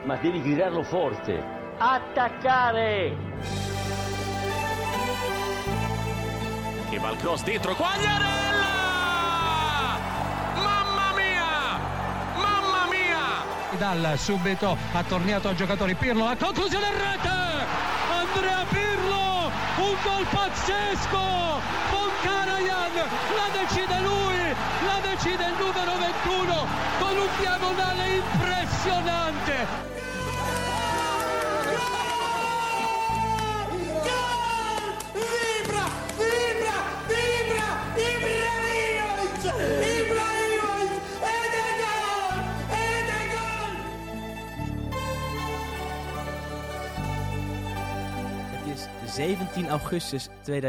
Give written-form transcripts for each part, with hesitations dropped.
ma devi gridarlo forte. Attaccare! Che va il cross dentro, Quagliarella! Mamma mia! Mamma mia! Dal subito ha tornato a giocatori Pirlo, la conclusione in rete! Andrea Pirlo, un gol pazzesco! Karajan, la decide lui, la decide il numero 21 con un diagonale impressionante. Het is 17 augustus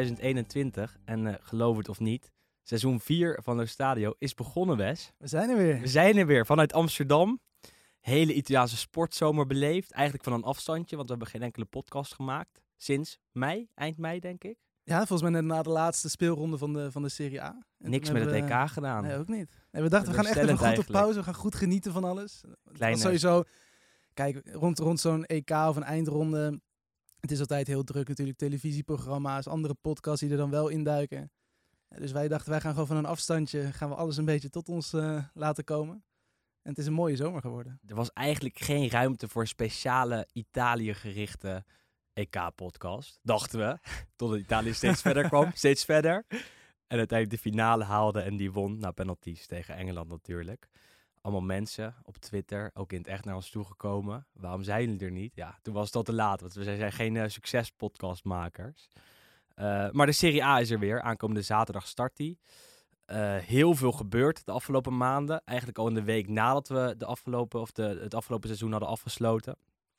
2021 en geloof het of niet, seizoen 4 van Het Stadio is begonnen, Wes. We zijn er weer. We zijn er weer vanuit Amsterdam. Hele Italiaanse sportzomer beleefd. Eigenlijk van een afstandje, want we hebben geen enkele podcast gemaakt. Sinds mei, eind mei denk ik. Ja, volgens mij net na de laatste speelronde van de Serie A. En niks met het EK gedaan. Nee, ook niet. Nee, we dachten, we gaan echt even goed op pauze. We gaan goed genieten van alles. Kleine... Sowieso, kijk, rond zo'n EK of een eindronde. Het is altijd heel druk natuurlijk. Televisieprogramma's, andere podcasts die er dan wel induiken. Dus wij dachten, wij gaan gewoon van een afstandje, gaan we alles een beetje tot ons laten komen. En het is een mooie zomer geworden. Er was eigenlijk geen ruimte voor speciale Italië gerichte EK-podcast, dachten we. Totdat Italië steeds verder kwam, steeds verder. En uiteindelijk de finale haalde en die won. Nou, penalties tegen Engeland natuurlijk. Allemaal mensen op Twitter, ook in het echt naar ons toegekomen. Waarom zijn jullie er niet? Ja, toen was het al te laat, want we zijn geen succespodcastmakers. Maar de Serie A is er weer. Aankomende zaterdag start die. Heel veel gebeurd de afgelopen maanden. Eigenlijk al in de week nadat we het afgelopen seizoen hadden afgesloten.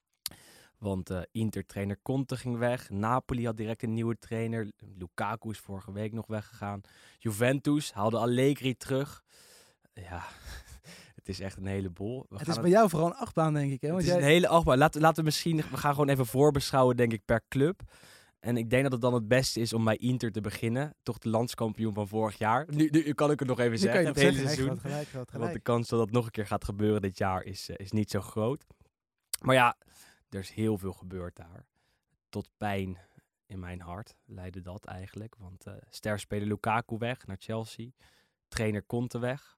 Want Inter-trainer Conte ging weg. Napoli had direct een nieuwe trainer. Lukaku is vorige week nog weggegaan. Juventus haalde Allegri terug. Ja, het is echt een heleboel. Het is bij jou vooral een achtbaan, denk ik. Hè? Want het is een hele achtbaan. Laten we misschien... We gaan gewoon even voorbeschouwen, denk ik, per club. En ik denk dat het dan het beste is om bij Inter te beginnen. Toch de landskampioen van vorig jaar. Nu kan ik het nog even zeggen. Het hele seizoen. Gelijk. Want de kans dat het nog een keer gaat gebeuren dit jaar is niet zo groot. Maar ja, er is heel veel gebeurd daar. Tot pijn in mijn hart leidde dat eigenlijk. Want sterspeler Lukaku weg naar Chelsea. Trainer Conte weg.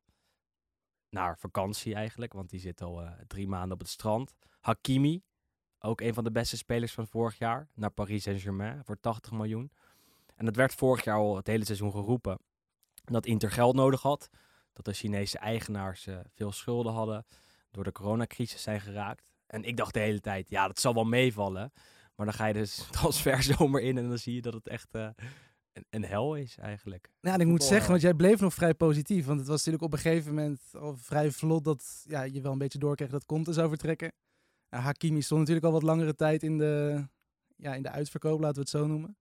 Naar vakantie eigenlijk, want die zit al 3 maanden op het strand. Hakimi, ook een van de beste spelers van vorig jaar, naar Paris Saint-Germain voor 80 miljoen. En dat werd vorig jaar al het hele seizoen geroepen. Dat Inter geld nodig had. Dat de Chinese eigenaars veel schulden hadden. Door de coronacrisis zijn geraakt. En ik dacht de hele tijd, ja, dat zal wel meevallen. Maar dan ga je dus transferzomer in en dan zie je dat het echt een hel is eigenlijk. Ja, en ik moet zeggen, want jij bleef nog vrij positief. Want het was natuurlijk op een gegeven moment al vrij vlot dat je wel een beetje doorkreeg dat Conte zou vertrekken. Hakimi stond natuurlijk al wat langere tijd in de uitverkoop, laten we het zo noemen.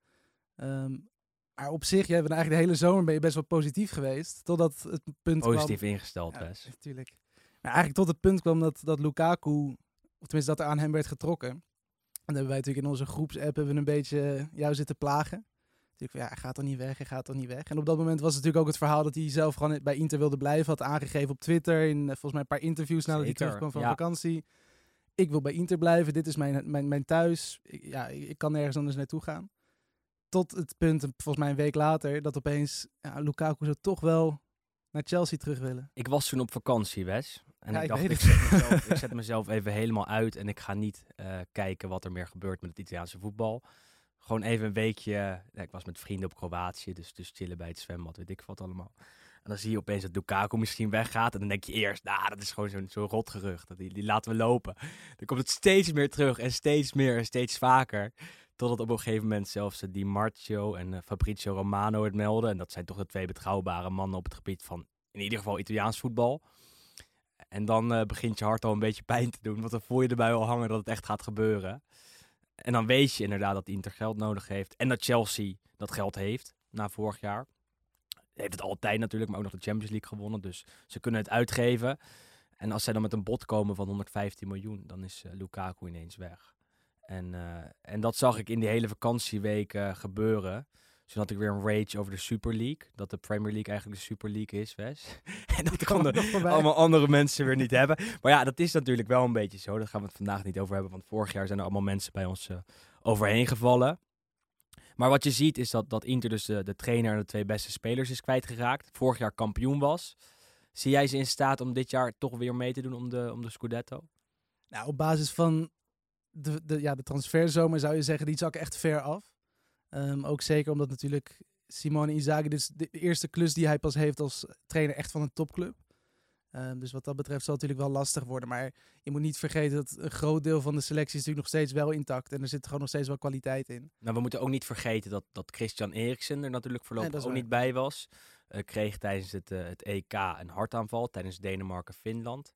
Maar op zich, jij bent eigenlijk de hele zomer ben je best wel positief geweest. Totdat het punt positief kwam... ingesteld, Wes. Natuurlijk. Maar eigenlijk tot het punt kwam dat Lukaku, of tenminste dat er aan hem werd getrokken. En dan hebben wij natuurlijk in onze groepsapp een beetje jou zitten plagen. Natuurlijk hij gaat toch niet weg. En op dat moment was het natuurlijk ook het verhaal dat hij zelf gewoon bij Inter wilde blijven. Had aangegeven op Twitter, in volgens mij een paar interviews nadat hij terugkwam van vakantie. Ik wil bij Inter blijven, dit is mijn thuis. Ik kan nergens anders naartoe gaan. Tot het punt, volgens mij een week later, dat opeens Lukaku zou toch wel naar Chelsea terug willen. Ik was toen op vakantie, Wes. En ik dacht, ik zet mezelf even helemaal uit en ik ga niet kijken wat er meer gebeurt met het Italiaanse voetbal. Gewoon even een weekje, ik was met vrienden op Kroatië, dus chillen bij het zwembad, weet ik wat allemaal. En dan zie je opeens dat Lukaku misschien weggaat. En dan denk je eerst, dat is gewoon zo'n rotgerucht. Die laten we lopen. Dan komt het steeds meer terug en steeds meer en steeds vaker. Totdat op een gegeven moment zelfs Di Marzio en Fabrizio Romano het melden. En dat zijn toch de 2 betrouwbare mannen op het gebied van in ieder geval Italiaans voetbal. En dan begint je hart al een beetje pijn te doen. Want dan voel je erbij al hangen dat het echt gaat gebeuren. En dan weet je inderdaad dat Inter geld nodig heeft. En dat Chelsea dat geld heeft na vorig jaar. Heeft het altijd natuurlijk, maar ook nog de Champions League gewonnen. Dus ze kunnen het uitgeven. En als zij dan met een bod komen van 115 miljoen, dan is Lukaku ineens weg. En dat zag ik in die hele vakantieweken gebeuren. toen had ik weer een rage over de Super League. Dat de Premier League eigenlijk de Super League is, Wes. En dat konden allemaal andere mensen weer niet hebben. Maar ja, dat is natuurlijk wel een beetje zo. Daar gaan we het vandaag niet over hebben. Want vorig jaar zijn er allemaal mensen bij ons overheen gevallen. Maar wat je ziet is dat Inter dus de trainer en de 2 beste spelers is kwijtgeraakt. Vorig jaar kampioen was. Zie jij ze in staat om dit jaar toch weer mee te doen om de Scudetto? Nou, op basis van de transferzomer zou je zeggen, die zak echt ver af. Ook zeker omdat natuurlijk Simone Inzaghi, dit is de eerste klus die hij pas heeft als trainer echt van een topclub. Dus wat dat betreft zal het natuurlijk wel lastig worden. Maar je moet niet vergeten dat een groot deel van de selectie is natuurlijk nog steeds wel intact. En er zit gewoon nog steeds wel kwaliteit in. Nou, we moeten ook niet vergeten dat Christian Eriksen er natuurlijk voorlopig ook niet bij was. Kreeg tijdens het EK een hartaanval tijdens Denemarken-Finland.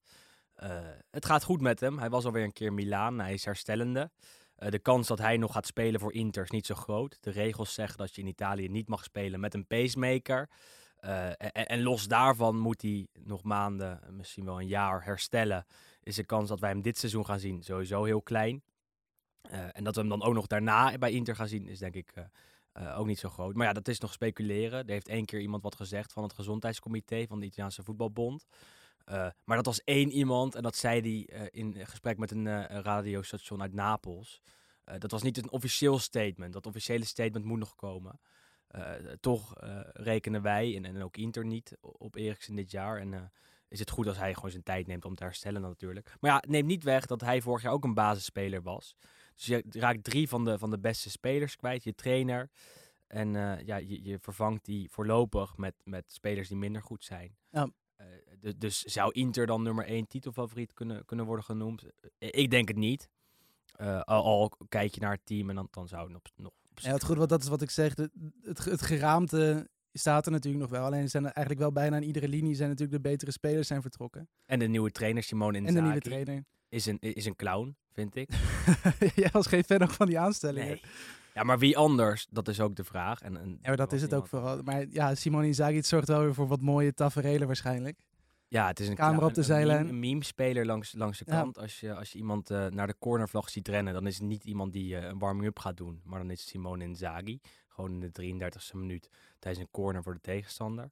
Het gaat goed met hem. Hij was alweer een keer in Milaan. Hij is herstellende. De kans dat hij nog gaat spelen voor Inter is niet zo groot. De regels zeggen dat je in Italië niet mag spelen met een pacemaker. En los daarvan moet hij nog maanden, misschien wel een jaar herstellen. Is de kans dat wij hem dit seizoen gaan zien sowieso heel klein. En dat we hem dan ook nog daarna bij Inter gaan zien is denk ik ook niet zo groot. Maar ja, dat is nog speculeren. Er heeft 1 keer iemand wat gezegd van het gezondheidscomité van de Italiaanse voetbalbond. Maar dat was 1 iemand en dat zei hij in gesprek met een radiostation uit Napels. Dat was niet een officieel statement. Dat officiële statement moet nog komen. Toch rekenen wij en ook Inter niet op Eriksen dit jaar. En is het goed als hij gewoon zijn tijd neemt om te herstellen natuurlijk. Maar ja, neem niet weg dat hij vorig jaar ook een basisspeler was. Dus je raakt 3 van de beste spelers kwijt. Je trainer. En je vervangt die voorlopig met spelers die minder goed zijn. Ja. Dus zou Inter dan nummer 1 titelfavoriet kunnen worden genoemd? Ik denk het niet. Al kijk je naar het team en dan zou het nog... Ja, het goed, dat is wat ik zeg. Het geraamte staat er natuurlijk nog wel. Alleen zijn er eigenlijk wel bijna aan iedere linie zijn natuurlijk de betere spelers zijn vertrokken. En de nieuwe trainer Simone Inzaghi. En de nieuwe trainer. Is een clown, vind ik. Jij was geen fan ook van die aanstellingen. Nee. Ja, maar wie anders? Dat is ook de vraag. Ja, maar dat is het ook vooral. Maar ja, Simone Inzaghi, het zorgt wel weer voor wat mooie taferelen waarschijnlijk. Ja, het is een camera op de zijlijn. Een meme-speler langs de kant. Als je iemand naar de cornervlag ziet rennen, dan is het niet iemand die een warming-up gaat doen. Maar dan is het Simone Inzaghi. Gewoon in de 33e minuut tijdens een corner voor de tegenstander.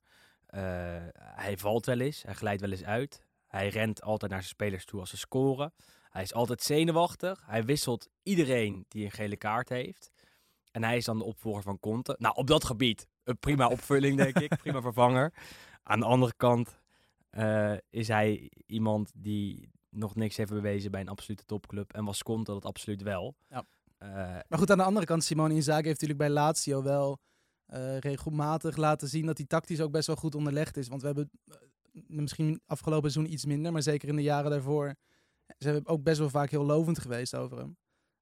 Hij valt wel eens. Hij glijdt wel eens uit. Hij rent altijd naar zijn spelers toe als ze scoren. Hij is altijd zenuwachtig. Hij wisselt iedereen die een gele kaart heeft. En hij is dan de opvolger van Conte. Nou, op dat gebied een prima opvulling, denk ik. Prima vervanger. Aan de andere kant is hij iemand die nog niks heeft bewezen bij een absolute topclub. En was Conte dat absoluut wel. Ja. Maar goed, aan de andere kant, Simone Inzaghi heeft natuurlijk bij Lazio wel regelmatig laten zien dat hij tactisch ook best wel goed onderlegd is. Want we hebben misschien afgelopen seizoen iets minder, maar zeker in de jaren daarvoor zijn we ook best wel vaak heel lovend geweest over hem.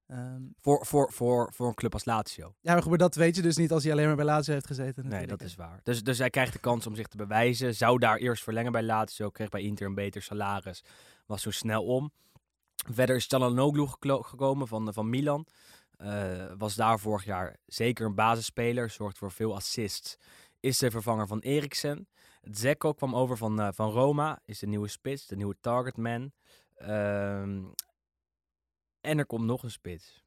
Voor een club als Lazio. Ja, maar dat weet je dus niet als hij alleen maar bij Lazio heeft gezeten. Nee, dat is waar. Dus hij krijgt de kans om zich te bewijzen. Zou daar eerst verlengen bij Lazio. Kreeg bij Inter een beter salaris. Was zo snel om. Verder is Çalhanoğlu gekomen van Milan. Was daar vorig jaar zeker een basisspeler. Zorgt voor veel assists. Is de vervanger van Eriksen. Dzeko kwam over van Roma. Is de nieuwe spits. De nieuwe targetman. En er komt nog een spits.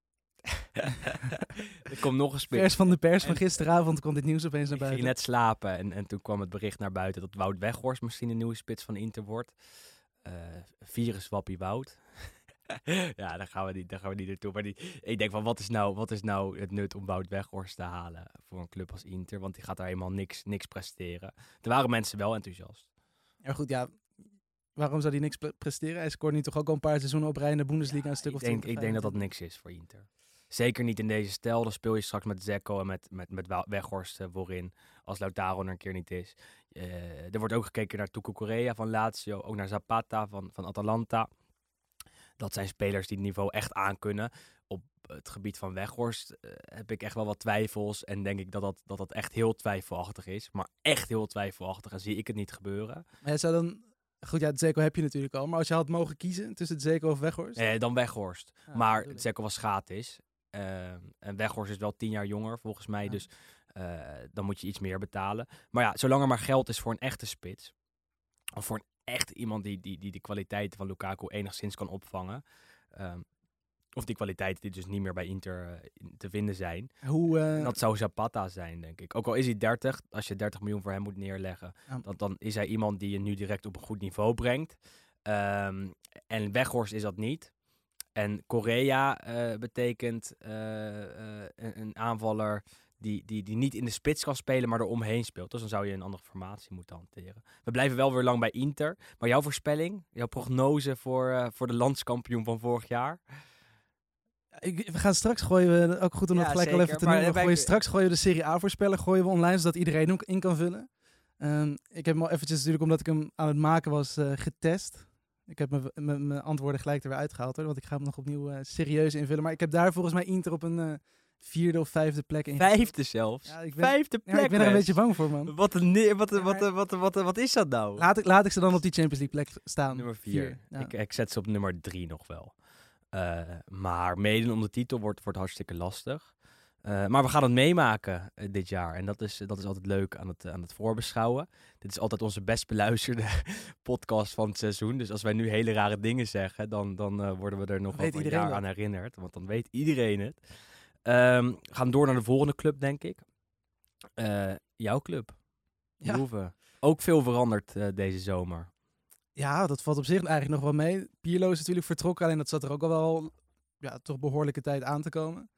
Er komt nog een spits. Pers van de pers van gisteravond kwam dit nieuws opeens naar buiten. Ik ging net slapen en toen kwam het bericht naar buiten dat Wout Weghorst misschien de nieuwe spits van Inter wordt. Viruswappie Wout. Ja, daar gaan we niet naartoe. Maar ik denk van, wat is nou het nut om Wout Weghorst te halen voor een club als Inter? Want die gaat daar helemaal niks presteren. Er waren mensen wel enthousiast. Ja, goed, ja. Waarom zou hij niks presteren? Hij scoort nu toch ook al een paar seizoenen op rij in de Bundesliga een stuk of 20. Ik denk dat niks is voor Inter. Zeker niet in deze stijl. Dan speel je straks met Dzeko en met Weghorst voorin. Als Lautaro er een keer niet is. Er wordt ook gekeken naar Tucu Correa van Lazio. Ook naar Zapata van Atalanta. Dat zijn spelers die het niveau echt aankunnen. Op het gebied van Weghorst heb ik echt wel wat twijfels. En denk ik dat echt heel twijfelachtig is. Maar echt heel twijfelachtig. En zie ik het niet gebeuren. Maar jij zou dan... Goed, ja, Dzeko heb je natuurlijk al. Maar als je had mogen kiezen tussen Dzeko of Weghorst? Dan Weghorst. Maar Dzeko was gratis. En Weghorst is wel 10 jaar jonger volgens mij. Ja. Dus dan moet je iets meer betalen. Maar ja, zolang er maar geld is voor een echte spits. Of voor echt iemand die de kwaliteiten van Lukaku enigszins kan opvangen. Of die kwaliteiten die dus niet meer bij Inter te vinden zijn. Hoe, Dat zou Zapata zijn, denk ik. Ook al is hij 30, als je 30 miljoen voor hem moet neerleggen, dan is hij iemand die je nu direct op een goed niveau brengt. En Weghorst is dat niet. En Correa betekent een aanvaller die niet in de spits kan spelen, maar er omheen speelt. Dus dan zou je een andere formatie moeten hanteren. We blijven wel weer lang bij Inter. Maar jouw voorspelling, jouw prognose voor de landskampioen van vorig jaar? We gaan straks gooien, ook goed om dat gelijk al even te noemen. Straks gooien we de Serie A voorspellen, gooien we online, zodat iedereen ook in kan vullen. Ik heb hem al eventjes, natuurlijk omdat ik hem aan het maken was, getest. Ik heb mijn antwoorden gelijk er weer uitgehaald, hoor, want ik ga hem nog opnieuw serieus invullen. Maar ik heb daar volgens mij Inter op een 4e of 5e plek in. 5e zelfs? Ja, 5e plek? Ja, ik ben er een beetje bang voor, man. Wat is dat nou? Laat ik ze dan op die Champions League plek staan. Nummer 4. Ja. Ik zet ze op nummer 3 nog wel. Maar meedoen om de titel wordt hartstikke lastig. Maar we gaan het meemaken dit jaar. En dat is altijd leuk aan het voorbeschouwen. Dit is altijd onze best beluisterde podcast van het seizoen. Dus als wij nu hele rare dingen zeggen, dan worden we er nog over een jaar aan herinnerd. Want dan weet iedereen het. Gaan door naar de volgende club, denk ik. Jouw club. Juve. Ook veel veranderd deze zomer. Ja, dat valt op zich eigenlijk nog wel mee. Pirlo is natuurlijk vertrokken, alleen dat zat er ook al wel toch behoorlijke tijd aan te komen.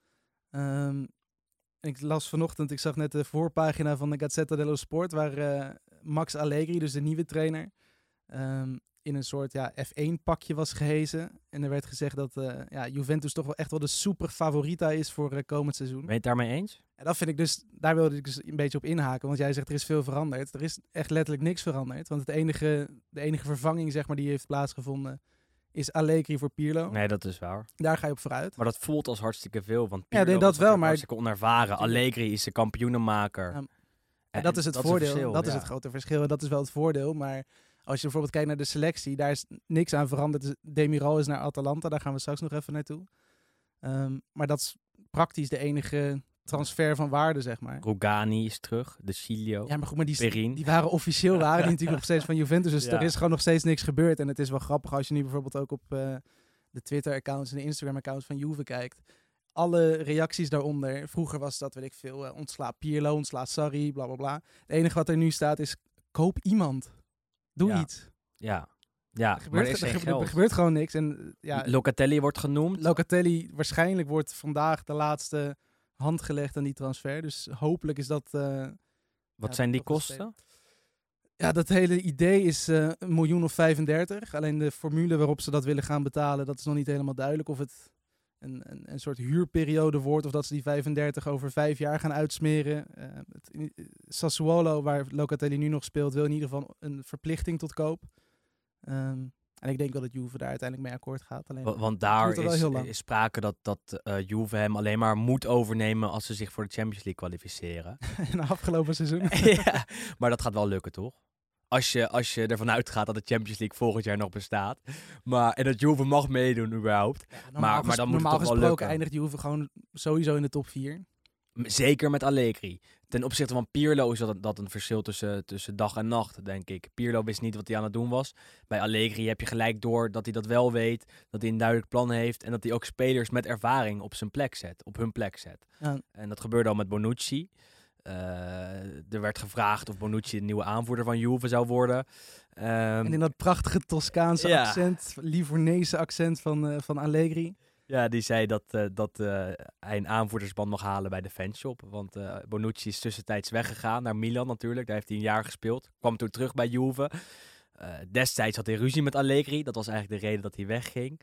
Ik las vanochtend, ik zag net de voorpagina van de Gazzetta dello Sport, waar Max Allegri, dus de nieuwe trainer, in een soort F1-pakje was gehezen. En er werd gezegd dat Juventus toch wel echt wel de super favorita is voor komend seizoen. Ben je het daarmee eens? En dat vind ik dus, daar wilde ik dus een beetje op inhaken. Want jij zegt er is veel veranderd. Er is echt letterlijk niks veranderd. Want de enige vervanging, zeg maar, die heeft plaatsgevonden, is Allegri voor Pirlo. Nee, dat is waar. Daar ga je op vooruit. Maar dat voelt als hartstikke veel. Want Pirlo dat wel, maar hartstikke onervaren. Allegri is de kampioenenmaker. En dat is het voordeel. Dat is het grote verschil. En dat is wel het voordeel. Maar als je bijvoorbeeld kijkt naar de selectie, daar is niks aan veranderd. Demiral is naar Atalanta. Daar gaan we straks nog even naartoe. Maar dat is praktisch de enige transfer van waarde, zeg maar. Rugani is terug, de Cilio. Ja, maar goed, maar die waren officieel die natuurlijk nog steeds van Juventus. Dus er is gewoon nog steeds niks gebeurd. En het is wel grappig als je nu bijvoorbeeld ook op de Twitter-accounts en de Instagram-accounts van Juve kijkt. Alle reacties daaronder. Vroeger was dat, weet ik veel, ontsla Pirlo, ontsla Sarri, bla bla bla. Het enige wat er nu staat is, koop iemand. Doe iets. Ja. Er gebeurt gewoon niks. En, Locatelli wordt genoemd. Locatelli waarschijnlijk wordt vandaag de laatste hand gelegd aan die transfer. Dus hopelijk is dat... Wat zijn die kosten? Ja, dat hele idee is 1,35 miljoen. Alleen de formule waarop ze dat willen gaan betalen, dat is nog niet helemaal duidelijk. Of het een soort huurperiode wordt, of dat ze die 35 over 5 jaar gaan uitsmeren. Sassuolo, waar Locatelli nu nog speelt, wil in ieder geval een verplichting tot koop. En ik denk wel dat Juve daar uiteindelijk mee akkoord gaat. Alleen, want daar is sprake dat Juve hem alleen maar moet overnemen als ze zich voor de Champions League kwalificeren. In de afgelopen seizoen. Ja, maar dat gaat wel lukken, toch? Als je ervan uitgaat dat de Champions League volgend jaar nog bestaat. En dat Juve mag meedoen überhaupt. Ja, maar dan moet het toch wel lukken. Eindigt Juve gewoon sowieso in de top 4. Zeker met Allegri. Ten opzichte van Pirlo is dat een verschil tussen dag en nacht, denk ik. Pirlo wist niet wat hij aan het doen was. Bij Allegri heb je gelijk door dat hij dat wel weet. Dat hij een duidelijk plan heeft. En dat hij ook spelers met ervaring op hun plek zet. Ja. En dat gebeurde al met Bonucci. Er werd gevraagd of Bonucci de nieuwe aanvoerder van Juve zou worden. En in dat prachtige Toscaanse accent, Livornese accent van Allegri. Ja, die zei dat hij een aanvoerdersband mag halen bij de fanshop. Want Bonucci is tussentijds weggegaan naar Milan natuurlijk. Daar heeft hij een jaar gespeeld. Kwam toen terug bij Juve. Destijds had hij ruzie met Allegri. Dat was eigenlijk de reden dat hij wegging.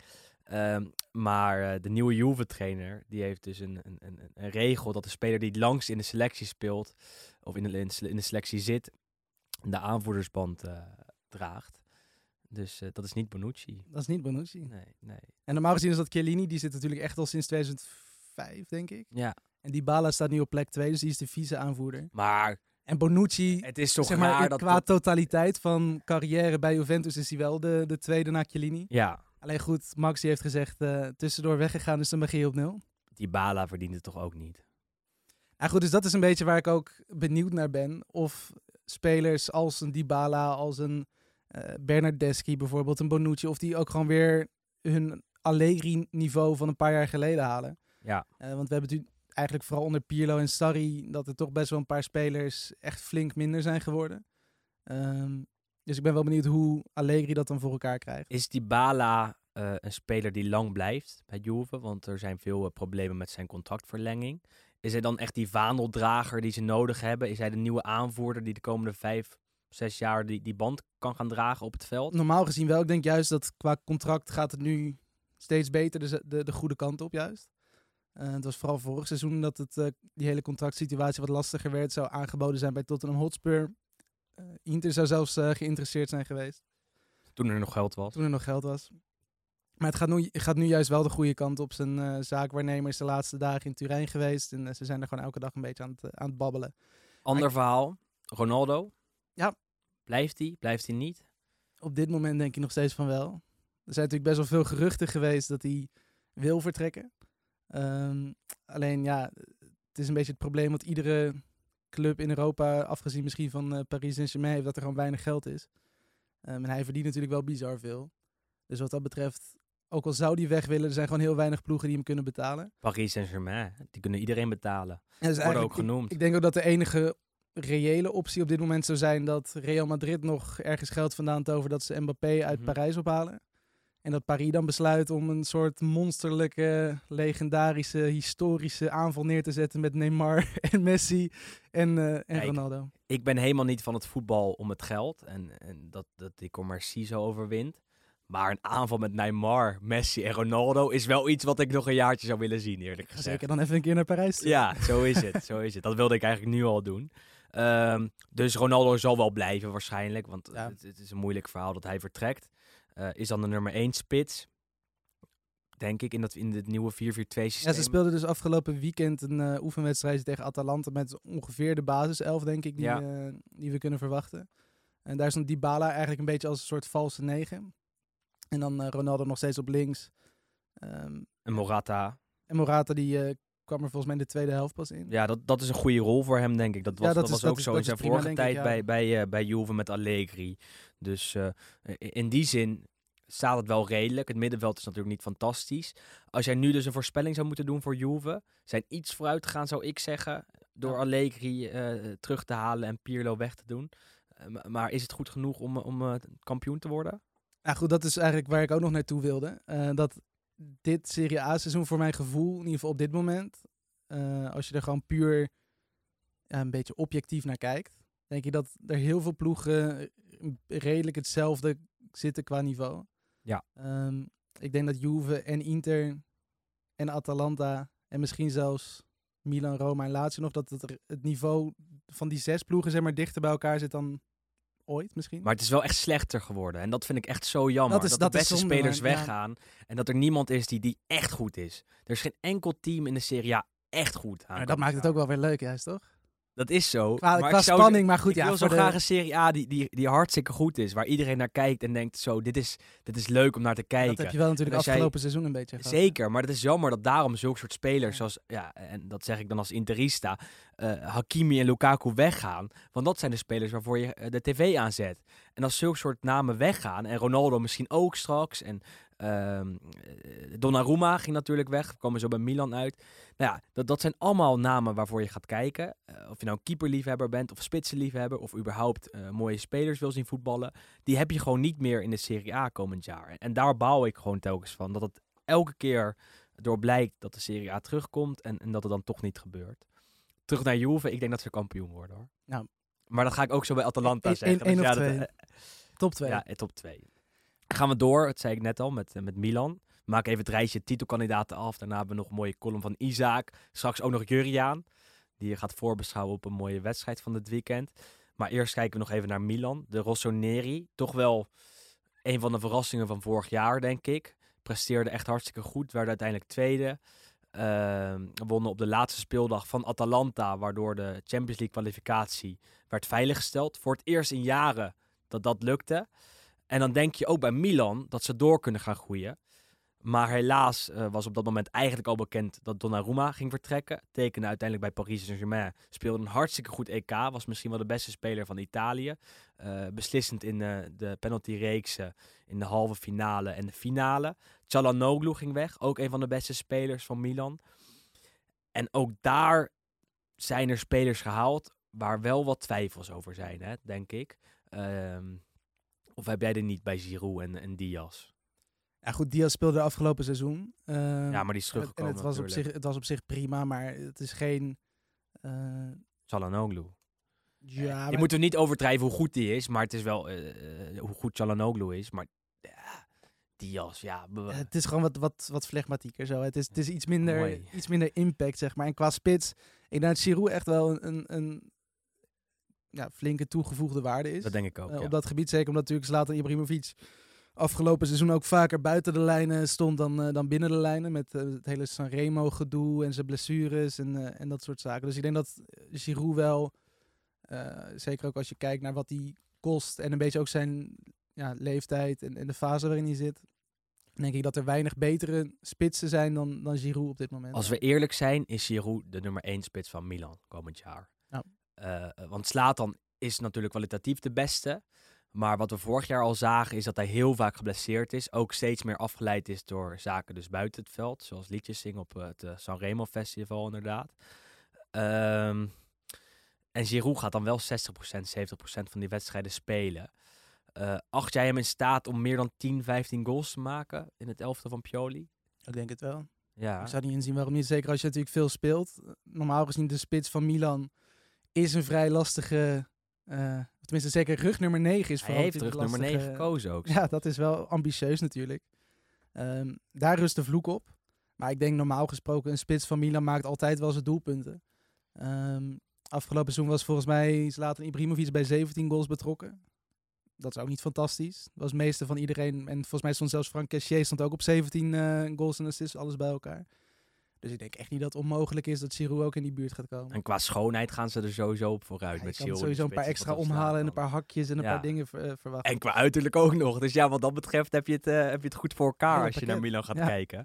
Maar de nieuwe Juve-trainer, die heeft dus een regel dat de speler die langst in de selectie speelt, of in de selectie zit, de aanvoerdersband draagt. Dus dat is niet Bonucci. Dat is niet Bonucci. Nee. En normaal gezien is dat Chiellini, die zit natuurlijk echt al sinds 2005, denk ik. Ja. En Dybala staat nu op plek 2, dus die is de vice-aanvoerder. Maar en Bonucci, het is toch zeg maar, qua totaliteit van carrière bij Juventus is hij wel de tweede na Chiellini. Ja. Alleen goed, Max heeft gezegd, tussendoor weggegaan, dus dan begin je op 0. Dybala verdient het toch ook niet? Ja, goed, dus dat is een beetje waar ik ook benieuwd naar ben. Of spelers als een Dybala, als een Bernardeschi bijvoorbeeld, een Bonucci, of die ook gewoon weer hun Allegri-niveau van een paar jaar geleden halen. Ja. Want we hebben natuurlijk eigenlijk vooral onder Pirlo en Sarri dat er toch best wel een paar spelers echt flink minder zijn geworden. Dus ik ben wel benieuwd hoe Allegri dat dan voor elkaar krijgt. Is Dybala een speler die lang blijft bij Juve? Want er zijn veel problemen met zijn contractverlenging. Is hij dan echt die vaandeldrager die ze nodig hebben? Is hij de nieuwe aanvoerder die de komende 5-6 jaar die band kan gaan dragen op het veld? Normaal gezien wel. Ik denk juist dat qua contract gaat het nu steeds beter de goede kant op juist. Het was vooral vorig seizoen dat die hele contractsituatie wat lastiger werd. Zou aangeboden zijn bij Tottenham Hotspur. Inter zou zelfs geïnteresseerd zijn geweest. Toen er nog geld was. Maar het gaat nu juist wel de goede kant op. Zijn zaakwaarnemer is de laatste dagen in Turijn geweest. En ze zijn er gewoon elke dag een beetje aan het babbelen. Ander verhaal. Ronaldo. Ja. Blijft hij niet? Op dit moment denk ik nog steeds van wel. Er zijn natuurlijk best wel veel geruchten geweest dat hij wil vertrekken. Alleen ja, het is een beetje het probleem wat iedere club in Europa, afgezien misschien van Paris Saint-Germain, heeft dat er gewoon weinig geld is. En hij verdient natuurlijk wel bizar veel. Dus wat dat betreft, ook al zou die weg willen, er zijn gewoon heel weinig ploegen die hem kunnen betalen. Paris Saint-Germain, die kunnen iedereen betalen. En dus worden ook genoemd. Ik denk ook dat de enige reële optie op dit moment zou zijn dat Real Madrid nog ergens geld vandaan tovert dat ze Mbappé uit Parijs ophalen. En dat Paris dan besluit om een soort monsterlijke, legendarische, historische aanval neer te zetten met Neymar en Messi en Ronaldo. Ik ben helemaal niet van het voetbal om het geld en dat die commercie zo overwint. Maar een aanval met Neymar, Messi en Ronaldo is wel iets wat ik nog een jaartje zou willen zien, eerlijk gezegd. Zeker dan even een keer naar Parijs toe. Ja, zo is het. Dat wilde ik eigenlijk nu al doen. Dus Ronaldo zal wel blijven waarschijnlijk, want het is een moeilijk verhaal dat hij vertrekt. Is dan de nummer 1 spits, denk ik, in het nieuwe 4-4-2 systeem. Ja, ze speelden dus afgelopen weekend een oefenwedstrijd tegen Atalanta met ongeveer de basiself, denk ik, die we kunnen verwachten. En daar stond Dybala eigenlijk een beetje als een soort valse 9. En dan Ronaldo nog steeds op links. En Morata. En Morata die kwam er volgens mij in de tweede helft pas in. Ja, dat is een goede rol voor hem, denk ik. Dat was ook zo in zijn vorige tijd bij Juve met Allegri. Dus in die zin staat het wel redelijk. Het middenveld is natuurlijk niet fantastisch. Als jij nu dus een voorspelling zou moeten doen voor Juve, zijn iets vooruit gegaan, zou ik zeggen, door Allegri terug te halen en Pirlo weg te doen. Maar is het goed genoeg om kampioen te worden? Nou goed, dat is eigenlijk waar ik ook nog naartoe wilde. Dat dit Serie A-seizoen voor mijn gevoel, in ieder geval op dit moment, als je er gewoon puur een beetje objectief naar kijkt, denk je dat er heel veel ploegen redelijk hetzelfde zitten qua niveau. Ja. Ik denk dat Juve en Inter en Atalanta en misschien zelfs Milan, Roma en Lazio nog, dat het niveau van die 6 ploegen zeg maar dichter bij elkaar zit dan ooit misschien. Maar het is wel echt slechter geworden. En dat vind ik echt zo jammer. Dat de beste spelers weggaan. En dat er niemand is die echt goed is. Er is geen enkel team in de Serie A echt goed. Maar dat maakt het ook wel weer leuk, juist toch? Dat is zo. Qua spanning, maar goed. Ik wil zo graag een Serie A die hartstikke goed is. Waar iedereen naar kijkt en denkt, zo, dit is leuk om naar te kijken. Dat heb je wel natuurlijk afgelopen seizoen een beetje gehad. Zeker, maar het is jammer dat daarom zulke soort spelers zoals, en dat zeg ik dan als Interista, Hakimi en Lukaku weggaan. Want dat zijn de spelers waarvoor je de tv aanzet. En als zulke soort namen weggaan, en Ronaldo misschien ook straks, en Donnarumma ging natuurlijk weg, we komen zo bij Milan uit. Nou ja, dat zijn allemaal namen waarvoor je gaat kijken. Of je nou een keeperliefhebber bent of spitsenliefhebber of überhaupt mooie spelers wil zien voetballen. Die heb je gewoon niet meer in de Serie A komend jaar. En daar bouw ik gewoon telkens van. Dat het elke keer door blijkt dat de Serie A terugkomt en dat het dan toch niet gebeurt. Terug naar Juve, ik denk dat ze kampioen worden hoor. Nou, maar dat ga ik ook zo bij Atalanta zeggen. Eén of twee. Top 2. Ja, top 2. Gaan we door, dat zei ik net al, met Milan. Maak even het rijtje titelkandidaten af. Daarna hebben we nog een mooie column van Isaac. Straks ook nog Juriaan. Die gaat voorbeschouwen op een mooie wedstrijd van dit weekend. Maar eerst kijken we nog even naar Milan. De Rossoneri, toch wel een van de verrassingen van vorig jaar, denk ik. Presteerde echt hartstikke goed. Werden uiteindelijk tweede. Wonnen op de laatste speeldag van Atalanta. Waardoor de Champions League kwalificatie werd veiliggesteld. Voor het eerst in jaren dat lukte. En dan denk je ook bij Milan dat ze door kunnen gaan groeien. Maar helaas was op dat moment eigenlijk al bekend dat Donnarumma ging vertrekken. Tekende uiteindelijk bij Paris Saint-Germain. Speelde een hartstikke goed EK. Was misschien wel de beste speler van Italië. Beslissend in de penaltyreeksen in de halve finale en de finale. Çalhanoğlu ging weg. Ook een van de beste spelers van Milan. En ook daar zijn er spelers gehaald waar wel wat twijfels over zijn, hè, denk ik. Of heb jij er niet bij Giroud en Diaz? Ja, goed, Diaz speelde afgelopen seizoen. Ja, maar die is teruggekomen en het was op zich prima, maar het is geen... Çalhanoğlu. Ja, Je maar- moet er niet overdrijven hoe goed die is, maar het is wel hoe goed Çalhanoğlu is. Maar Diaz, ja. Het is gewoon wat flegmatieker zo. Het is iets Mooi. minder impact, zeg maar. En qua spits, ik denk dat Giroud echt wel een flinke toegevoegde waarde is. Dat denk ik ook, ja. Op dat gebied, zeker omdat natuurlijk Zlatan Ibrahimovic afgelopen seizoen ook vaker buiten de lijnen stond dan binnen de lijnen. Met het hele Sanremo gedoe en zijn blessures en dat soort zaken. Dus ik denk dat Giroud wel, zeker ook als je kijkt naar wat hij kost en een beetje ook zijn leeftijd en de fase waarin hij zit, denk ik dat er weinig betere spitsen zijn dan Giroud op dit moment. Als we eerlijk zijn, is Giroud de nummer 1 spits van Milan komend jaar. Ja. Want Zlatan is natuurlijk kwalitatief de beste. Maar wat we vorig jaar al zagen is dat hij heel vaak geblesseerd is. Ook steeds meer afgeleid is door zaken dus buiten het veld. Zoals liedjes zingen op het Sanremo Festival inderdaad. En Giroud gaat dan wel 60%, 70% van die wedstrijden spelen. Acht jij hem in staat om meer dan 10, 15 goals te maken in het elftal van Pioli? Ik denk het wel. Ja. Ik zou niet inzien waarom niet. Zeker als je natuurlijk veel speelt. Normaal gezien de spits van Milan is een vrij lastige... tenminste zeker rug nummer 9 is Hij vooral heeft natuurlijk terug nummer 9 lastige- gekozen ook. Ja, dat is wel ambitieus natuurlijk. Daar rust de vloek op. Maar ik denk normaal gesproken een spits van Milan maakt altijd wel zijn doelpunten. Afgelopen seizoen was volgens mij Zlatan Ibrahimovic bij 17 goals betrokken. Dat is ook niet fantastisch. Dat was het meeste van iedereen. En volgens mij stond zelfs Frank Kessié stond ook op 17 goals en assists, alles bij elkaar. Dus ik denk echt niet dat het onmogelijk is dat Giroud ook in die buurt gaat komen. En qua schoonheid gaan ze er sowieso op vooruit Ja, met je kan Giroud. sowieso een de paar spits, extra wat dat omhalen en Zlatan. een paar hakjes en een Ja. paar dingen verwachten. En qua uiterlijk ook nog. Dus ja, wat dat betreft heb je het goed voor elkaar Hele als je naar pakket. Milan gaat Ja. kijken.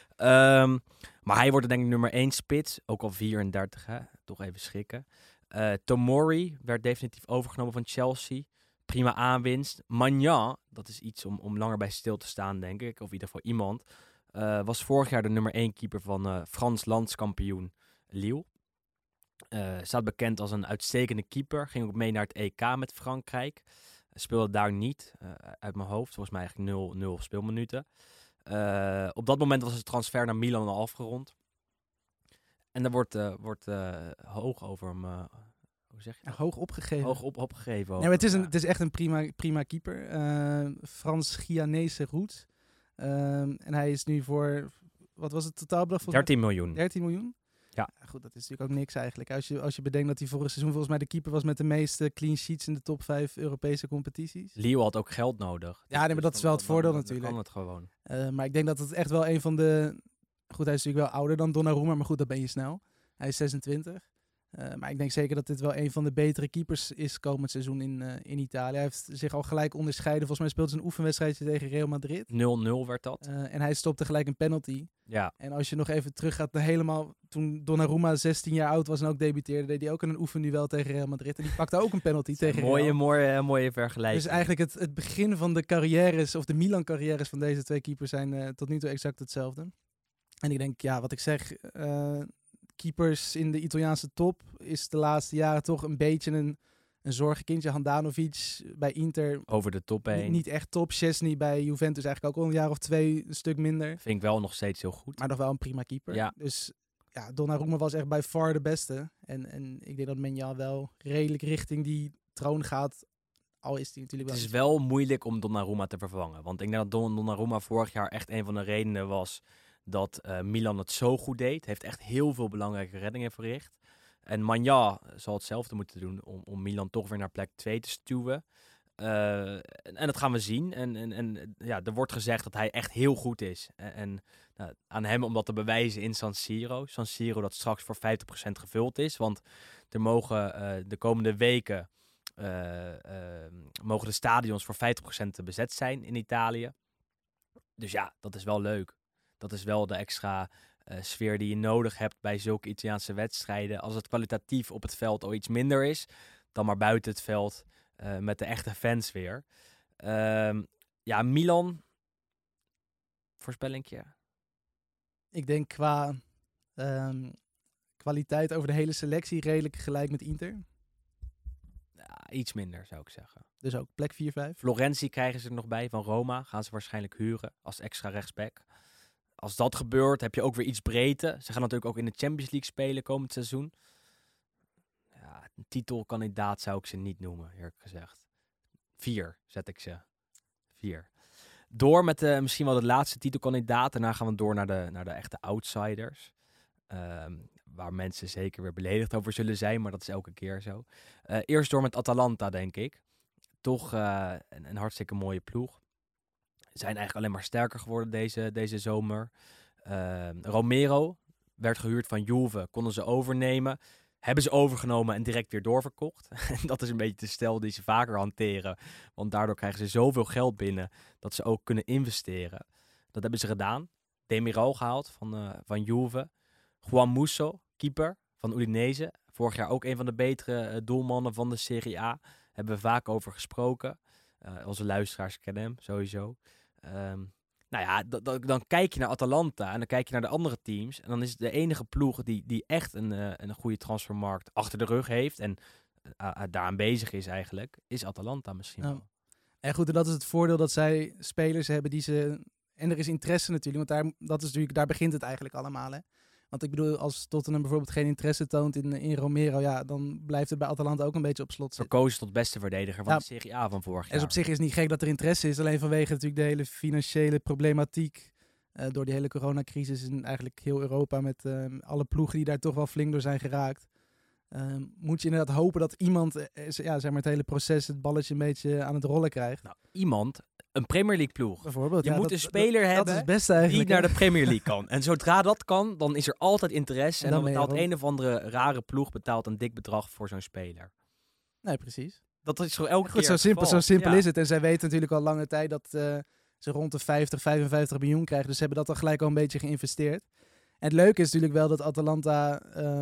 Maar hij wordt denk ik nummer 1 spits. Ook al 34, hè. Toch even schrikken. Tomori werd definitief overgenomen van Chelsea. Prima aanwinst. Maignan, dat is iets om langer bij stil te staan, denk ik. Of in ieder geval iemand. Was vorig jaar de nummer 1 keeper van Frans landskampioen Lille. Staat bekend als een uitstekende keeper. Ging ook mee naar het EK met Frankrijk. Speelde daar niet, uit mijn hoofd. Volgens mij eigenlijk 0 speelminuten. Op dat moment was het transfer naar Milan al afgerond. En er wordt hoog over hem... hoe zeg je Ja, dat? hoog opgegeven. Hoog opgegeven. Nee, maar over, het is echt een prima keeper. Frans-Guyanese roots. En hij is nu voor, wat was het totaalbedrag? 13 miljoen. 13 miljoen? Ja. Goed, dat is natuurlijk ook niks eigenlijk. Als je bedenkt dat hij vorig seizoen volgens mij de keeper was met de meeste clean sheets in de top 5 Europese competities. Lille had ook geld nodig. Ja, nee, maar dat is wel het voordeel dan natuurlijk. kan het gewoon. Maar ik denk dat het echt wel een van de... Goed, hij is natuurlijk wel ouder dan Donnarumma, maar goed, dat ben je snel. Hij is 26. Maar ik denk zeker dat dit wel een van de betere keepers is komend seizoen in Italië. Hij heeft zich al gelijk onderscheiden. Volgens mij speelde hij een oefenwedstrijdje tegen Real Madrid. 0-0 werd dat. En hij stopte gelijk een penalty. Ja. En als je nog even teruggaat naar helemaal... Toen Donnarumma 16 jaar oud was en ook debuteerde, deed hij ook een oefenduel tegen Real Madrid. En die pakte ook een penalty tegen Real. Mooie vergelijking. Dus eigenlijk het begin van de carrières, of de Milan-carrières van deze twee keepers zijn tot nu toe exact hetzelfde. En ik denk, ja, wat ik zeg, keepers in de Italiaanse top is de laatste jaren toch een beetje een zorgenkindje. Handanovic bij Inter Over de top heen. niet echt top. Szczesny bij Juventus eigenlijk ook al een jaar of 2 een stuk minder. Vind ik wel nog steeds heel goed. Maar nog wel een prima keeper. Ja. Dus ja, Donnarumma was echt bij far de beste. En ik denk dat Maignan wel redelijk richting die troon gaat. Al is die natuurlijk wel... Het is wel moeilijk om Donnarumma te vervangen. Want ik denk dat Donnarumma vorig jaar echt een van de redenen was dat Milan het zo goed deed. Heeft echt heel veel belangrijke reddingen verricht. En Maignan zal hetzelfde moeten doen om Milan toch weer naar plek 2 te stuwen. En dat gaan we zien. En ja, er wordt gezegd dat hij echt heel goed is. En aan hem om dat te bewijzen in San Siro. San Siro dat straks voor 50% gevuld is. Want er mogen de komende weken mogen de stadions voor 50% bezet zijn in Italië. Dus ja, dat is wel leuk. Dat is wel de extra sfeer die je nodig hebt bij zulke Italiaanse wedstrijden. Als het kwalitatief op het veld al iets minder is, dan maar buiten het veld met de echte fans weer. Milan. Voorspellingje. Ik denk qua kwaliteit over de hele selectie redelijk gelijk met Inter. Ja, iets minder zou ik zeggen. Dus ook plek 4-5. Florenzi krijgen ze er nog bij van Roma. Gaan ze waarschijnlijk huren als extra rechtsback. Als dat gebeurt, heb je ook weer iets breedte. Ze gaan natuurlijk ook in de Champions League spelen komend seizoen. Ja, een titelkandidaat zou ik ze niet noemen, eerlijk gezegd. 4 zet ik ze. 4. Door met misschien wel de laatste titelkandidaat. Daarna gaan we door naar de echte outsiders. Waar mensen zeker weer beledigd over zullen zijn, maar dat is elke keer zo. Eerst door met Atalanta, denk ik. Toch een hartstikke mooie ploeg. Zijn eigenlijk alleen maar sterker geworden deze zomer. Romero werd gehuurd van Juve, konden ze overnemen. Hebben ze overgenomen en direct weer doorverkocht. En dat is een beetje de stijl die ze vaker hanteren. Want daardoor krijgen ze zoveel geld binnen dat ze ook kunnen investeren. Dat hebben ze gedaan. Demiral gehaald van Juve. Juan Musso, keeper van Udinese. Vorig jaar ook een van de betere doelmannen van de Serie A. Hebben we vaak over gesproken. Onze luisteraars kennen hem sowieso. Dan kijk je naar Atalanta en dan kijk je naar de andere teams. En dan is het de enige ploeg die echt een goede transfermarkt achter de rug heeft. En daaraan bezig is eigenlijk, is Atalanta misschien wel. En goed, en dat is het voordeel dat zij spelers hebben die ze... En er is interesse natuurlijk, want daar begint het eigenlijk allemaal, hè. Want ik bedoel, als Tottenham bijvoorbeeld geen interesse toont in Romero, ja, dan blijft het bij Atalanta ook een beetje op slot zitten. Verkozen tot beste verdediger van de Serie A van vorig jaar. En dus op zich is het niet gek dat er interesse is, alleen vanwege natuurlijk de hele financiële problematiek. Door die hele coronacrisis in eigenlijk heel Europa met alle ploegen die daar toch wel flink door zijn geraakt. Moet je inderdaad hopen dat iemand het hele proces, het balletje een beetje aan het rollen krijgt. Nou, een Premier League ploeg. Bijvoorbeeld. Je moet een speler hebben die naar de Premier League kan. En zodra dat kan, dan is er altijd interesse. En dan betaalt een of andere rare ploeg een dik bedrag voor zo'n speler. Nee, precies. Dat is zo elke keer zo simpel is het. En zij weten natuurlijk al lange tijd dat ze rond de 55 miljoen krijgen. Dus ze hebben dat al gelijk al een beetje geïnvesteerd. En het leuke is natuurlijk wel dat Atalanta,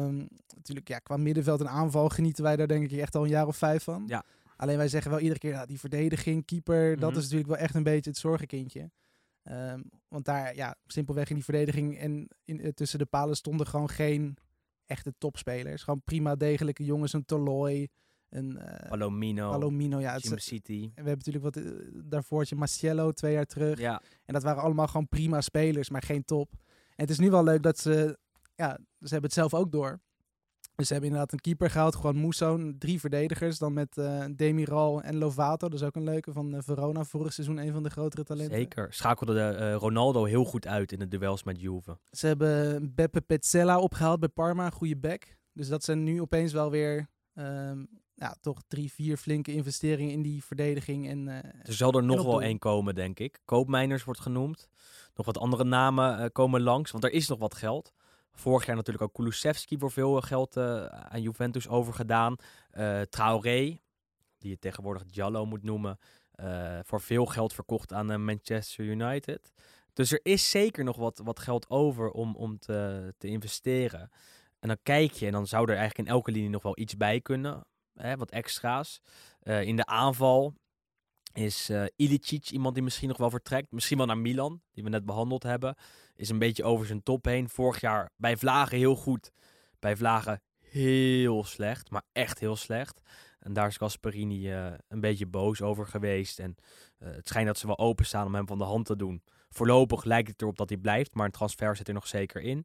qua middenveld en aanval genieten wij daar denk ik echt al een jaar of 5 van. Ja. Alleen wij zeggen wel iedere keer, die verdediging, keeper, dat is natuurlijk wel echt een beetje het zorgenkindje. Want daar, simpelweg in die verdediging en tussen de palen stonden gewoon geen echte topspelers. Gewoon prima degelijke jongens, een Toloi, een Palomino, ja. Jim City. We hebben natuurlijk daarvoortje Marcelo 2 jaar terug. Ja. En dat waren allemaal gewoon prima spelers, maar geen top. En het is nu wel leuk dat ze hebben het zelf ook door. Dus ze hebben inderdaad een keeper gehaald, gewoon Musso, 3 verdedigers. Dan met Demiral en Lovato, dat is ook een leuke van Verona. Vorig seizoen een van de grotere talenten. Zeker. Schakelde Ronaldo heel goed uit in de duels met Juve. Ze hebben Beppe Pezzella opgehaald bij Parma, een goede back. Dus dat zijn nu opeens wel weer toch 3-4 flinke investeringen in die verdediging. En, er zal er nog wel één komen, denk ik. Koopmeiners wordt genoemd. Nog wat andere namen komen langs, want er is nog wat geld. Vorig jaar natuurlijk ook Kulusevski voor veel geld aan Juventus overgedaan. Traoré, die je tegenwoordig Giallo moet noemen, voor veel geld verkocht aan Manchester United. Dus er is zeker nog wat geld over om te investeren. En dan kijk je en dan zou er eigenlijk in elke linie nog wel iets bij kunnen. Wat extra's. In de aanval is Ilicic iemand die misschien nog wel vertrekt. Misschien wel naar Milan, die we net behandeld hebben. Is een beetje over zijn top heen. Vorig jaar bij Vlagen heel goed. Bij Vlagen heel slecht, maar echt heel slecht. En daar is Gasperini een beetje boos over geweest. En het schijnt dat ze wel openstaan om hem van de hand te doen. Voorlopig lijkt het erop dat hij blijft, maar een transfer zit er nog zeker in.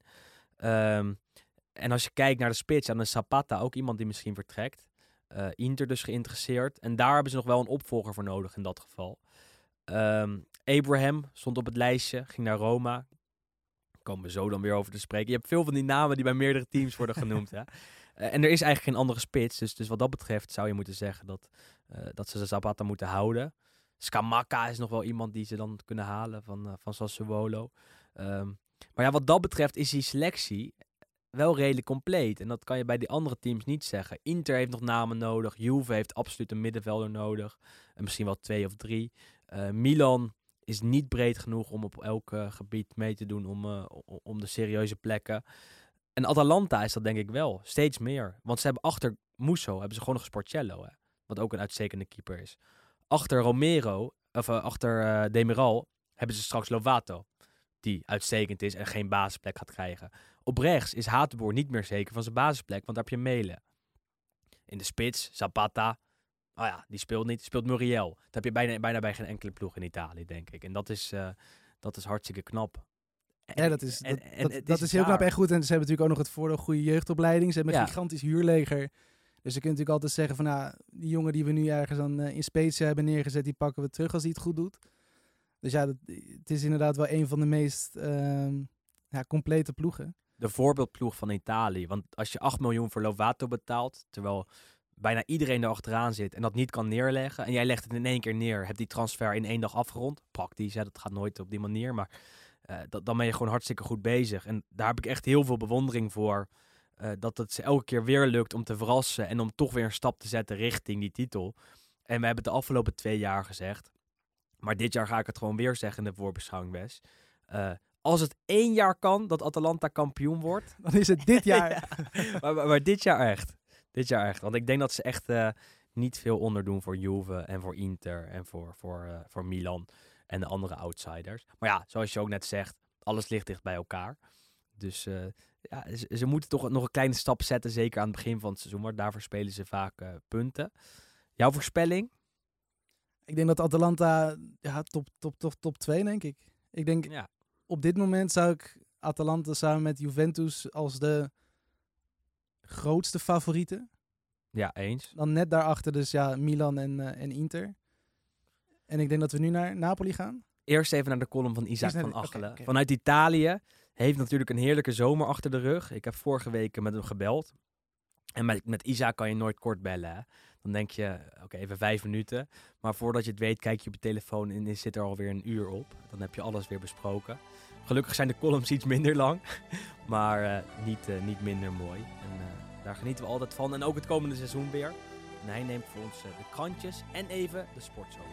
En als je kijkt naar de spits, dan is Zapata ook iemand die misschien vertrekt. Inter dus geïnteresseerd. En daar hebben ze nog wel een opvolger voor nodig in dat geval. Abraham stond op het lijstje, ging naar Roma. Daar komen we zo dan weer over te spreken. Je hebt veel van die namen die bij meerdere teams worden genoemd. Hè? En er is eigenlijk geen andere spits. Dus wat dat betreft zou je moeten zeggen dat ze Zapata moeten houden. Scamacca is nog wel iemand die ze dan kunnen halen van Sassuolo. Maar ja, wat dat betreft is die selectie wel redelijk compleet. En dat kan je bij die andere teams niet zeggen. Inter heeft nog namen nodig. Juve heeft absoluut een middenvelder nodig. En misschien wel 2 of 3. Milan is niet breed genoeg om op elk gebied mee te doen om de serieuze plekken. En Atalanta is dat denk ik wel. Steeds meer. Want ze hebben achter Musso hebben ze gewoon nog Sportiello. Hè? Wat ook een uitstekende keeper is. Achter Romero, of achter Demiral, hebben ze straks Lovato. Die uitstekend is en geen basisplek gaat krijgen. Op rechts is Hateboer niet meer zeker van zijn basisplek, want daar heb je Melen. In de spits, Zapata. Oh ja, die speelt niet. Speelt Muriel. Dat heb je bijna bij geen enkele ploeg in Italië, denk ik. En dat is hartstikke knap. Ja, dat is heel knap en goed. En ze hebben natuurlijk ook nog het voordeel goede jeugdopleiding. Ze hebben een gigantisch huurleger. Dus je kunt natuurlijk altijd zeggen van, die jongen die we nu ergens dan in Spezia hebben neergezet, die pakken we terug als hij het goed doet. Dus ja, het is inderdaad wel een van de meest complete ploegen. De voorbeeldploeg van Italië. Want als je 8 miljoen voor Lovato betaalt, terwijl bijna iedereen er achteraan zit en dat niet kan neerleggen, en jij legt het in 1 keer neer, hebt die transfer in 1 dag afgerond. Praktisch, dat gaat nooit op die manier, maar dan ben je gewoon hartstikke goed bezig. En daar heb ik echt heel veel bewondering voor. Dat het ze elke keer weer lukt om te verrassen en om toch weer een stap te zetten richting die titel. En we hebben het de afgelopen 2 jaar gezegd. Maar dit jaar ga ik het gewoon weer zeggen in de voorbeschouwing, Wes. Als het 1 jaar kan dat Atalanta kampioen wordt, dan is het dit jaar. Ja, maar dit jaar echt. Dit jaar echt. Want ik denk dat ze echt niet veel onderdoen voor Juve en voor Inter en voor Milan en de andere outsiders. Maar ja, zoals je ook net zegt, alles ligt dicht bij elkaar. Dus ze moeten toch nog een kleine stap zetten, zeker aan het begin van het seizoen. Maar daarvoor spelen ze vaak punten. Jouw voorspelling? Ik denk dat Atalanta top 2, denk ik. Ik denk, op dit moment zou ik Atalanta samen met Juventus als de grootste favorieten. Ja, eens. Dan net daarachter dus Milan en Inter. En ik denk dat we nu naar Napoli gaan. Eerst even naar de column van Isaac van Achelen. Okay. Vanuit Italië. Heeft natuurlijk een heerlijke zomer achter de rug. Ik heb vorige week met hem gebeld. En met Isaac kan je nooit kort bellen. Hè? Dan denk je, oké, even 5 minuten. Maar voordat je het weet, kijk je op je telefoon en zit er alweer 1 uur op. Dan heb je alles weer besproken. Gelukkig zijn de columns iets minder lang. Maar niet minder mooi. En daar genieten we altijd van. En ook het komende seizoen weer. En hij neemt voor ons de krantjes en even de sportzomer.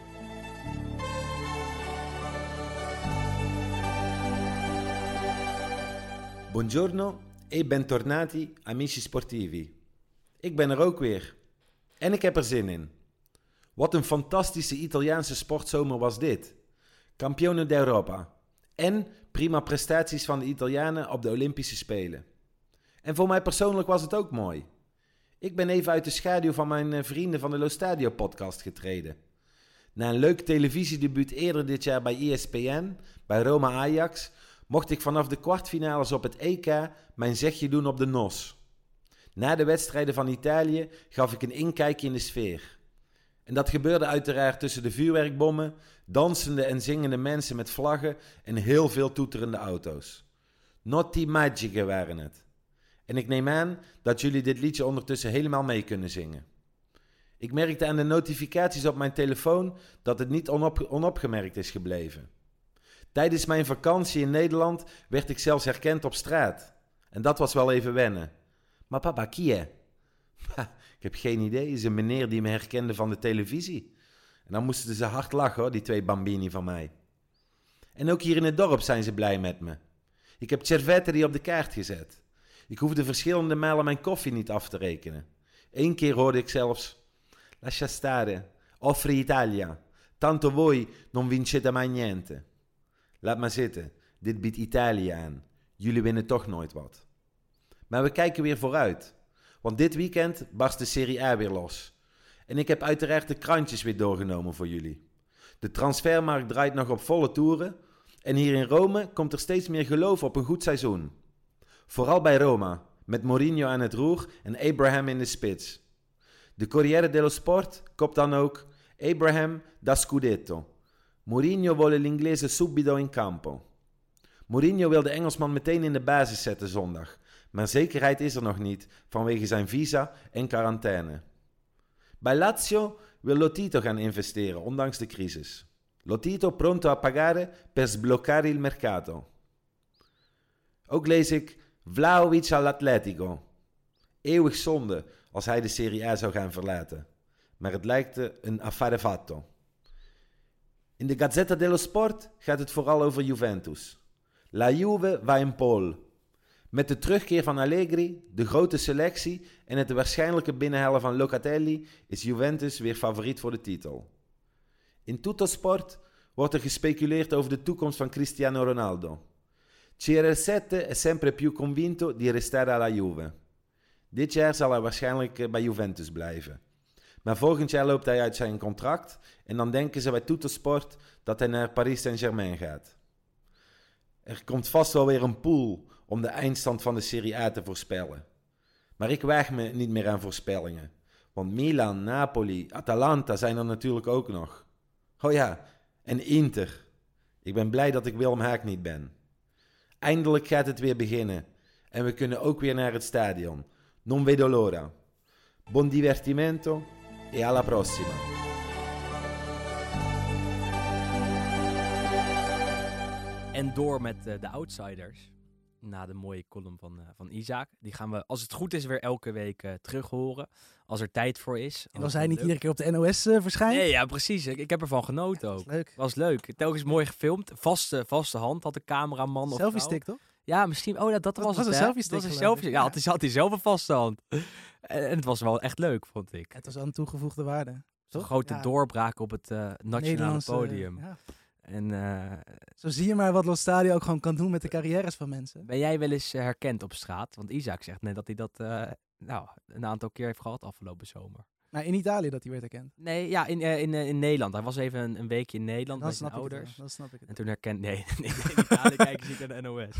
Buongiorno e bentornati amici sportivi. Ik ben er ook weer. En ik heb er zin in. Wat een fantastische Italiaanse sportzomer was dit. Campione d'Europa. En prima prestaties van de Italianen op de Olympische Spelen. En voor mij persoonlijk was het ook mooi. Ik ben even uit de schaduw van mijn vrienden van de Lo Stadio podcast getreden. Na een leuk televisiedebuut eerder dit jaar bij ESPN, bij Roma Ajax, mocht ik vanaf de kwartfinales op het EK mijn zegje doen op de NOS. Na de wedstrijden van Italië gaf ik een inkijkje in de sfeer. En dat gebeurde uiteraard tussen de vuurwerkbommen, dansende en zingende mensen met vlaggen en heel veel toeterende auto's. Notti magiche waren het. En ik neem aan dat jullie dit liedje ondertussen helemaal mee kunnen zingen. Ik merkte aan de notificaties op mijn telefoon dat het niet onopgemerkt is gebleven. Tijdens mijn vakantie in Nederland werd ik zelfs herkend op straat. En dat was wel even wennen. Maar papa, chi è? Ik heb geen idee, is een meneer die me herkende van de televisie. En dan moesten ze hard lachen hoor, die 2 bambini van mij. En ook hier in het dorp zijn ze blij met me. Ik heb Cerveteri op de kaart gezet. Ik hoefde verschillende malen mijn koffie niet af te rekenen. 1 keer hoorde ik zelfs: lascia stare, offri Italia, tanto voi non vincete mai niente. Laat maar zitten, dit biedt Italië aan. Jullie winnen toch nooit wat. Maar we kijken weer vooruit. Want dit weekend barst de Serie A weer los. En ik heb uiteraard de krantjes weer doorgenomen voor jullie. De transfermarkt draait nog op volle toeren. En hier in Rome komt er steeds meer geloof op een goed seizoen. Vooral bij Roma, met Mourinho aan het roer en Abraham in de spits. De Corriere dello Sport kopt dan ook: Abraham da Scudetto. Mourinho vuole l'inglese subito in campo. Mourinho wil de Engelsman meteen in de basis zetten zondag. Maar zekerheid is er nog niet vanwege zijn visa en quarantaine. Bij Lazio wil Lotito gaan investeren, ondanks de crisis. Lotito pronto a pagare per sbloccare il mercato. Ook lees ik Vlahovic all'Atletico. Eeuwig zonde als hij de Serie A zou gaan verlaten. Maar het lijkt een affare fatto. In de Gazzetta dello Sport gaat het vooral over Juventus. La Juve va in pole. Met de terugkeer van Allegri, de grote selectie en het waarschijnlijke binnenhalen van Locatelli is Juventus weer favoriet voor de titel. In Tuttosport wordt er gespeculeerd over de toekomst van Cristiano Ronaldo. CR7 è sempre più convinto di restare alla Juve. Dit jaar zal hij waarschijnlijk bij Juventus blijven. Maar volgend jaar loopt hij uit zijn contract en dan denken ze bij Tuttosport dat hij naar Paris Saint-Germain gaat. Er komt vast wel weer een pool om de eindstand van de Serie A te voorspellen. Maar ik waag me niet meer aan voorspellingen. Want Milan, Napoli, Atalanta zijn er natuurlijk ook nog. Oh ja, en Inter. Ik ben blij dat ik Willem Haak niet ben. Eindelijk gaat het weer beginnen. En we kunnen ook weer naar het stadion. Non vedo l'ora. Buon divertimento e alla prossima. En door met de outsiders. Na de mooie column van Isaac. Die gaan we, als het goed is, weer elke week terug horen. Als er tijd voor is. En als hij niet iedere keer op de NOS verschijnt? Nee, ja, precies. Ik heb ervan genoten ook. Was leuk. Telkens mooi gefilmd. Vaste hand had de cameraman of selfie stick, toch? Ja, misschien. Oh, dat was het, een hè? selfie stick. Dat was een selfie. Ja, had hij zelf een vaste hand. En het was wel echt leuk, vond ik. Het was aan toegevoegde waarde. Een grote doorbraak op het nationale podium. Ja. En, zo zie je maar wat Lo Stadio ook gewoon kan doen met de carrières van mensen. Ben jij wel eens herkend op straat? Want Isaac zegt net dat hij dat een aantal keer heeft gehad afgelopen zomer. Nou, in Italië dat hij werd herkend. Nee, ja, in Nederland. Hij was even een weekje in Nederland dan met zijn ouders. Dan snap ik het. En toen herkend... Nee, in Italië kijken ze niet naar de NOS.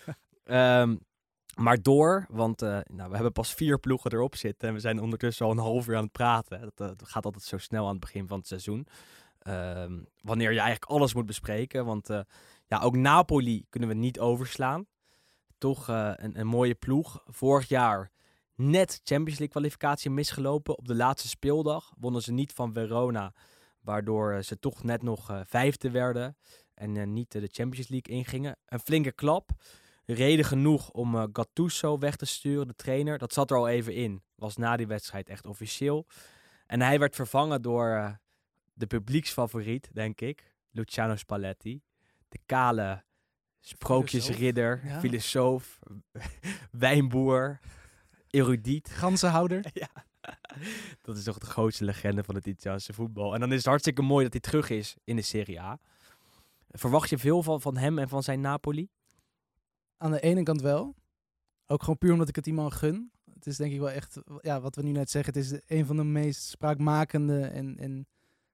Maar want we hebben pas 4 ploegen erop zitten. En we zijn ondertussen al een half uur aan het praten. Dat gaat altijd zo snel aan het begin van het seizoen. Wanneer je eigenlijk alles moet bespreken. Want ook Napoli kunnen we niet overslaan. Toch een mooie ploeg. Vorig jaar net Champions League kwalificatie misgelopen. Op de laatste speeldag wonnen ze niet van Verona. Waardoor ze toch net nog 5e werden. En niet de Champions League ingingen. Een flinke klap. Reden genoeg om Gattuso weg te sturen, de trainer. Dat zat er al even in. Was na die wedstrijd echt officieel. En hij werd vervangen door de publieksfavoriet, denk ik. Luciano Spalletti. De kale sprookjesridder, filosoof, wijnboer, erudiet. Ganzenhouder. Ja, dat is toch de grootste legende van het Italiaanse voetbal. En dan is het hartstikke mooi dat hij terug is in de Serie A. Verwacht je veel van hem en van zijn Napoli? Aan de ene kant wel. Ook gewoon puur omdat ik het iemand gun. Het is denk ik wel echt, wat we nu net zeggen, het is een van de meest spraakmakende en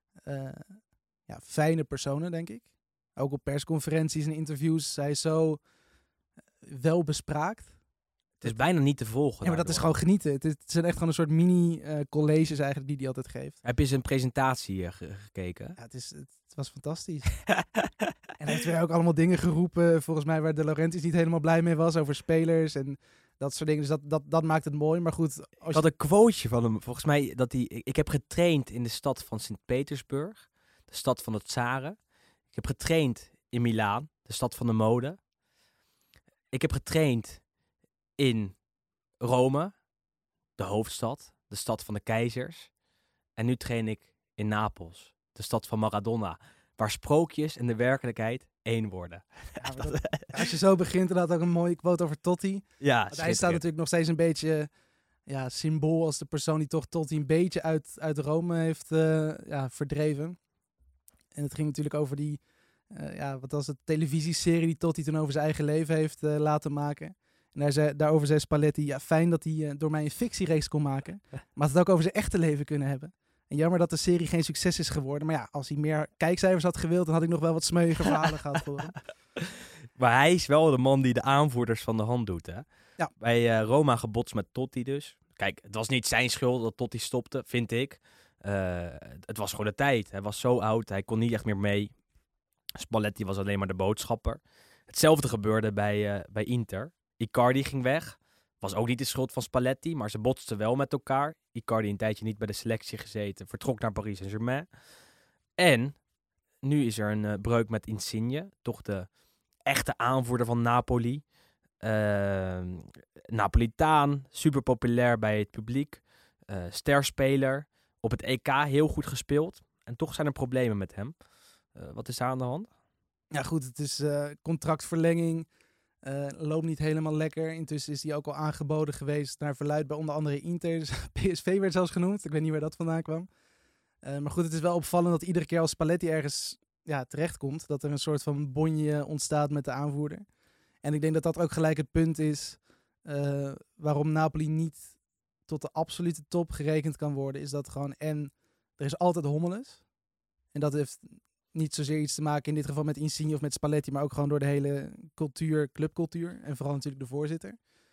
fijne personen, denk ik. Ook op persconferenties en interviews. Hij is zo wel bespraakt. Het is bijna niet te volgen. Ja, maar dat is gewoon genieten. Het zijn echt gewoon een soort mini-colleges eigenlijk die hij altijd geeft. Heb je zijn presentatie gekeken? Ja, het was fantastisch. En hij heeft weer ook allemaal dingen geroepen, volgens mij, waar De Laurentiis niet helemaal blij mee was, over spelers en dat soort dingen. Dus dat maakt het mooi. Maar goed. Ik had een quoteje van hem, volgens mij, ik heb getraind in de stad van Sint-Petersburg, de stad van de tsaren. Ik heb getraind in Milaan, de stad van de mode. Ik heb getraind in Rome, de hoofdstad, de stad van de keizers. En nu train ik in Napels, de stad van Maradona, waar sprookjes en de werkelijkheid één worden. Ja, als je zo begint, dan had ook een mooie quote over Totti. Ja, hij staat natuurlijk nog steeds een beetje symbool als de persoon die toch Totti een beetje uit Rome heeft verdreven. En het ging natuurlijk over die, wat was het, televisieserie die Totti toen over zijn eigen leven heeft laten maken. En daarover zei Spalletti, fijn dat hij door mij een fictiereeks kon maken. Maar het had ook over zijn echte leven kunnen hebben. En jammer dat de serie geen succes is geworden. Maar als hij meer kijkcijfers had gewild, dan had ik nog wel wat smeuïge verhalen gehad voor hem. Maar hij is wel de man die de aanvoerders van de hand doet, hè? Ja. Bij Roma gebotst met Totti dus. Kijk, het was niet zijn schuld dat Totti stopte, vind ik. Het was gewoon de tijd. Hij was zo oud, hij kon niet echt meer mee. Spalletti was alleen maar de boodschapper. Hetzelfde gebeurde bij Inter. Icardi ging weg. Was ook niet de schuld van Spalletti, maar ze botsten wel met elkaar. Icardi een tijdje niet bij de selectie gezeten. Vertrok naar Paris Saint-Germain. En nu is er een breuk met Insigne. Toch de echte aanvoerder van Napoli. Napolitaan. Super populair bij het publiek. Sterspeler. Op het EK heel goed gespeeld. En toch zijn er problemen met hem. Wat is daar aan de hand? Ja goed, het is contractverlenging. Loopt niet helemaal lekker. Intussen is die ook al aangeboden geweest naar verluidt bij onder andere Inter. Dus PSV werd zelfs genoemd. Ik weet niet waar dat vandaan kwam. Maar goed, het is wel opvallend dat iedere keer als Spalletti ergens terechtkomt, dat er een soort van bonje ontstaat met de aanvoerder. En ik denk dat dat ook gelijk het punt is waarom Napoli niet tot de absolute top gerekend kan worden. Is dat gewoon, en er is altijd hommeles. En dat heeft niet zozeer iets te maken in dit geval met Insigne of met Spalletti, maar ook gewoon door de hele clubcultuur. En vooral natuurlijk de voorzitter.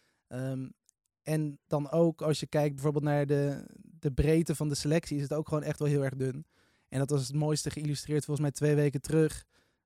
En dan ook, als je kijkt bijvoorbeeld naar de breedte van de selectie, is het ook gewoon echt wel heel erg dun. En dat was het mooiste geïllustreerd volgens mij 2 weken terug.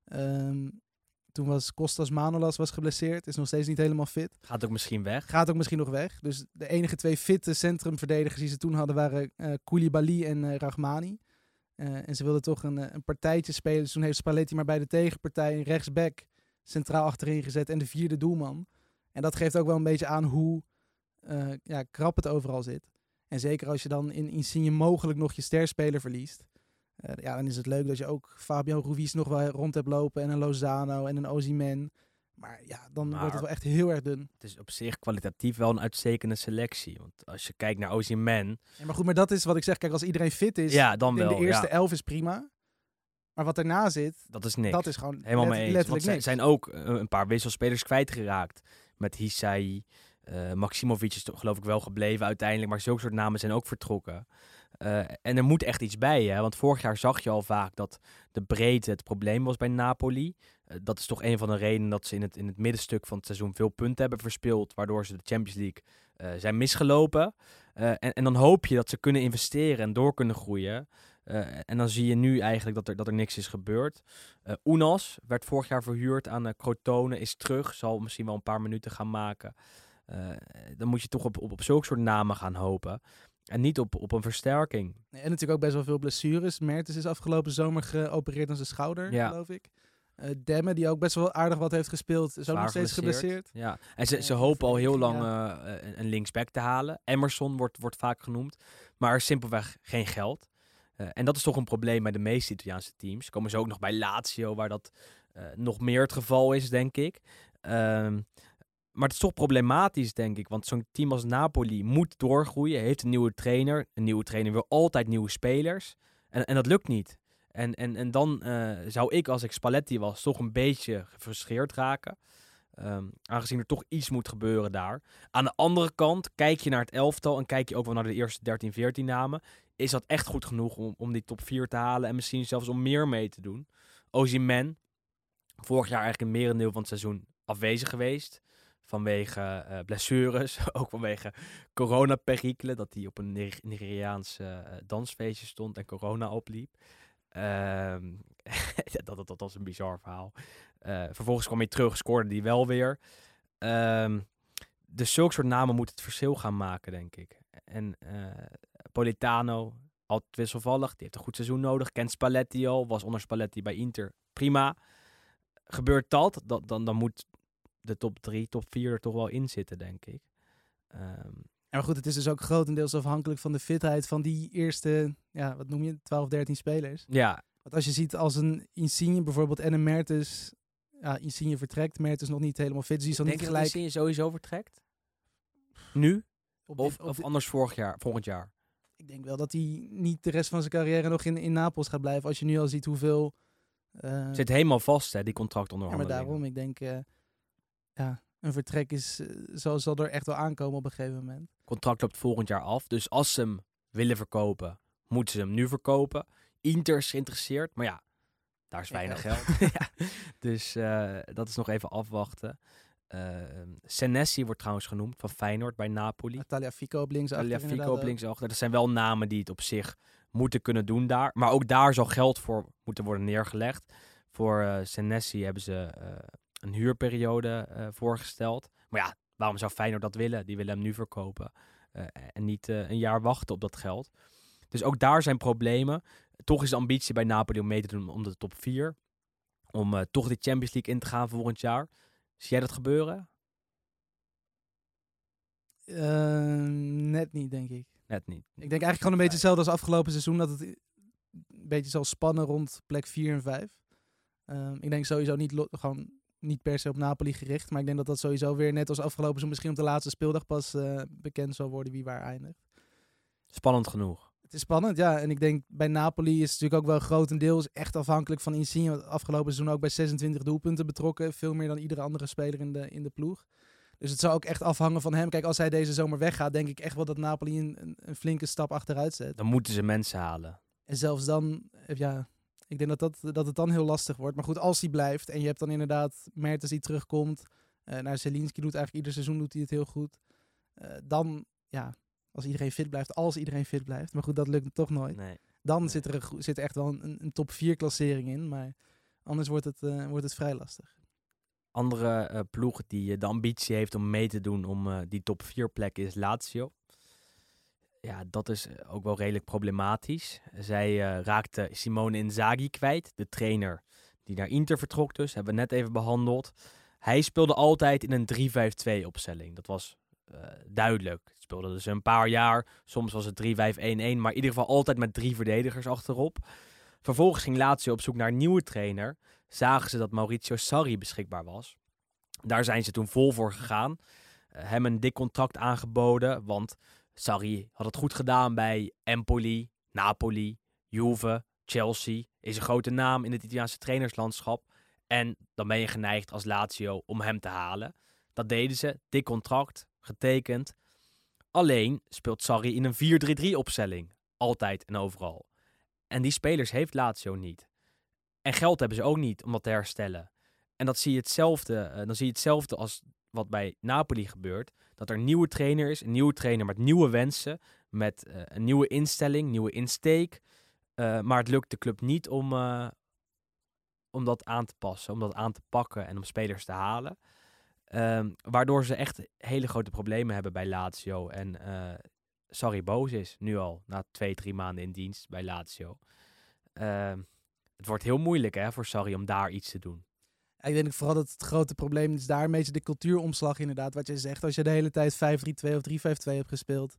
Toen was Kostas Manolas geblesseerd. Is nog steeds niet helemaal fit. Gaat ook misschien weg. Gaat ook misschien nog weg. Dus de enige 2 fitte centrumverdedigers die ze toen hadden waren Koulibaly en Rahmani. En ze wilden toch een partijtje spelen. Dus toen heeft Spalletti maar bij de tegenpartij een rechtsback centraal achterin gezet en de 4e doelman. En dat geeft ook wel een beetje aan hoe krap het overal zit. En zeker als je dan in Insigne mogelijk nog je sterspeler verliest. Dan is het leuk dat je ook Fabian Ruiz nog wel rond hebt lopen en een Lozano en een Osimhen. Maar dan wordt het wel echt heel erg dun. Het is op zich kwalitatief wel een uitstekende selectie. Want als je kijkt naar Osimhen... Ja, maar goed, maar dat is wat ik zeg. Kijk, als iedereen fit is, dan wel. De eerste 11 is prima. Maar wat erna zit, dat is niks. Dat is gewoon helemaal mee eens. letterlijk Want niks. Zijn ook een paar wisselspelers kwijtgeraakt. Met Hisai, Maximovic is geloof ik wel gebleven uiteindelijk. Maar zulke soort namen zijn ook vertrokken. En er moet echt iets bij, hè? Want vorig jaar zag je al vaak dat de breedte het probleem was bij Napoli. Dat is toch een van de redenen dat ze in het middenstuk van het seizoen veel punten hebben verspeeld, waardoor ze de Champions League zijn misgelopen. En dan hoop je dat ze kunnen investeren en door kunnen groeien. En dan zie je nu eigenlijk dat er niks is gebeurd. Unas werd vorig jaar verhuurd aan Crotone, is terug, zal misschien wel een paar minuten gaan maken. Dan moet je toch op zulke soort namen gaan hopen. En niet op een versterking. En natuurlijk ook best wel veel blessures. Mertens is afgelopen zomer geopereerd aan zijn schouder, geloof ik. Demme, die ook best wel aardig wat heeft gespeeld, is ook nog steeds geblesseerd. Ja. En ze hopen al heel lang een linksback te halen. Emerson wordt vaak genoemd. Maar er is simpelweg geen geld. En dat is toch een probleem bij de meeste Italiaanse teams. Komen ze ook nog bij Lazio, waar dat nog meer het geval is, denk ik. Maar het is toch problematisch, denk ik. Want zo'n team als Napoli moet doorgroeien. Heeft een nieuwe trainer. Een nieuwe trainer wil altijd nieuwe spelers. En dat lukt niet. En dan zou ik, als ik Spalletti was, toch een beetje gefrustreerd raken. Aangezien er toch iets moet gebeuren daar. Aan de andere kant, kijk je naar het elftal en kijk je ook wel naar de eerste 13, 14 namen. Is dat echt goed genoeg om die top 4 te halen en misschien zelfs om meer mee te doen? Osimhen, vorig jaar eigenlijk een merendeel van het seizoen afwezig geweest. Vanwege blessures, ook vanwege coronaperikelen. Dat hij op een Nigeriaans dansfeestje stond en corona opliep. Dat was een bizar verhaal. Vervolgens kwam hij terug, scoorde hij wel weer. Dus zulke soort namen moeten het verschil gaan maken, denk ik. En Politano, altijd wisselvallig. Die heeft een goed seizoen nodig. Kent Spalletti al. Was onder Spalletti bij Inter. Prima. Gebeurt dat, dan moet de top 3, top 4 er toch wel in zitten, denk ik. Maar goed, het is dus ook grotendeels afhankelijk van de fitheid van die eerste, wat noem je, 12, 13 spelers. Ja. Want als je ziet als een Insigne bijvoorbeeld en een Mertens, Insigne vertrekt, Mertens nog niet helemaal fit. Dus die is dan Denk niet je gelijk. dat Insigne sowieso vertrekt? Nu? Of anders volgend jaar? Ik denk wel dat hij niet de rest van zijn carrière nog in Napels gaat blijven. Als je nu al ziet hoeveel... Zit helemaal vast, hè, die contractonderhandelingen. Ja, maar daarom, ik denk... een vertrek zal er echt wel aankomen op een gegeven moment. Contract loopt volgend jaar af. Dus als ze hem willen verkopen, moeten ze hem nu verkopen. Inter is geïnteresseerd, maar ja, daar is weinig geld. Dus dat is nog even afwachten. Senesi wordt trouwens genoemd van Feyenoord bij Napoli. Tagliafico op linksachter. Dat zijn wel namen die het op zich moeten kunnen doen daar. Maar ook daar zal geld voor moeten worden neergelegd. Voor Senesi hebben ze een huurperiode voorgesteld. Maar ja, waarom zou Feyenoord dat willen? Die willen hem nu verkopen. En niet een jaar wachten op dat geld. Dus ook daar zijn problemen. Toch is de ambitie bij Napoli om mee te doen om de top 4. Om toch de Champions League in te gaan volgend jaar. Zie jij dat gebeuren? Net niet, denk ik. Net niet. Ik denk eigenlijk gewoon een beetje hetzelfde als afgelopen seizoen. Dat het een beetje zal spannen rond plek 4 en 5. Ik denk sowieso gewoon niet per se op Napoli gericht. Maar ik denk dat dat sowieso weer net als afgelopen seizoen misschien op de laatste speeldag pas bekend zal worden wie waar eindigt. Spannend genoeg. Het is spannend, ja. En ik denk bij Napoli is het natuurlijk ook wel grotendeels echt afhankelijk van Insigne. Want afgelopen seizoen ook bij 26 doelpunten betrokken. Veel meer dan iedere andere speler in de ploeg. Dus het zou ook echt afhangen van hem. Kijk, als hij deze zomer weggaat, denk ik echt wel dat Napoli een flinke stap achteruit zet. Dan moeten ze mensen halen. En zelfs dan, ja, ik denk dat het dan heel lastig wordt. Maar goed, als hij blijft en je hebt dan inderdaad Mertens die terugkomt. Zielinski doet eigenlijk ieder seizoen doet hij het heel goed. Dan, ja, als iedereen fit blijft. Maar goed, dat lukt toch nooit. Nee. Dan zit er echt wel een top 4 klassering in. Maar anders wordt het vrij lastig. Andere ploeg die de ambitie heeft om mee te doen om die top 4 plek is Lazio. Ja, dat is ook wel redelijk problematisch. Zij raakte Simone Inzaghi kwijt, de trainer die naar Inter vertrok dus. Hebben we net even behandeld. Hij speelde altijd in een 3-5-2 opstelling. Dat was duidelijk. Speelde dus een paar jaar. Soms was het 3-5-1-1, maar in ieder geval altijd met 3 verdedigers achterop. Vervolgens ging Lazio op zoek naar een nieuwe trainer. Zagen ze dat Maurizio Sarri beschikbaar was. Daar zijn ze toen vol voor gegaan. Hem een dik contract aangeboden, want Sarri had het goed gedaan bij Empoli, Napoli, Juve, Chelsea. Is een grote naam in het Italiaanse trainerslandschap. En dan ben je geneigd als Lazio om hem te halen. Dat deden ze, dik contract, getekend. Alleen speelt Sarri in een 4-3-3 opstelling. Altijd en overal. En die spelers heeft Lazio niet. En geld hebben ze ook niet om dat te herstellen. En dan zie je hetzelfde als wat bij Napoli gebeurt. Dat er een nieuwe trainer is. Een nieuwe trainer met nieuwe wensen. Met een nieuwe instelling, nieuwe insteek. Maar het lukt de club niet om dat aan te passen. Om dat aan te pakken en om spelers te halen. Waardoor ze echt hele grote problemen hebben bij Lazio. En Sarri boos is nu al. Na 2-3 maanden in dienst bij Lazio. Het wordt heel moeilijk voor Sarri om daar iets te doen. Ik denk vooral dat het grote probleem is daar een beetje de cultuuromslag inderdaad. Wat je zegt, als je de hele tijd 5-3-2 of 3-5-2 hebt gespeeld.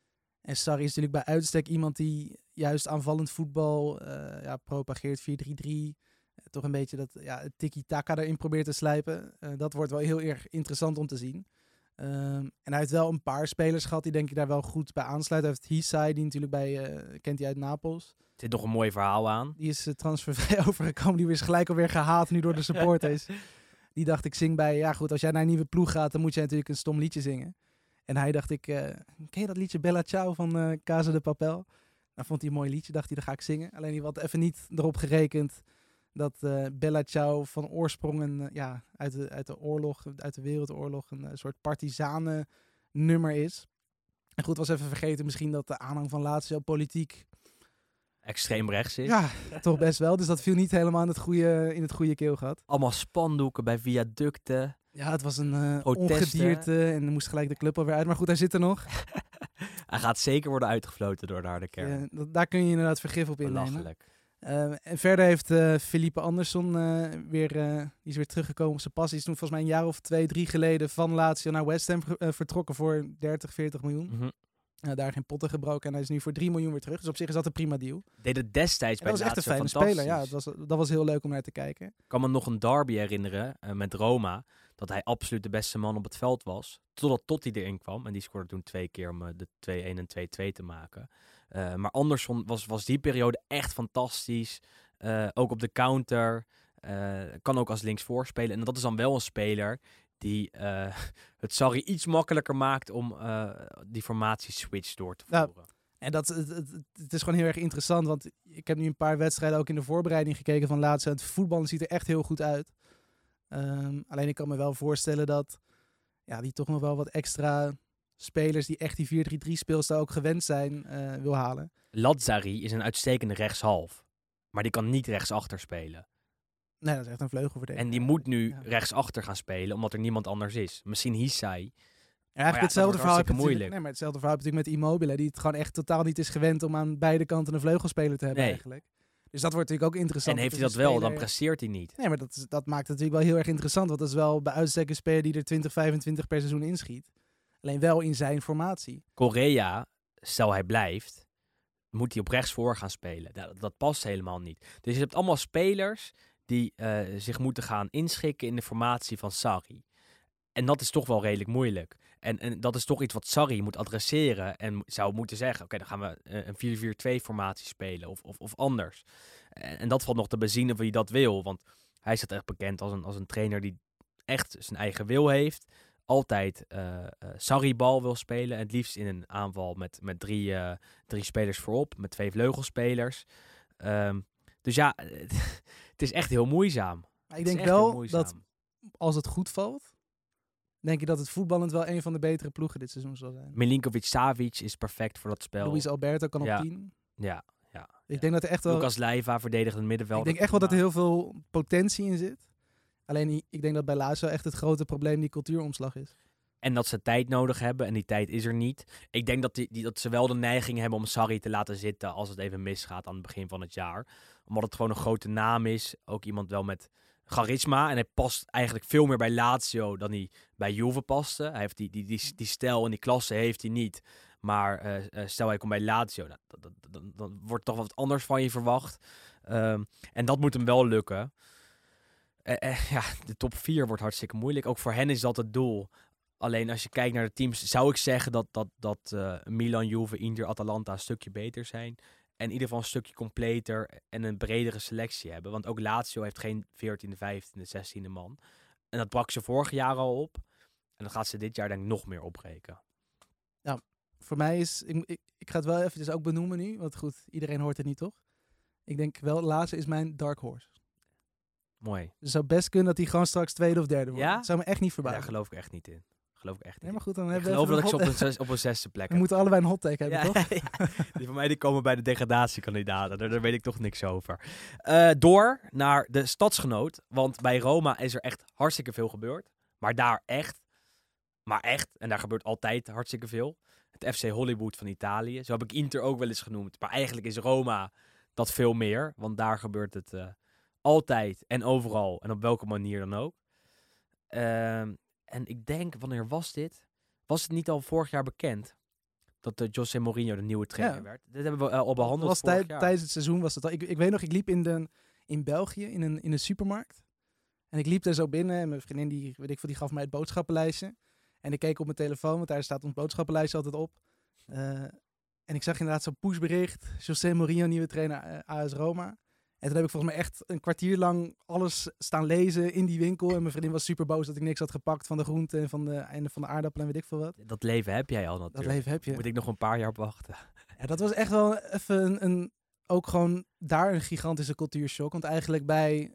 En Sarri is natuurlijk bij uitstek iemand die juist aanvallend voetbal propageert, 4-3-3. Toch een beetje het tiki-taka erin probeert te slijpen. Dat wordt wel heel erg interessant om te zien. En hij heeft wel een paar spelers gehad die denk ik daar wel goed bij aansluiten. Hij heeft Hisai, die natuurlijk kent hij uit Napels. Er zit nog een mooi verhaal aan. Die is transfervrij overgekomen. Die is gelijk alweer gehaat nu door de supporters. Die dacht ik zing bij, ja goed, als jij naar een nieuwe ploeg gaat, dan moet jij natuurlijk een stom liedje zingen. En hij dacht ken je dat liedje Bella Ciao van Casa de Papel? Nou vond hij een mooi liedje, dacht hij, dan ga ik zingen. Alleen hij had even niet erop gerekend dat Bella Ciao van oorsprong uit de oorlog, uit de Wereldoorlog, een soort partisanennummer is. En goed, was even vergeten misschien dat de aanhang van Lazio politiek Extreem rechts is. Ja, toch best wel. Dus dat viel niet helemaal in het goede keelgat. Allemaal spandoeken bij viaducten. Ja, het was een ongedierte en dan moest gelijk de club alweer uit. Maar goed, hij zit er nog. Hij gaat zeker worden uitgefloten door de harde kern. Daar kun je inderdaad vergif op innemen. Belachelijk. En verder heeft Felipe Anderson die is weer teruggekomen op zijn passie. Is toen volgens mij een jaar of 2-3 geleden van Lazio naar West Ham vertrokken voor 30-40 miljoen. Mm-hmm. Daar geen potten gebroken en hij is nu voor 3 miljoen weer terug. Dus op zich is dat een prima deal. Deed het destijds bij Lazio fantastisch. Dat was echt een fijne speler. Ja, dat was heel leuk om naar te kijken. Ik kan me nog een derby herinneren met Roma. Dat hij absoluut de beste man op het veld was. Totdat Totti erin kwam. En die scoorde toen 2 keer om de 2-1 en 2-2 te maken. Maar Anderson was die periode echt fantastisch. Ook op de counter. Kan ook als linksvoor spelen. En dat is dan wel een speler die het Sarri iets makkelijker maakt om die formatie-switch door te voeren. Ja, en het is gewoon heel erg interessant, want ik heb nu een paar wedstrijden ook in de voorbereiding gekeken van Lazio. Het voetballen ziet er echt heel goed uit. Alleen ik kan me wel voorstellen dat die toch nog wel wat extra spelers die echt die 4-3-3 speelstijl ook gewend zijn wil halen. Lazzari is een uitstekende rechtshalf, maar die kan niet rechtsachter spelen. Nee, dat is echt een vleugelverdediger. En die moet nu rechtsachter gaan spelen, omdat er niemand anders is. Misschien Hisai. Eigenlijk hetzelfde verhaal heb moeilijk. Nee, maar hetzelfde verhaal heb ik natuurlijk met Immobile, die het gewoon echt totaal niet is gewend om aan beide kanten een vleugelspeler te hebben eigenlijk. Dus dat wordt natuurlijk ook interessant. En heeft hij dat wel, dan presteert hij niet. Nee, maar dat maakt het natuurlijk wel heel erg interessant, want dat is wel bij uitstek een speler die er 20, 25 per seizoen inschiet. Alleen wel in zijn formatie. Correa, stel hij blijft, moet hij op rechtsvoor gaan spelen. Dat past helemaal niet. Dus je hebt allemaal spelers die zich moeten gaan inschikken in de formatie van Sarri. En dat is toch wel redelijk moeilijk. En dat is toch iets wat Sarri moet adresseren en zou moeten zeggen, oké, dan gaan we een 4-4-2 formatie spelen of anders. En dat valt nog te bezien of hij dat wil, want hij staat echt bekend als een trainer die echt zijn eigen wil heeft. Altijd Sarri-bal wil spelen. En het liefst in een aanval met drie spelers voorop. Met 2 vleugelspelers. Dus ja, het is echt heel moeizaam. Maar ik denk wel dat als het goed valt, denk je dat het voetballend wel een van de betere ploegen dit seizoen zal zijn. Milinkovic-Savic is perfect voor dat spel. Luis Alberto kan op 10. Ja. Ik denk dat er echt wel... Lucas Leiva, verdedigend middenveld. Ik denk echt wel dat er heel veel potentie in zit. Alleen ik denk dat bij Lazio echt het grote probleem die cultuuromslag is. En dat ze tijd nodig hebben en die tijd is er niet. Ik denk dat ze wel de neiging hebben om Sarri te laten zitten als het even misgaat aan het begin van het jaar. Omdat het gewoon een grote naam is. Ook iemand wel met charisma. En hij past eigenlijk veel meer bij Lazio dan hij bij Juve paste. Hij heeft die stijl en die klasse heeft hij niet. Maar stel hij komt bij Lazio, dan wordt toch wat anders van je verwacht. En dat moet hem wel lukken. De top 4 wordt hartstikke moeilijk. Ook voor hen is dat het doel. Alleen als je kijkt naar de teams, zou ik zeggen dat Milan, Juve, Inter, Atalanta een stukje beter zijn. En in ieder geval een stukje completer en een bredere selectie hebben. Want ook Lazio heeft geen 14e, 15e, 16e man. En dat brak ze vorig jaar al op. En dan gaat ze dit jaar denk ik nog meer opbreken. Ja, voor mij is... Ik ga het wel eventjes ook benoemen nu. Want goed, iedereen hoort het niet, toch? Ik denk wel, Lazio is mijn dark horse. Mooi. Dus het zou best kunnen dat hij gewoon straks 2e of 3e wordt. Ja? Dat zou me echt niet verbazen. Daar geloof ik echt niet in. Nee, maar goed, dan ik hebben geloof we dat ik ze op een 6e plek We moeten allebei een hot take hebben, toch? Ja. Die van mij die komen bij de degradatiekandidaten. Daar weet ik toch niks over. Door naar de stadsgenoot. Want bij Roma is er echt hartstikke veel gebeurd. Maar daar echt. En daar gebeurt altijd hartstikke veel. Het FC Hollywood van Italië. Zo heb ik Inter ook wel eens genoemd. Maar eigenlijk is Roma dat veel meer. Want daar gebeurt het altijd en overal. En op welke manier dan ook. En ik denk, wanneer was dit? Was het niet al vorig jaar bekend dat José Mourinho de nieuwe trainer werd? Dit hebben we al behandeld vorig jaar. Tijdens het seizoen was het al. Ik weet nog, ik liep in België in een supermarkt. En ik liep daar zo binnen en mijn vriendin die gaf mij het boodschappenlijstje. En ik keek op mijn telefoon, want daar staat ons boodschappenlijstje altijd op. En ik zag inderdaad zo'n pushbericht. José Mourinho, nieuwe trainer AS Roma. En toen heb ik volgens mij echt een kwartier lang alles staan lezen in die winkel. En mijn vriendin was super boos dat ik niks had gepakt van de groenten en van de aardappelen en weet ik veel wat. Dat leven heb jij al natuurlijk. Dat leven heb je. Moet ik nog een paar jaar op wachten. Ja, dat was echt wel even ook gewoon daar een gigantische cultuurshock. Want eigenlijk bij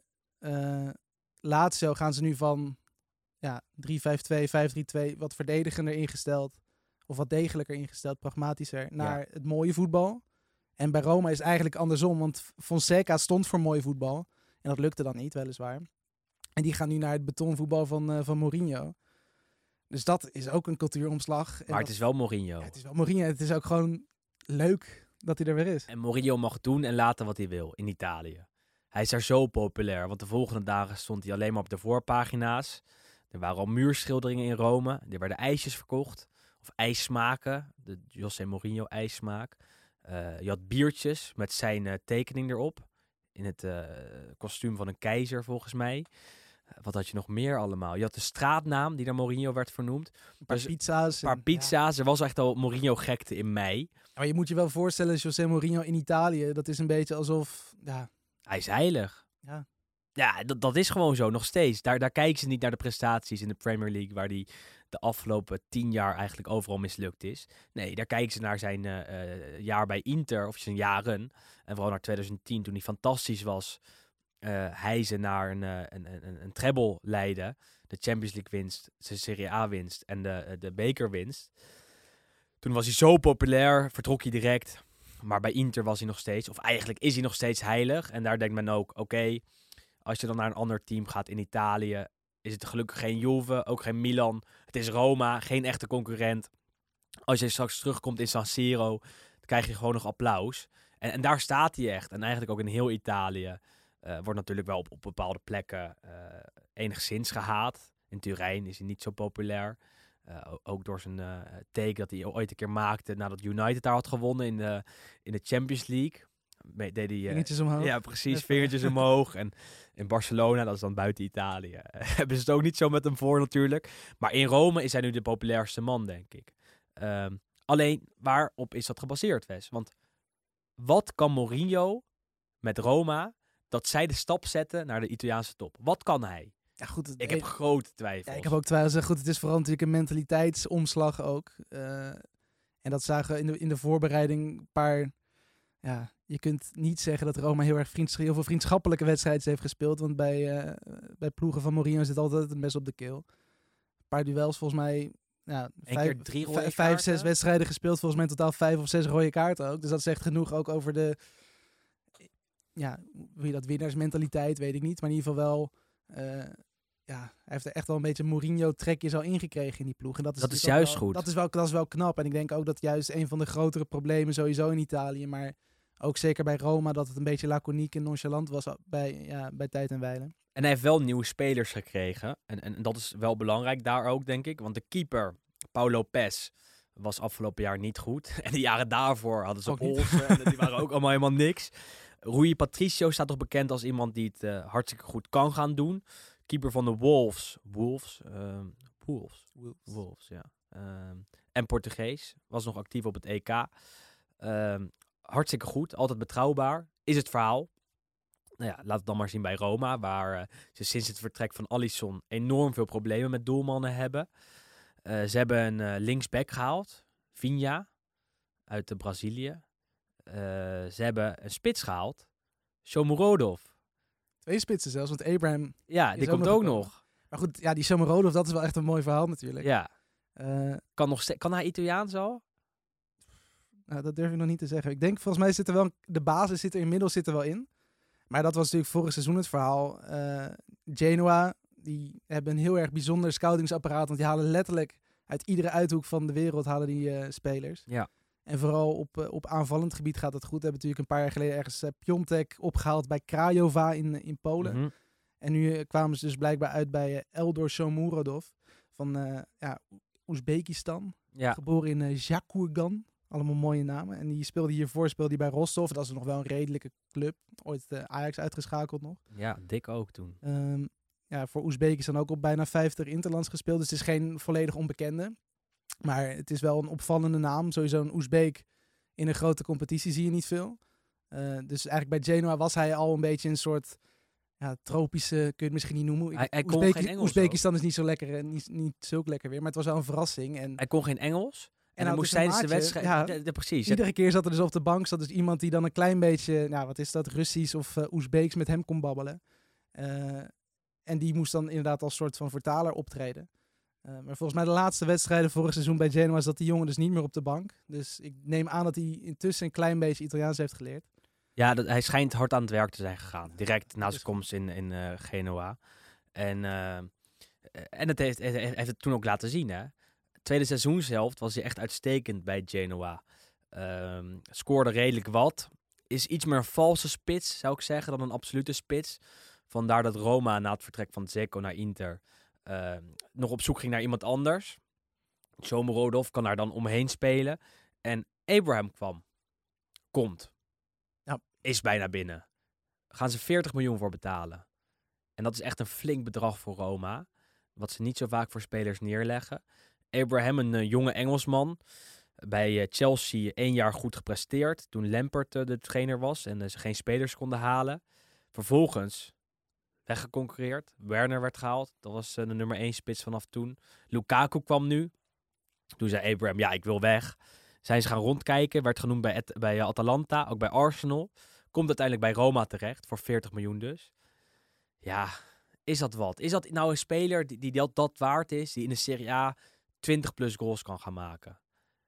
Lazio gaan ze nu van 3-5-2, 5-3-2 wat verdedigender ingesteld. Of wat degelijker ingesteld, pragmatischer, naar het mooie voetbal. En bij Roma is het eigenlijk andersom, want Fonseca stond voor mooi voetbal. En dat lukte dan niet, weliswaar. En die gaan nu naar het betonvoetbal van Mourinho. Dus dat is ook een cultuuromslag. Maar het is wel Mourinho. Ja, het is wel Mourinho. Het is ook gewoon leuk dat hij er weer is. En Mourinho mag doen en laten wat hij wil in Italië. Hij is daar zo populair, want de volgende dagen stond hij alleen maar op de voorpagina's. Er waren al muurschilderingen in Rome. Er werden ijsjes verkocht. Of ijssmaken. De José Mourinho ijssmaak. Je had biertjes met zijn tekening erop. In het kostuum van een keizer, volgens mij. Wat had je nog meer allemaal? Je had de straatnaam die naar Mourinho werd vernoemd. Een paar pizza's. Een paar pizza's. Ja. Er was echt al Mourinho-gekte in mei. Maar je moet je wel voorstellen, José Mourinho in Italië. Dat is een beetje alsof... Ja. Hij is heilig. Ja. Ja, dat is gewoon zo, nog steeds. Daar kijken ze niet naar de prestaties in de Premier League, waar die de afgelopen 10 jaar eigenlijk overal mislukt is. Nee, daar kijken ze naar zijn jaar bij Inter, of zijn jaren. En vooral naar 2010, toen hij fantastisch was. Hij ze naar een treble leidde. De Champions League winst, zijn Serie A winst en de bekerwinst. Toen was hij zo populair, vertrok hij direct. Maar bij Inter was hij nog steeds, of eigenlijk is hij nog steeds heilig. En daar denkt men ook, oké, als je dan naar een ander team gaat in Italië, is het gelukkig geen Juve, ook geen Milan. Het is Roma, geen echte concurrent. Als je straks terugkomt in San Siro, dan krijg je gewoon nog applaus. En daar staat hij echt. En eigenlijk ook in heel Italië wordt natuurlijk wel op bepaalde plekken enigszins gehaat. In Turijn is hij niet zo populair. Ook door zijn take dat hij ooit een keer maakte nadat United daar had gewonnen in de Champions League. deed hij... Vingertjes omhoog. Ja, precies. Even. Vingertjes omhoog. En in Barcelona, dat is dan buiten Italië, hebben ze het ook niet zo met hem voor natuurlijk. Maar in Rome is hij nu de populairste man, denk ik. Alleen, waarop is dat gebaseerd, Wes? Want wat kan Mourinho met Roma dat zij de stap zetten naar de Italiaanse top? Wat kan hij? Ja, goed, Ik heb grote twijfels. Ja, ik heb ook twijfels. Goed, het is vooral natuurlijk een mentaliteitsomslag ook. En dat zagen we in de voorbereiding een paar... Ja, je kunt niet zeggen dat Roma heel veel vriendschappelijke wedstrijden heeft gespeeld. Want bij ploegen van Mourinho zit altijd een mes op de keel. Een paar duels volgens mij... Ja, 5, 6 wedstrijden gespeeld. Volgens mij in totaal 5 of 6 rode kaarten ook. Dus dat zegt genoeg ook over de... Ja, hoe je dat winnaarsmentaliteit, weet ik niet. Maar in ieder geval wel... hij heeft er echt wel een beetje Mourinho-trekjes al ingekregen in die ploeg. En dat is juist wel, goed. Dat is wel knap. En ik denk ook dat juist een van de grotere problemen sowieso in Italië, maar ook zeker bij Roma, dat het een beetje laconiek en nonchalant was bij tijd en wijle. En hij heeft wel nieuwe spelers gekregen. En dat is wel belangrijk daar ook, denk ik. Want de keeper, Paul Lopez, was afgelopen jaar niet goed. En de jaren daarvoor hadden ze Olsen. En die waren ook allemaal helemaal niks. Rui Patricio staat toch bekend als iemand die het hartstikke goed kan gaan doen. Keeper van de Wolves, ja. En Portugees, was nog actief op het EK. Hartstikke goed, altijd betrouwbaar. Is het verhaal. Nou ja, laat het dan maar zien bij Roma, waar ze sinds het vertrek van Alisson enorm veel problemen met doelmannen hebben. Ze hebben een linksback gehaald, Vinha, uit Brazilië. Ze hebben een spits gehaald, Shomurodov. 2 spitsen zelfs, want Abraham... Ja, die komt ook nog. Maar goed, ja, die Shomurodov, dat is wel echt een mooi verhaal natuurlijk. Ja. Kan hij Italiaans al? Nou, dat durf ik nog niet te zeggen. Ik denk, volgens mij zit er wel... De basis zit er inmiddels wel in. Maar dat was natuurlijk vorig seizoen het verhaal. Genoa, die hebben een heel erg bijzonder scoutingsapparaat. Want die halen letterlijk uit iedere uithoek van de wereld halen die spelers. Ja. En vooral op aanvallend gebied gaat het goed. We hebben natuurlijk een paar jaar geleden ergens Piontek opgehaald bij Craiova in Polen. Mm-hmm. En nu kwamen ze dus blijkbaar uit bij Eldor Shomurodov van Oezbekistan. Ja. Geboren in Zhakurgan. Allemaal mooie namen. En die speelde bij Rostov. Dat is nog wel een redelijke club. Ooit Ajax uitgeschakeld nog. Ja, dik ook toen. Voor Oezbekistan ook op bijna 50 interlands gespeeld. Dus het is geen volledig onbekende. Maar het is wel een opvallende naam. Sowieso een Oezbeek in een grote competitie zie je niet veel. Dus eigenlijk bij Genoa was hij al een beetje een soort tropische, kun je het misschien niet noemen. Hij kon geen Engels. Oezbekistan is niet zo lekker, niet zulk lekker weer. Maar het was wel een verrassing. En hij kon geen Engels. En dan moest dus tijdens de wedstrijd... precies. Iedere keer zat er dus op de bank dus iemand die dan een klein beetje, wat is dat, Russisch of Oezbeeks met hem kon babbelen. En die moest dan inderdaad als soort van vertaler optreden. Maar volgens mij de laatste wedstrijden vorig seizoen bij Genoa zat die jongen dus niet meer op de bank. Dus ik neem aan dat hij intussen een klein beetje Italiaans heeft geleerd. Ja, hij schijnt hard aan het werk te zijn gegaan. Direct na zijn komst in Genoa. En het heeft het toen ook laten zien, hè. Tweede seizoenshelft was hij echt uitstekend bij Genoa. Scoorde redelijk wat. Is iets meer een valse spits, zou ik zeggen, dan een absolute spits. Vandaar dat Roma na het vertrek van Dzeko naar Inter nog op zoek ging naar iemand anders. Shomurodov kan daar dan omheen spelen. En Abraham komt. Ja. Is bijna binnen. Gaan ze 40 miljoen voor betalen. En dat is echt een flink bedrag voor Roma. Wat ze niet zo vaak voor spelers neerleggen. Abraham, een jonge Engelsman. Bij Chelsea 1 jaar goed gepresteerd. Toen Lampard de trainer was en ze geen spelers konden halen. Vervolgens weggeconcurreerd. Werner werd gehaald. Dat was de nummer 1 spits vanaf toen. Lukaku kwam nu. Toen zei Abraham, ik wil weg. Zijn ze gaan rondkijken. Werd genoemd bij Atalanta, ook bij Arsenal. Komt uiteindelijk bij Roma terecht. Voor 40 miljoen dus. Ja, is dat wat? Is dat nou een speler die dat waard is? Die in de Serie A 20 plus goals kan gaan maken?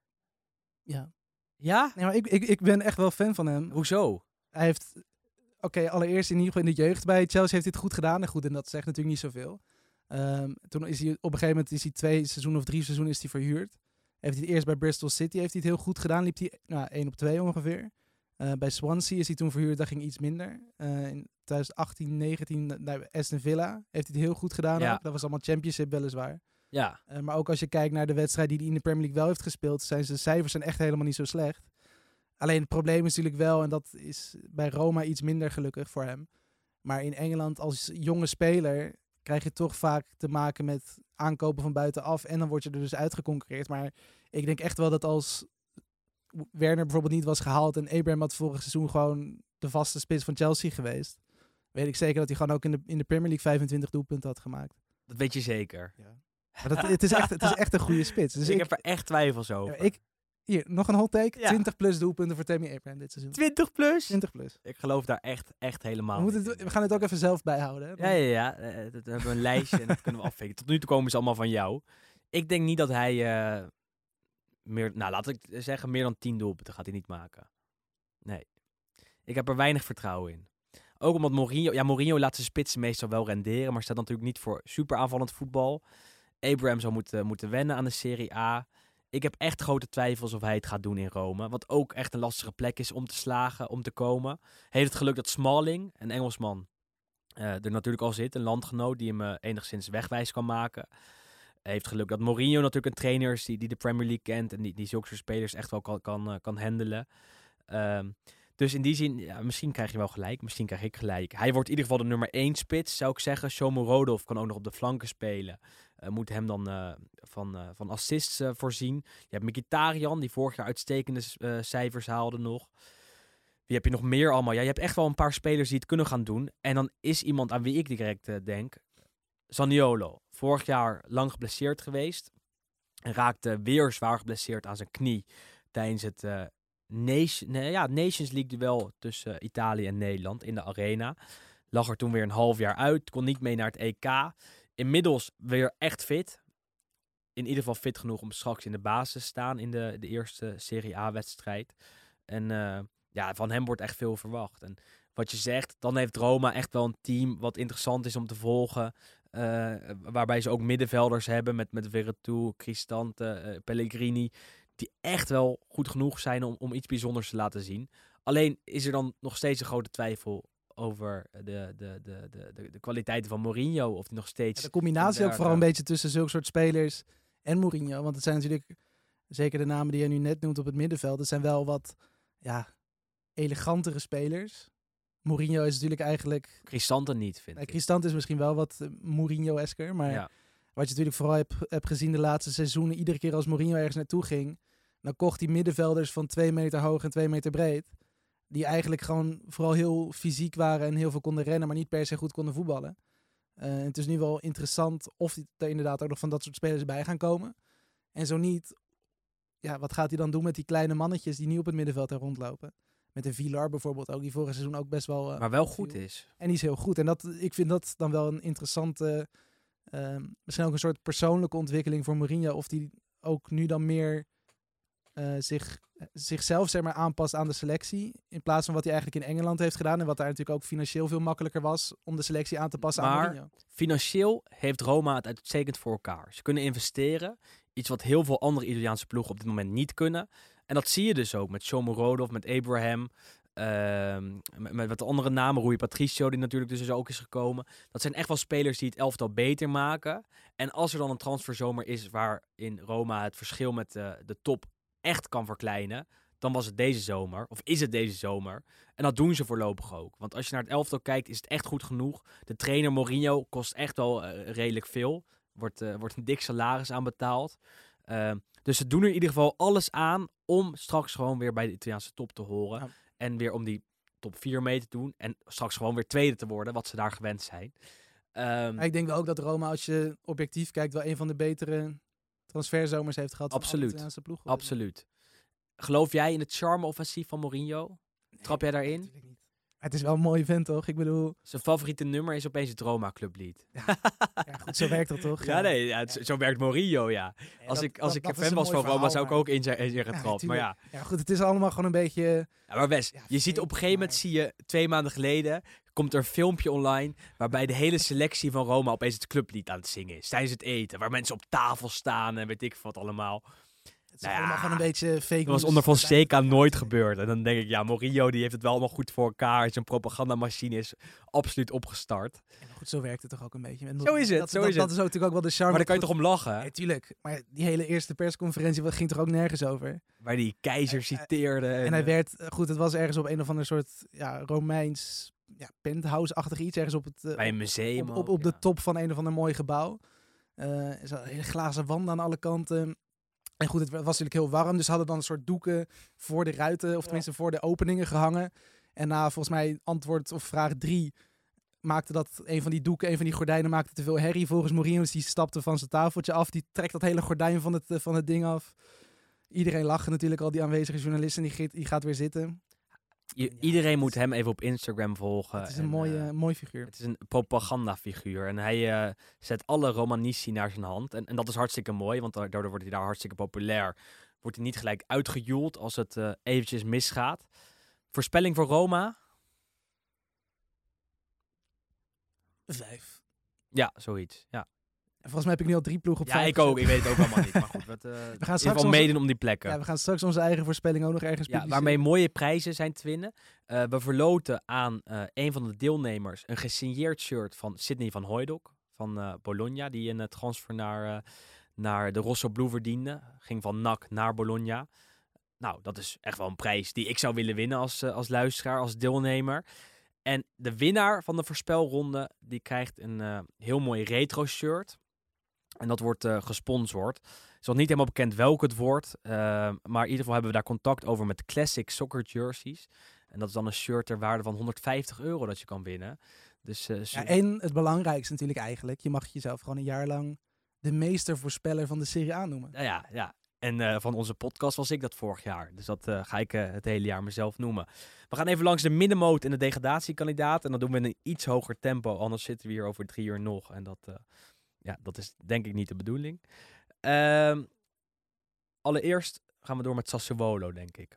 Ja. Ja? Nee, maar ik ben echt wel fan van hem. Hoezo? Hij heeft... allereerst in ieder geval in de jeugd bij Chelsea heeft hij het goed gedaan. En goed, en dat zegt natuurlijk niet zoveel. Toen is hij op een gegeven moment 2 seizoenen of 3 seizoenen is hij verhuurd. Heeft hij het eerst bij Bristol City heeft hij het heel goed gedaan. Liep hij 1 op 2 ongeveer. Bij Swansea is hij toen verhuurd, daar ging iets minder. In 2018, 19 bij Aston Villa heeft hij het heel goed gedaan. Ja. Ook. Dat was allemaal Championship weliswaar. Ja. Maar ook als je kijkt naar de wedstrijd die hij in de Premier League wel heeft gespeeld, zijn zijn cijfers echt helemaal niet zo slecht. Alleen het probleem is natuurlijk wel, en dat is bij Roma iets minder gelukkig voor hem. Maar in Engeland als jonge speler krijg je toch vaak te maken met aankopen van buitenaf. En dan word je er dus uitgeconcurreerd. Maar ik denk echt wel dat als Werner bijvoorbeeld niet was gehaald en Abraham had vorig seizoen gewoon de vaste spits van Chelsea geweest, weet ik zeker dat hij gewoon ook in de Premier League 25 doelpunten had gemaakt. Dat weet je zeker. Ja. Maar het is echt een goede spits. Dus ik heb er echt twijfels over. Hier, nog een hot take. Ja. 20 plus doelpunten voor Tammy Abraham dit seizoen. 20 plus? 20 plus. Ik geloof daar echt helemaal We gaan het ook even zelf bijhouden. Hè? Ja. We hebben een lijstje en dat kunnen we afvegen. Tot nu toe komen ze allemaal van jou. Ik denk niet dat hij laat ik zeggen, meer dan 10 doelpunten gaat hij niet maken. Nee. Ik heb er weinig vertrouwen in. Ook omdat Mourinho laat zijn spitsen meestal wel renderen, maar staat natuurlijk niet voor super aanvallend voetbal. Abraham zou moeten wennen aan de Serie A. Ik heb echt grote twijfels of hij het gaat doen in Rome. Wat ook echt een lastige plek is om te slagen, om te komen. Heeft het geluk dat Smalling, een Engelsman, er natuurlijk al zit. Een landgenoot die hem enigszins wegwijs kan maken. Heeft geluk dat Mourinho natuurlijk een trainer is die de Premier League kent. En die zulke soort spelers echt wel kan handelen. Dus in die zin, misschien krijg je wel gelijk. Misschien krijg ik gelijk. Hij wordt in ieder geval de nummer 1 spits, zou ik zeggen. Shomurodov kan ook nog op de flanken spelen. Moet hem dan van assists voorzien. Je hebt Mkhitaryan, die vorig jaar uitstekende cijfers haalde nog. Wie heb je nog meer allemaal? Ja, je hebt echt wel een paar spelers die het kunnen gaan doen. En dan is iemand aan wie ik direct denk. Zaniolo. Vorig jaar lang geblesseerd geweest. En raakte weer zwaar geblesseerd aan zijn knie. Tijdens het Nations League duel tussen Italië en Nederland in de Arena. Lag er toen weer een half jaar uit. Kon niet mee naar het EK. Inmiddels weer echt fit. In ieder geval fit genoeg om straks in de basis te staan in de eerste Serie A-wedstrijd. En van hem wordt echt veel verwacht. En wat je zegt, dan heeft Roma echt wel een team wat interessant is om te volgen. Waarbij ze ook middenvelders hebben met Veretout, Cristante, Pellegrini. Die echt wel goed genoeg zijn om iets bijzonders te laten zien. Alleen is er dan nog steeds een grote twijfel over de kwaliteiten van Mourinho. Of die nog steeds... De combinatie ook vooral een beetje tussen zulke soort spelers en Mourinho. Want het zijn natuurlijk, zeker de namen die je nu net noemt op het middenveld, het zijn wel wat elegantere spelers. Mourinho is natuurlijk eigenlijk... Cristante niet, vind ik. Cristante is misschien wel wat Mourinho-esker, maar wat je natuurlijk vooral hebt gezien de laatste seizoenen, iedere keer als Mourinho ergens naartoe ging, dan kocht hij middenvelders van 2 meter hoog en 2 meter breed, die eigenlijk gewoon vooral heel fysiek waren en heel veel konden rennen, maar niet per se goed konden voetballen. Het is nu wel interessant of er inderdaad ook nog van dat soort spelers bij gaan komen. En zo niet, wat gaat hij dan doen met die kleine mannetjes die nu op het middenveld er rondlopen? Met een Villar bijvoorbeeld ook, die vorig seizoen ook best wel... maar wel goed is. En die is heel goed. En ik vind dat dan wel een interessante... misschien ook een soort persoonlijke ontwikkeling voor Mourinho. Of die ook nu dan meer zichzelf zeg maar aanpast aan de selectie. In plaats van wat hij eigenlijk in Engeland heeft gedaan. En wat daar natuurlijk ook financieel veel makkelijker was om de selectie aan te passen aan Mourinho. Financieel heeft Roma het uitstekend voor elkaar. Ze kunnen investeren. Iets wat heel veel andere Italiaanse ploegen op dit moment niet kunnen. En dat zie je dus ook met Shomurodov, met Abraham, met wat andere namen. Rui Patricio, die natuurlijk dus ook is gekomen. Dat zijn echt wel spelers die het elftal beter maken. En als er dan een transferzomer is waarin Roma het verschil met de top echt kan verkleinen, dan was het deze zomer, of is het deze zomer. En dat doen ze voorlopig ook. Want als je naar het elftal kijkt, is het echt goed genoeg. De trainer Mourinho kost echt wel redelijk veel. Wordt een dik salaris aan betaald. Dus ze doen er in ieder geval alles aan om straks gewoon weer bij de Italiaanse top te horen. Ja. En weer om die top 4 mee te doen. En straks gewoon weer tweede te worden, wat ze daar gewend zijn. Ik denk wel ook dat Roma, als je objectief kijkt, wel een van de betere transferzomers heeft gehad. Absoluut. Van de Italiaanse ploeg. Absoluut. Geloof jij in het charme-offensief van Mourinho? Trap jij daarin? Natuurlijk niet. Het is wel een mooie vent, toch? Ik bedoel... Zijn favoriete nummer is opeens het Roma-clublied. Ja, goed, zo werkt dat toch? Zo werkt Mourinho, ja. Als ik fan was van Roma, zou ik ook in zijn getrapt. Maar ja, goed, het is allemaal gewoon een beetje... Ja, maar Wes, je ziet op een gegeven moment, zie je 2 maanden geleden, komt er een filmpje online waarbij de hele selectie van Roma opeens het clublied aan het zingen is. Tijdens het eten, waar mensen op tafel staan en weet ik wat allemaal. Het is allemaal gewoon een beetje fake. Dat was onder Fonseca nooit gebeurd. En dan denk ik, ja, Mourinho die heeft het wel allemaal goed voor elkaar. Zijn propagandamachine is absoluut opgestart. Ja, maar goed, zo werkt het toch ook een beetje. En Zo is het, dat is natuurlijk ook wel de charme. Maar daar kan je toch om lachen? Ja, tuurlijk. Maar die hele eerste persconferentie ging toch ook nergens over? Waar die keizer citeerde. En hij werd, goed, het was ergens op een of ander soort Romeins penthouse-achtig iets. Ergens op het... bij een museum op de top van een of ander mooi gebouw. Er zaten hele glazen wanden aan alle kanten. En goed, het was natuurlijk heel warm. Dus ze hadden dan een soort doeken voor de ruiten. Of tenminste voor de openingen gehangen. En na volgens mij antwoord of vraag 3... maakte dat een van die doeken, een van die gordijnen maakte te veel herrie. Volgens Mourinho, dus die stapte van zijn tafeltje af. Die trekt dat hele gordijn van het ding af. Iedereen lachte natuurlijk, al die aanwezige journalisten. Die gaat weer zitten. Iedereen moet hem even op Instagram volgen. Het is een mooi figuur. Het is een propagandafiguur. En hij zet alle Romanici naar zijn hand. En dat is hartstikke mooi, want daardoor wordt hij daar hartstikke populair. Wordt hij niet gelijk uitgejoeld als het eventjes misgaat. Voorspelling voor Roma? 5. Ja, zoiets. Ja. En volgens mij heb ik nu al 3 ploegen op 5. Ja, ik ook. Ik weet het ook allemaal niet. Maar goed, we gaan straks meedoen om die plekken. Ja, we gaan straks onze eigen voorspelling ook nog ergens publiceren. Waarmee mooie prijzen zijn te winnen. We verloten aan een van de deelnemers een gesigneerd shirt van Sidney van Hooijdonk van Bologna. Die een transfer naar de Rosso Blu verdiende. Ging van NAC naar Bologna. Nou, dat is echt wel een prijs die ik zou willen winnen als luisteraar, als deelnemer. En de winnaar van de voorspelronde, die krijgt een heel mooi retro shirt. En dat wordt gesponsord. Het is nog niet helemaal bekend welk het wordt. Maar in ieder geval hebben we daar contact over met Classic Soccer Jerseys. En dat is dan een shirt ter waarde van €150 dat je kan winnen. Dus, en het belangrijkste natuurlijk eigenlijk. Je mag jezelf gewoon een jaar lang de meestervoorspeller van de Serie A noemen. Ja. En van onze podcast was ik dat vorig jaar. Dus dat ga ik het hele jaar mezelf noemen. We gaan even langs de middenmoot en de degradatiekandidaat. En dat doen we in een iets hoger tempo. Anders zitten we hier over 3 uur nog. En dat is denk ik niet de bedoeling. Allereerst gaan we door met Sassuolo, denk ik.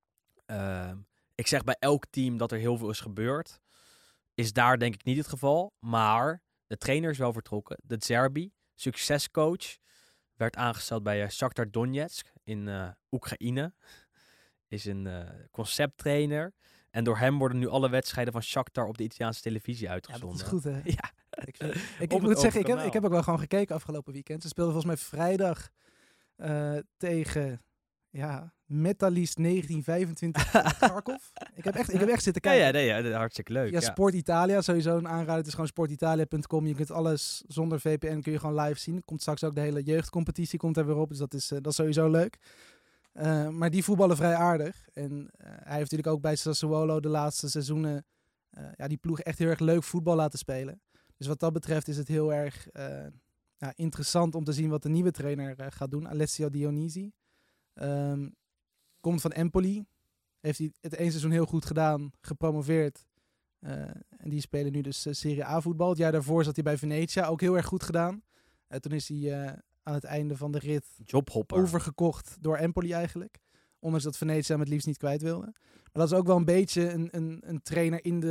Ik zeg bij elk team dat er heel veel is gebeurd. Is daar denk ik niet het geval. Maar de trainer is wel vertrokken. De Zerbi, succescoach, werd aangesteld bij Shakhtar Donetsk in Oekraïne. Is een concepttrainer. En door hem worden nu alle wedstrijden van Shakhtar op de Italiaanse televisie uitgezonden. Ja, dat is goed, hè? Ja. Ik moet zeggen, ik heb ook wel gewoon gekeken afgelopen weekend. Ze speelden volgens mij vrijdag tegen Metalist 1925 Kharkov. Ik heb echt zitten kijken. Ja, hartstikke leuk. Ja, Sport Italia, sowieso een aanrader. Het is gewoon sportitalia.com. Je kunt alles zonder VPN kun je gewoon live zien. Komt straks ook de hele jeugdcompetitie komt er weer op. Dus dat is sowieso leuk. Maar die voetballen vrij aardig. En hij heeft natuurlijk ook bij Sassuolo de laatste seizoenen die ploeg echt heel erg leuk voetbal laten spelen. Dus wat dat betreft is het heel erg interessant om te zien wat de nieuwe trainer gaat doen. Alessio Dionisi. Komt van Empoli. Heeft hij het 1 seizoen heel goed gedaan. Gepromoveerd. En die spelen nu dus Serie A voetbal. Het jaar daarvoor zat hij bij Venezia. Ook heel erg goed gedaan. Toen is hij aan het einde van de rit jobhopper overgekocht door Empoli eigenlijk. Ondanks dat Venezia hem het liefst niet kwijt wilde. Maar dat is ook wel een beetje een trainer in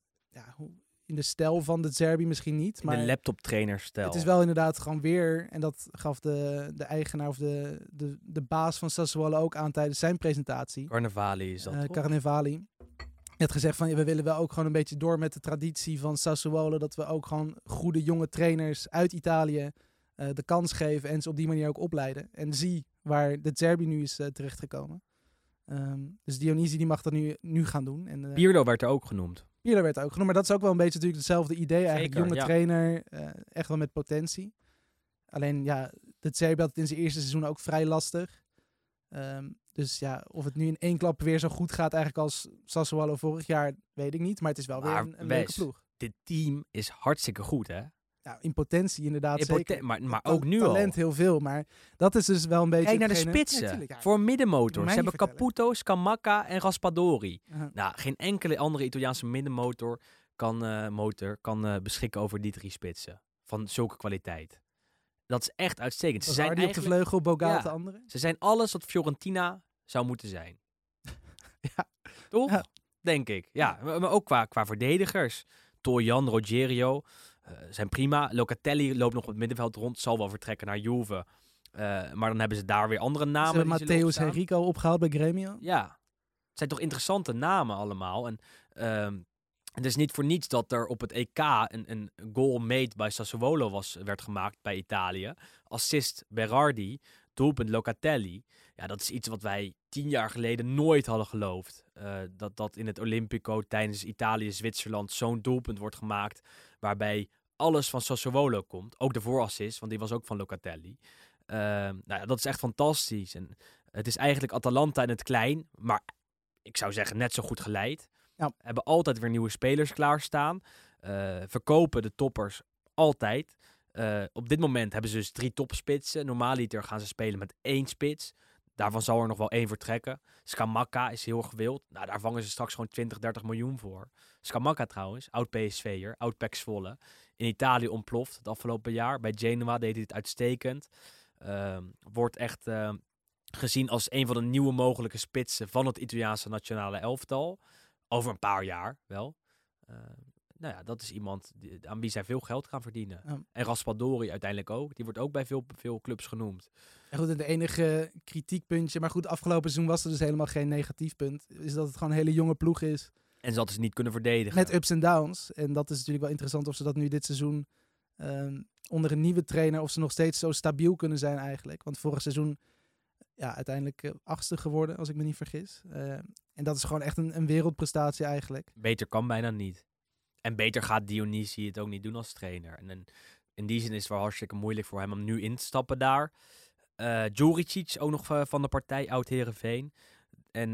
de stijl van de Zerbi misschien niet. Maar de laptop-trainerstijl. Het is wel inderdaad gewoon weer, en dat gaf de eigenaar of de baas van Sassuolo ook aan tijdens zijn presentatie. Carnevali is dat, Carnevali. Hij had gezegd van, we willen wel ook gewoon een beetje door met de traditie van Sassuolo, dat we ook gewoon goede jonge trainers uit Italië de kans geven en ze op die manier ook opleiden. En zie waar de Zerbi nu is terechtgekomen. Dus Dionisi die mag dat nu gaan doen. En, Pirlo werd er ook genoemd. Pirlo werd er ook genoemd, maar dat is ook wel een beetje natuurlijk hetzelfde idee. Eigenlijk Zeker, jonge trainer, echt wel met potentie. Alleen de Zerbi had het in zijn eerste seizoen ook vrij lastig. Dus of het nu in 1 klap weer zo goed gaat eigenlijk als Sassuolo vorig jaar, weet ik niet. Maar het is wel weer een leuke ploeg. Dit team is hartstikke goed, hè? Ja, in potentie inderdaad zeker. Maar ook nu al. Talent heel veel, maar dat is dus wel een beetje... Kijk naar de spitsen. Voor middenmotor. Ze hebben Caputo, Scamacca en Raspadori. Nou, geen enkele andere Italiaanse middenmotor kan beschikken over die 3 spitsen. Van zulke kwaliteit. Dat is echt uitstekend. Ze zijn op de vleugel, Boga de andere. Ze zijn alles wat Fiorentina zou moeten zijn. Toch? Ja. Denk ik. Ja, maar ook qua verdedigers. Toljan, Rogerio... zijn prima. Locatelli loopt nog op het middenveld rond. Zal wel vertrekken naar Juve. Maar dan hebben ze daar weer andere namen. Ze hebben die zullen Matthäus opstaan. Henrico opgehaald bij Gremio. Ja, het zijn toch interessante namen allemaal. En het is niet voor niets dat er op het EK een goal made bij Sassuolo werd gemaakt bij Italië. Assist Berardi, doelpunt Locatelli. Ja, dat is iets wat wij 10 jaar geleden nooit hadden geloofd. Dat in het Olympico tijdens Italië-Zwitserland zo'n doelpunt wordt gemaakt waarbij alles van Sassuolo komt. Ook de voorassist, want die was ook van Locatelli. Nou ja, dat is echt fantastisch. En het is eigenlijk Atalanta in het klein, maar ik zou zeggen net zo goed geleid. Ja. Hebben altijd weer nieuwe spelers klaarstaan. Verkopen de toppers altijd. Op dit moment hebben ze dus 3 topspitsen. Normaaliter gaan ze spelen met 1 spits. Daarvan zal er nog wel 1 vertrekken. Scamacca is heel gewild. Nou, daar vangen ze straks gewoon 20, 30 miljoen voor. Scamacca trouwens, oud PSV'er, oud PEC Zwolle. In Italië ontploft het afgelopen jaar. Bij Genoa deed hij het uitstekend. Wordt echt gezien als een van de nieuwe mogelijke spitsen van het Italiaanse nationale elftal. Over een paar jaar wel. Nou ja, dat is iemand aan wie zij veel geld gaan verdienen. Ja. En Raspadori uiteindelijk ook. Die wordt ook bij veel clubs genoemd. En goed, en de enige kritiekpuntje, maar goed, afgelopen seizoen was er dus helemaal geen negatief punt, is dat het gewoon een hele jonge ploeg is. En ze hadden ze niet kunnen verdedigen. Met ups en downs. En dat is natuurlijk wel interessant of ze dat nu dit seizoen onder een nieuwe trainer, of ze nog steeds zo stabiel kunnen zijn eigenlijk. Want vorig seizoen uiteindelijk 8e geworden, als ik me niet vergis. En dat is gewoon echt een wereldprestatie eigenlijk. Beter kan bijna niet. En beter gaat Dionisi het ook niet doen als trainer. En in die zin is het wel hartstikke moeilijk voor hem om nu in te stappen daar. Djuricic, ook nog van de partij, oud Heerenveen. En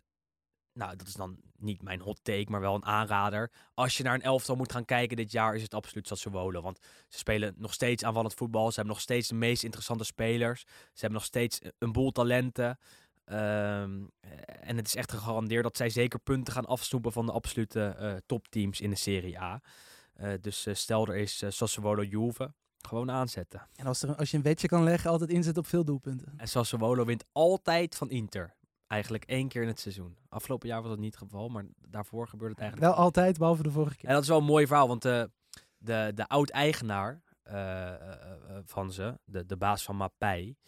nou, dat is dan niet mijn hot take, maar wel een aanrader. Als je naar een elftal moet gaan kijken dit jaar, is het absoluut Sassuolo. Want ze spelen nog steeds aanvallend voetbal. Ze hebben nog steeds de meest interessante spelers. Ze hebben nog steeds een boel talenten. En het is echt gegarandeerd dat zij zeker punten gaan afsnoepen van de absolute topteams in de Serie A. Dus stel er is Sassuolo Juve, gewoon aanzetten. En als je een wetje kan leggen, altijd inzet op veel doelpunten. En Sassuolo wint altijd van Inter. Eigenlijk 1 keer in het seizoen. Afgelopen jaar was dat niet het geval, maar daarvoor gebeurde het eigenlijk Wel altijd, behalve de vorige keer. En dat is wel een mooi verhaal, want de oud-eigenaar van ze, de baas van Mapai,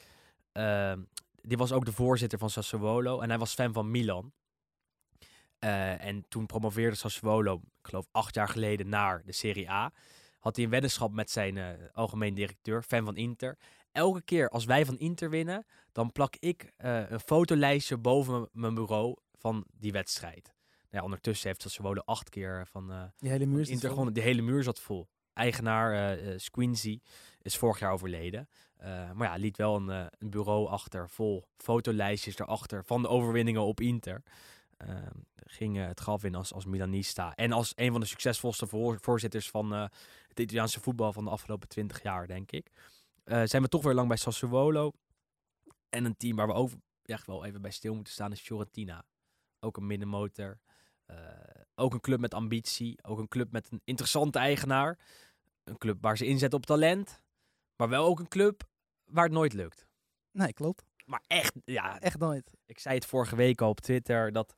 die was ook de voorzitter van Sassuolo en hij was fan van Milan. En toen promoveerde Sassuolo, ik geloof 8 jaar geleden, naar de Serie A. Had hij een weddenschap met zijn algemeen directeur, fan van Inter. Elke keer als wij van Inter winnen, dan plak ik een fotolijstje boven mijn bureau van die wedstrijd. Nou ja, ondertussen heeft Sassuolo 8 keer van Die hele muur Inter gewonnen. Die hele muur zat vol. Eigenaar Squinzi is vorig jaar overleden. Maar ja, liet wel een bureau achter vol fotolijstjes erachter van de overwinningen op Inter. Ging het graf in als Milanista. En als een van de succesvolste voorzitters van het Italiaanse voetbal van de afgelopen 20 jaar, denk ik. Zijn we toch weer lang bij Sassuolo. En een team waar we ook echt wel even bij stil moeten staan is Fiorentina. Ook een middenmotor. Ook een club met ambitie. Ook een club met een interessante eigenaar. Een club waar ze inzetten op talent. Maar wel ook een club waar het nooit lukt. Nee, klopt. Maar echt, ja. Echt nooit. Ik zei het vorige week al op Twitter dat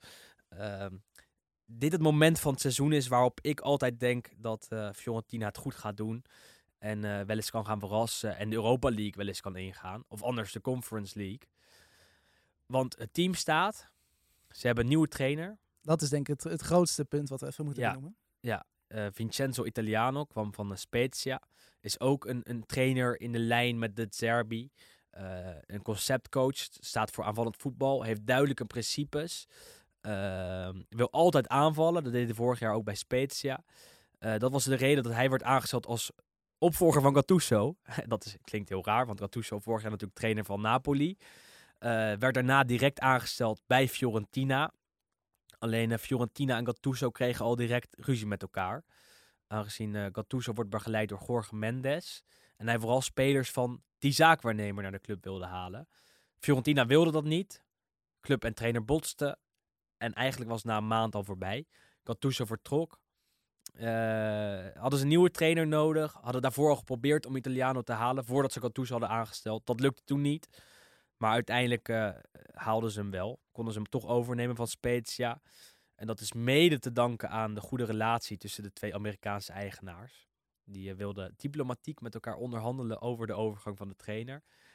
dit het moment van het seizoen is waarop ik altijd denk dat Fiorentina het goed gaat doen. En wel eens kan gaan verrassen. En de Europa League wel eens kan ingaan. Of anders de Conference League. Want het team staat. Ze hebben een nieuwe trainer. Dat is denk ik het grootste punt wat we even moeten benoemen. Ja, Vincenzo Italiano kwam van Spezia. Is ook een trainer in de lijn met De Zerbi. Een conceptcoach. Staat voor aanvallend voetbal. Heeft duidelijke principes. Wil altijd aanvallen. Dat deed hij vorig jaar ook bij Spezia. Dat was de reden dat hij werd aangesteld als opvolger van Gattuso. Klinkt heel raar, want Gattuso vorig jaar natuurlijk trainer van Napoli. Werd daarna direct aangesteld bij Fiorentina. Alleen Fiorentina en Gattuso kregen al direct ruzie met elkaar. Aangezien Gattuso wordt begeleid door Jorge Mendes. En hij vooral spelers van die zaakwaarnemer naar de club wilde halen. Fiorentina wilde dat niet. Club en trainer botsten. En eigenlijk was het na een maand al voorbij. Gattuso vertrok. Hadden ze een nieuwe trainer nodig. Hadden daarvoor al geprobeerd om Italiano te halen. Voordat ze Gattuso hadden aangesteld. Dat lukte toen niet. Maar uiteindelijk haalden ze hem wel. Konden ze hem toch overnemen van Spezia. En dat is mede te danken aan de goede relatie tussen de 2 Amerikaanse eigenaars. Die wilden diplomatiek met elkaar onderhandelen over de overgang van de trainer.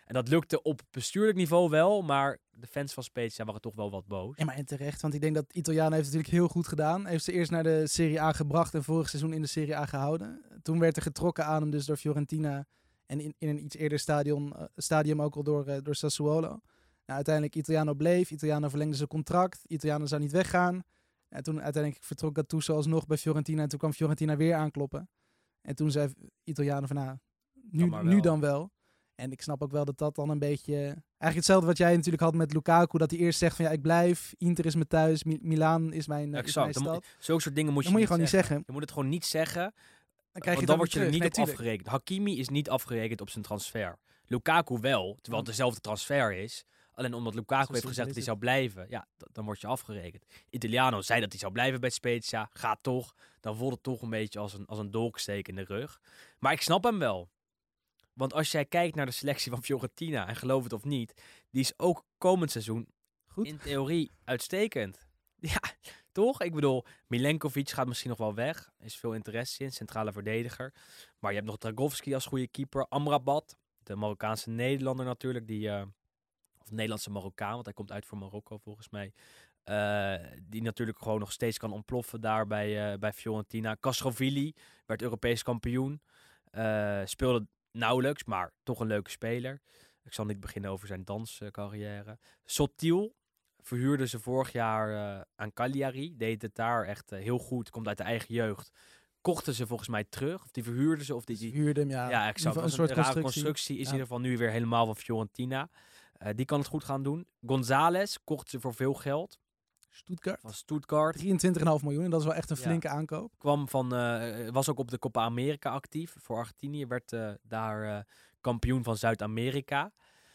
En dat lukte op bestuurlijk niveau wel, maar de fans van Spezia waren toch wel wat boos. Ja, maar en terecht, want ik denk dat Italiano heeft het natuurlijk heel goed gedaan. Heeft ze eerst naar de Serie A gebracht en vorig seizoen in de Serie A gehouden. Toen werd er getrokken aan hem dus door Fiorentina en in een iets eerder stadium ook al door Sassuolo. Nou, uiteindelijk Italiano bleef, Italiano verlengde zijn contract, Italiano zou niet weggaan. En toen uiteindelijk vertrok Gattuso alsnog bij Fiorentina en toen kwam Fiorentina weer aankloppen. En toen zei Italiano van nou, nu dan wel. En ik snap ook wel dat dat dan een beetje... Eigenlijk hetzelfde wat jij natuurlijk had met Lukaku. Dat hij eerst zegt van ja, ik blijf. Inter is mijn thuis. Milaan is mijn stad. Zulke soort dingen moet je gewoon niet zeggen. Je moet het gewoon niet zeggen. Dan word je er niet op afgerekend. Hakimi is niet afgerekend op zijn transfer. Lukaku wel, terwijl het dezelfde transfer is. Alleen omdat Lukaku heeft gezegd dat hij zou blijven. Ja, dan word je afgerekend. Italiano zei dat hij zou blijven bij Spezia. Gaat toch. Dan voelt het toch een beetje als een dolksteek in de rug. Maar ik snap hem wel. Want als jij kijkt naar de selectie van Fiorentina, en geloof het of niet, die is ook komend seizoen goed. In theorie uitstekend. Ja, toch? Ik bedoel, Milenkovic gaat misschien nog wel weg. Er is veel interesse in, centrale verdediger. Maar je hebt nog Dragowski als goede keeper. Amrabat, de Marokkaanse Nederlander natuurlijk, of Nederlandse Marokkaan, want hij komt uit voor Marokko volgens mij. Die natuurlijk gewoon nog steeds kan ontploffen daar bij Fiorentina. Castrovilli werd Europees kampioen. Speelde nauwelijks, maar toch een leuke speler. Ik zal niet beginnen over zijn danscarrière. Sotil verhuurden ze vorig jaar aan Cagliari. Deed het daar echt heel goed. Komt uit de eigen jeugd. Kochten ze volgens mij terug. Of die verhuurden ze. Of die verhuurden hem, ja. Ja, exact. Een soort rare constructie. Is in ieder geval nu weer helemaal van Fiorentina. Die kan het goed gaan doen. González kochten ze voor veel geld. Van Stuttgart. 23,5 miljoen. En dat is wel echt een flinke aankoop. Was ook op de Copa America actief voor Argentinië. Werd daar kampioen van Zuid-Amerika.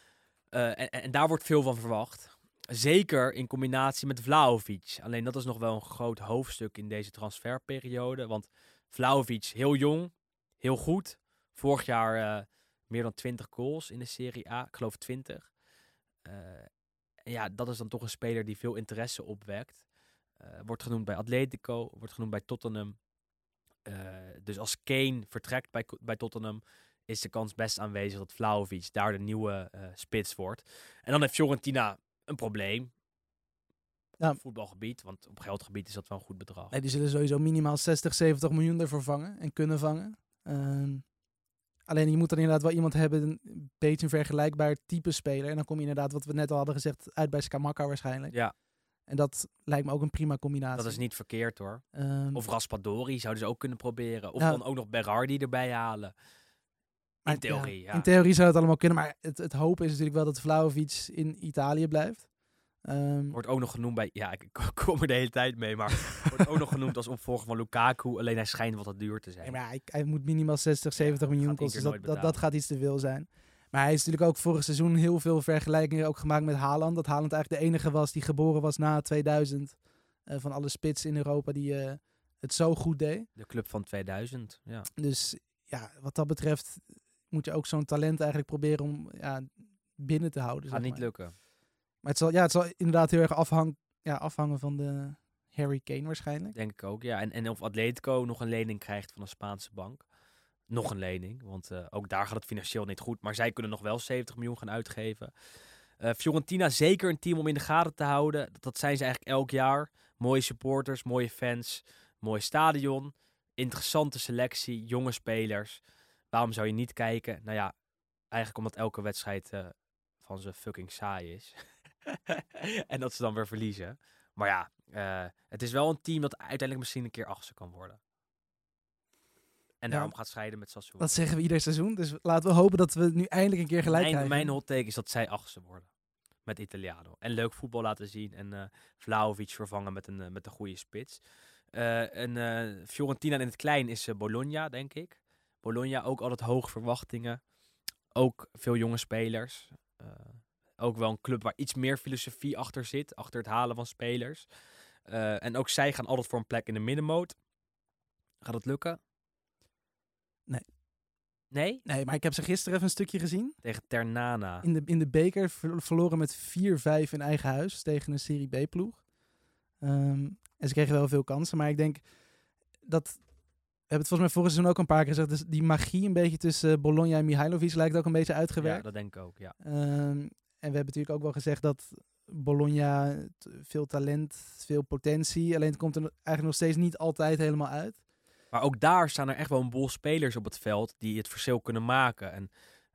En daar wordt veel van verwacht. Zeker in combinatie met Vlahovic. Alleen dat is nog wel een groot hoofdstuk in deze transferperiode. Want Vlahovic, heel jong, heel goed. Vorig jaar meer dan 20 goals in de Serie A. Ik geloof 20. Ja, dat is dan toch een speler die veel interesse opwekt. Wordt genoemd bij Atletico, wordt genoemd bij Tottenham. Dus als Kane vertrekt bij Tottenham, is de kans best aanwezig dat Vlahovic daar de nieuwe spits wordt. En dan heeft Fiorentina een probleem. Op voetbalgebied, want op geldgebied is dat wel een goed bedrag. Nee, die zullen sowieso minimaal 60, 70 miljoen ervoor vangen en kunnen vangen. Alleen je moet dan inderdaad wel iemand hebben, een beetje een vergelijkbaar type speler. En dan kom je inderdaad, wat we net al hadden gezegd, uit bij Scamacca waarschijnlijk. Ja. En dat lijkt me ook een prima combinatie. Dat is niet verkeerd hoor. Of Raspadori zouden ze ook kunnen proberen. Of dan ook nog Berardi erbij halen. In theorie, ja. In theorie zou het allemaal kunnen, maar het hopen is natuurlijk wel dat Vlahovic in Italië blijft. Wordt ook nog genoemd bij... Ja, ik kom er de hele tijd mee, maar wordt ook nog genoemd als opvolger van Lukaku. Alleen hij schijnt wat duur te zijn. Nee, maar hij moet minimaal 60, 70 miljoen kosten. Dus dat gaat iets te veel zijn. Maar hij is natuurlijk ook vorig seizoen heel veel vergelijkingen ook gemaakt met Haaland. Dat Haaland eigenlijk de enige was die geboren was na 2000. Van alle spits in Europa die het zo goed deed. De club van 2000, ja. Dus ja, wat dat betreft moet je ook zo'n talent eigenlijk proberen om binnen te houden. Gaat niet lukken. Maar het zal inderdaad heel erg afhangen van de Harry Kane waarschijnlijk. Denk ik ook, ja. En of Atletico nog een lening krijgt van een Spaanse bank. Nog een lening, want ook daar gaat het financieel niet goed. Maar zij kunnen nog wel 70 miljoen gaan uitgeven. Fiorentina, zeker een team om in de gaten te houden. Dat zijn ze eigenlijk elk jaar. Mooie supporters, mooie fans, mooi stadion. Interessante selectie, jonge spelers. Waarom zou je niet kijken? Nou ja, eigenlijk omdat elke wedstrijd van ze fucking saai is. En dat ze dan weer verliezen. Maar ja, het is wel een team dat uiteindelijk misschien een keer achtste kan worden. En daarom gaat scheiden met Sassuolo. Dat zeggen we ieder seizoen. Dus laten we hopen dat we nu eindelijk een keer gelijk krijgen. Mijn hot take is dat zij achtste worden. Met Italiano. En leuk voetbal laten zien. En Vlahovic vervangen met een goede spits. Fiorentina in het klein is Bologna, denk ik. Bologna ook altijd hoge verwachtingen. Ook veel jonge spelers. Ook wel een club waar iets meer filosofie achter zit. Achter het halen van spelers. En ook zij gaan altijd voor een plek in de middenmoot. Gaat het lukken? Nee. Nee? Nee, maar ik heb ze gisteren even een stukje gezien. Tegen Ternana. In de beker verloren met 4-5 in eigen huis tegen een Serie B-ploeg. En ze kregen wel veel kansen, maar ik denk dat hebben het volgens mij vorig seizoen ook een paar keer gezegd. Dus die magie een beetje tussen Bologna en Mihailovic lijkt ook een beetje uitgewerkt. Ja, dat denk ik ook, ja. En we hebben natuurlijk ook wel gezegd dat Bologna veel talent, veel potentie. Alleen het komt er eigenlijk nog steeds niet altijd helemaal uit. Maar ook daar staan er echt wel een boel spelers op het veld die het verschil kunnen maken. En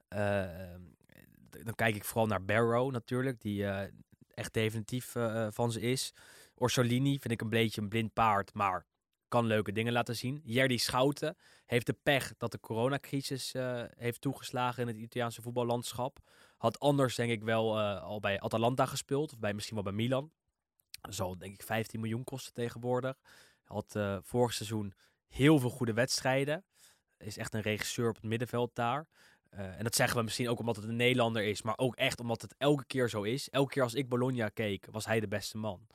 dan kijk ik vooral naar Barrow natuurlijk, die echt definitief van ze is. Orsolini vind ik een beetje een blind paard, maar kan leuke dingen laten zien. Jerdy Schouten heeft de pech dat de coronacrisis heeft toegeslagen in het Italiaanse voetballandschap. Had anders denk ik wel al bij Atalanta gespeeld, of misschien wel bij Milan. Dat zal denk ik 15 miljoen kosten tegenwoordig. Had vorig seizoen heel veel goede wedstrijden. Is echt een regisseur op het middenveld daar. En dat zeggen we misschien ook omdat het een Nederlander is, maar ook echt omdat het elke keer zo is. Elke keer als ik Bologna keek, was hij de beste man.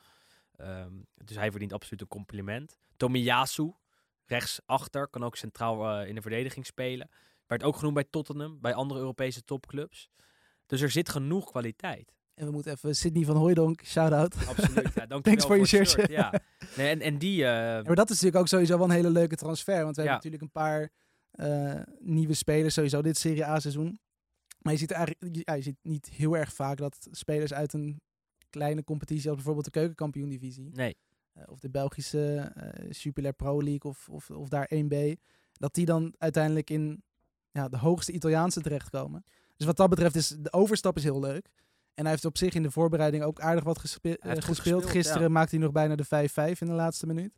Dus hij verdient absoluut een compliment. Tomiyasu, rechtsachter, kan ook centraal in de verdediging spelen. Werd ook genoemd bij Tottenham, bij andere Europese topclubs. Dus er zit genoeg kwaliteit. En we moeten even Sidney van Hooijdonk, shout-out. Absoluut, ja, dankjewel Thanks voor je shirt. Ja. Nee, en die... Ja, maar dat is natuurlijk ook sowieso wel een hele leuke transfer. Want we hebben natuurlijk een paar nieuwe spelers sowieso dit Serie A seizoen. Maar je ziet eigenlijk, je ziet niet heel erg vaak dat spelers uit een kleine competitie als bijvoorbeeld de Keukenkampioen-divisie. Nee. Of de Belgische Jupiler Pro League of daar 1B. Dat die dan uiteindelijk in de hoogste Italiaanse terechtkomen. Dus wat dat betreft is de overstap is heel leuk. En hij heeft op zich in de voorbereiding ook aardig wat gespeeld. Gisteren maakte hij nog bijna de 5-5 in de laatste minuut.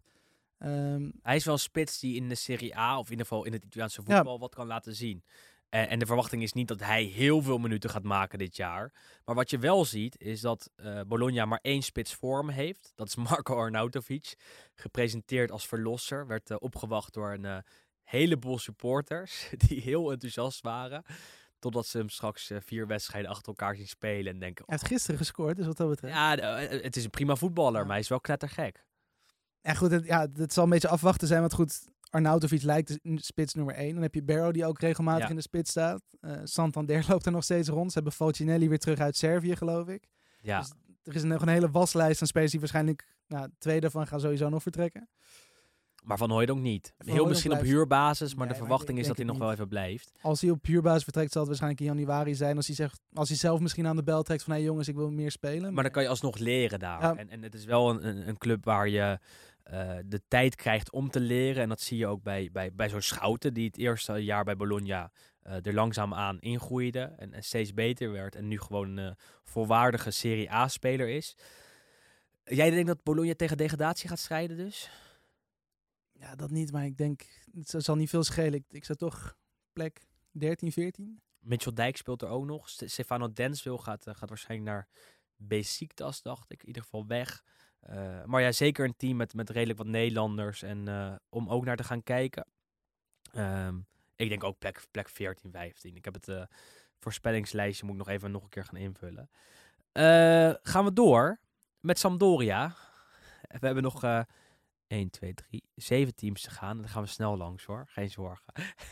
Hij is wel een spits die in de Serie A, of in ieder geval in het Italiaanse voetbal, wat kan laten zien. En de verwachting is niet dat hij heel veel minuten gaat maken dit jaar. Maar wat je wel ziet, is dat Bologna maar 1 spits voor hem heeft. Dat is Marco Arnautovic. Gepresenteerd als verlosser. Werd opgewacht door een heleboel supporters die heel enthousiast waren. Totdat ze hem straks 4 wedstrijden achter elkaar zien spelen en denken... Hij heeft gisteren gescoord, dus wat dat betreft. Ja, het is een prima voetballer, maar hij is wel knettergek. En goed, het zal een beetje afwachten zijn. Want goed, Arnautovic lijkt de spits nummer 1. Dan heb je Barrow die ook regelmatig in de spits staat. Santander loopt er nog steeds rond. Ze hebben Falcinelli weer terug uit Servië, geloof ik. Ja. Dus er is nog een hele waslijst aan spelers die waarschijnlijk... 2 daarvan gaan sowieso nog vertrekken. Maar Van Hooijdonk niet. Heel misschien op huurbasis, maar de verwachting is dat hij nog wel even blijft. Als hij op huurbasis vertrekt, zal het waarschijnlijk in januari zijn. Als hij zelf misschien aan de bel trekt van... Hé jongens, ik wil meer spelen. Maar dan kan je alsnog leren daar. Ja. En het is wel een club waar je de tijd krijgt om te leren. En dat zie je ook bij zo'n Schouten, die het eerste jaar bij Bologna er langzaam aan ingroeide. En steeds beter werd. En nu gewoon een volwaardige Serie A-speler is. Jij denkt dat Bologna tegen degradatie gaat strijden dus? Ja, dat niet. Maar ik denk, het zal niet veel schelen. Ik zou toch plek 13, 14. Mitchell Dijk speelt er ook nog. Stefano Denswil gaat waarschijnlijk naar Besiktas, dacht ik. In ieder geval weg. Maar ja, zeker een team met redelijk wat Nederlanders. En om ook naar te gaan kijken. Ik denk ook plek 14, 15. Ik heb het voorspellingslijstje moet ik nog een keer gaan invullen. Gaan we door met Sampdoria. We hebben nog 1, 2, 3, 7 teams te gaan. Dan gaan we snel langs hoor. Geen zorgen.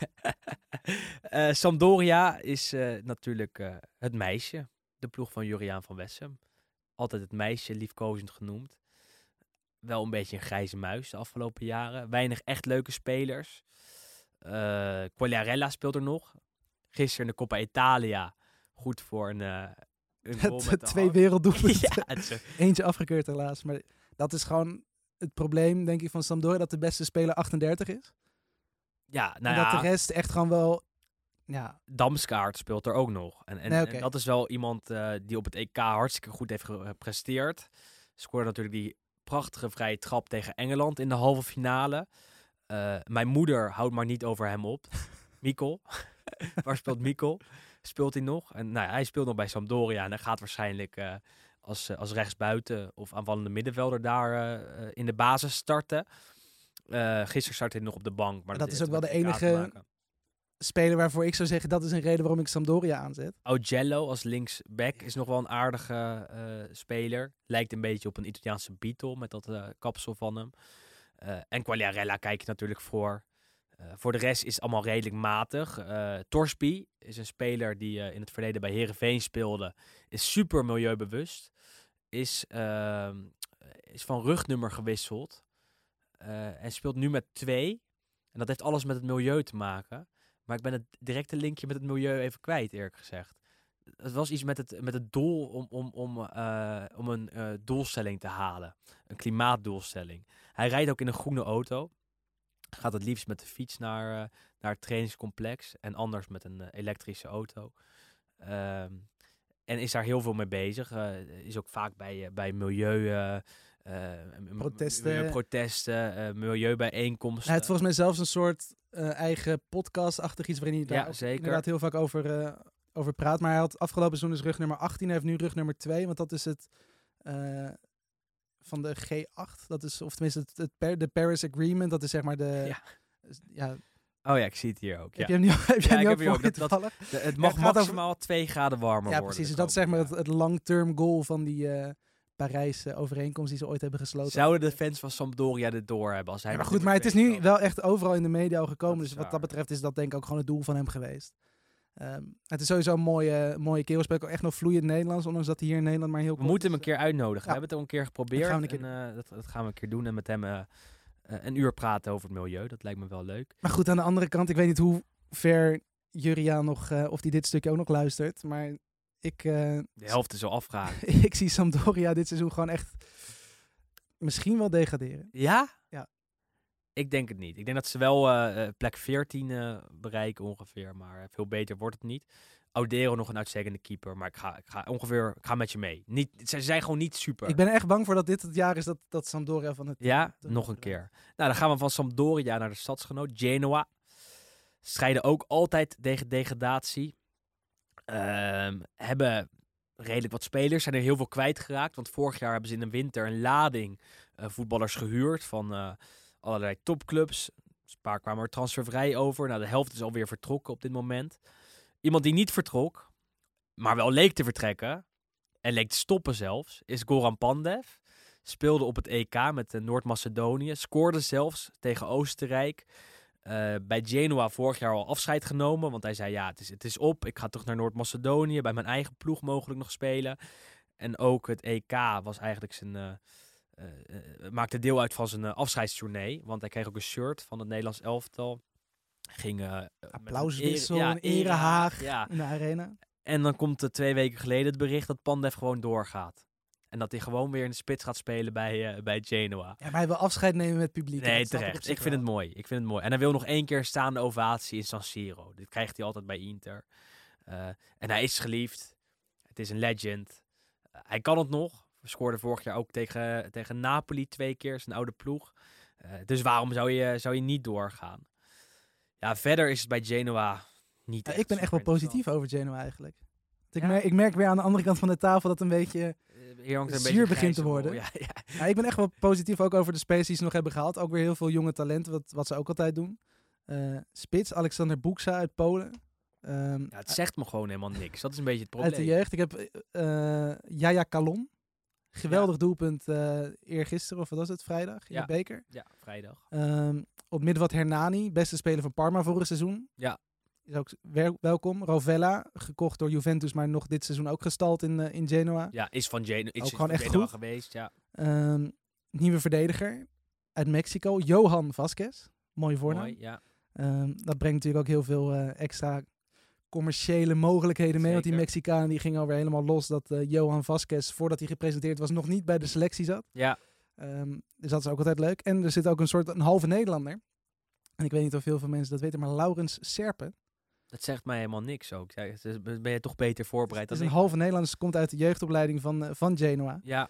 Sampdoria is natuurlijk het meisje. De ploeg van Juriaan van Wessem. Altijd het meisje, liefkozend genoemd. Wel een beetje een grijze muis de afgelopen jaren. Weinig echt leuke spelers. Quagliarella speelt er nog. Gisteren in de Coppa Italia. Goed voor een goal met de 2 hand. werelddoelpunten. Ja, Eentje afgekeurd helaas. Maar dat is gewoon het probleem, denk ik, van Sampdoria. Dat de beste speler 38 is. Ja, En dat de rest echt gewoon wel... Ja. Damskaart speelt er ook nog. En dat is wel iemand die op het EK hartstikke goed heeft gepresteerd. Scoorde natuurlijk die prachtige vrije trap tegen Engeland in de halve finale. Mijn moeder houdt maar niet over hem op. Mikkel. Waar speelt Mikkel? Speelt hij nog? En nou ja, hij speelt nog bij Sampdoria. En hij gaat waarschijnlijk als rechtsbuiten of aanvallende middenvelder daar in de basis starten. Gisteren startte hij nog op de bank. Maar dat is ook wel de enige speler waarvoor ik zou zeggen, dat is een reden waarom ik Sampdoria aanzet. Augello als linksback is nog wel een aardige speler. Lijkt een beetje op een Italiaanse Beatle met dat kapsel van hem. En Quagliarella kijk je natuurlijk voor. Voor de rest is het allemaal redelijk matig. Torsby is een speler die in het verleden bij Heerenveen speelde. Is super milieubewust. Is van rugnummer gewisseld. En speelt nu met 2. En dat heeft alles met het milieu te maken. Maar ik ben het directe linkje met het milieu even kwijt, eerlijk gezegd. Het was iets met het doel om een doelstelling te halen. Een klimaatdoelstelling. Hij rijdt ook in een groene auto. Gaat het liefst met de fiets naar het trainingscomplex. En anders met een elektrische auto. En is daar heel veel mee bezig. Is ook vaak bij protesten, milieubijeenkomsten. Hij heeft volgens mij zelfs een soort eigen podcast-achtig iets waarin hij daar ook zeker. inderdaad heel vaak over praat. Maar hij had afgelopen seizoen dus rug nummer 18. Hij heeft nu rug nummer 2, want dat is het van de G8. Dat is, of tenminste de Paris Agreement. Dat is zeg maar de... Ja. Oh ja, ik zie het hier ook. Heb je hem niet ook toevallig? Het mag maximaal 2 graden warmer worden. Ja, precies. Dus dat is zeg maar het long-term goal van die Parijse overeenkomst die ze ooit hebben gesloten. Zouden de fans van Sampdoria dit door hebben? Als hij maar goed, maar het is nu wel echt overal in de media al gekomen. Dus wat dat betreft is dat denk ik ook gewoon het doel van hem geweest. Het is sowieso een mooie kerel. Speelt ook echt nog vloeiend Nederlands, ondanks dat hij hier in Nederland maar heel kort We moeten hem een keer uitnodigen. We hebben het al een keer geprobeerd. Dat gaan we een keer doen en met hem een uur praten over het milieu. Dat lijkt me wel leuk. Maar goed, aan de andere kant, ik weet niet hoe ver Juriaan nog, of hij dit stukje ook nog luistert, maar de helft is al afgehaakt. Ik zie Sampdoria dit seizoen gewoon echt misschien wel degraderen. Ja? Ja. Ik denk het niet. Ik denk dat ze wel plek 14 bereiken ongeveer, maar veel beter wordt het niet. Audero nog een uitstekende keeper, maar ik ga met je mee. Ze zijn gewoon niet super. Ik ben echt bang voor dat dit het jaar is dat Sampdoria van het... Ja, nog een keer. Nou, dan gaan we van Sampdoria naar de stadsgenoot Genoa. Strijden ook altijd tegen degradatie. Hebben redelijk wat spelers. Zijn er heel veel kwijtgeraakt. Want vorig jaar hebben ze in de winter een lading voetballers gehuurd van allerlei topclubs. Een paar kwamen er transfervrij over. Nou, de helft is alweer vertrokken op dit moment. Iemand die niet vertrok, maar wel leek te vertrekken en leek te stoppen zelfs, is Goran Pandev. Speelde op het EK met Noord-Macedonië. Scoorde zelfs tegen Oostenrijk. Bij Genoa vorig jaar al afscheid genomen. Want hij zei, ja, het is op. Ik ga terug naar Noord-Macedonië. Bij mijn eigen ploeg mogelijk nog spelen. En ook het EK was eigenlijk maakte deel uit van zijn afscheidstournee. Want hij kreeg ook een shirt van het Nederlands elftal. Ging applauswissel, een erehaag in de arena. En dan komt 2 weken geleden het bericht dat Pandev gewoon doorgaat. En dat hij gewoon weer in de spits gaat spelen bij Genoa. Ja, maar hij wil afscheid nemen met het publiek. Nee, terecht. Ik vind het mooi. En hij wil nog 1 keer staande ovatie in San Siro. Dit krijgt hij altijd bij Inter. En hij is geliefd. Het is een legend. Hij kan het nog. We scoorden vorig jaar ook tegen Napoli 2 keer. Zijn oude ploeg. Dus waarom zou je niet doorgaan? Ja, verder is het bij Genoa niet echt. Ik ben echt wel positief over Genoa eigenlijk. Ik merk weer aan de andere kant van de tafel dat een beetje zuur begint te worden. Ja, ik ben echt wel positief ook over de spelers die ze nog hebben gehaald. Ook weer heel veel jonge talenten, wat ze ook altijd doen. Spits, Alexander Buksa uit Polen. Het zegt me gewoon helemaal niks. Dat is een beetje het probleem. Uit de jeugd. Ik heb Yaya Kalon. Geweldig doelpunt eergisteren, of wat was het, vrijdag in de beker. Ja, vrijdag. Op middenveld Hernani, beste speler van Parma vorig seizoen. Ja. Is ook welkom. Rovella, gekocht door Juventus, maar nog dit seizoen ook gestald in Genoa. Ja, is van Genoa echt goed geweest, ja. Nieuwe verdediger uit Mexico, Johan Vasquez. Mooie voornaam. Mooi, ja. Dat brengt natuurlijk ook heel veel extra commerciële mogelijkheden mee. Zeker. Want die Mexicanen die gingen alweer helemaal los dat Johan Vasquez, voordat hij gepresenteerd was, nog niet bij de selectie zat. Ja. Dus dat is ook altijd leuk. En er zit ook een halve Nederlander. En ik weet niet of heel veel mensen dat weten, maar Laurens Serpen. Dat zegt mij helemaal niks ook. Ben je toch beter voorbereid dan een halve Nederlander, komt uit de jeugdopleiding van Genoa. Ja.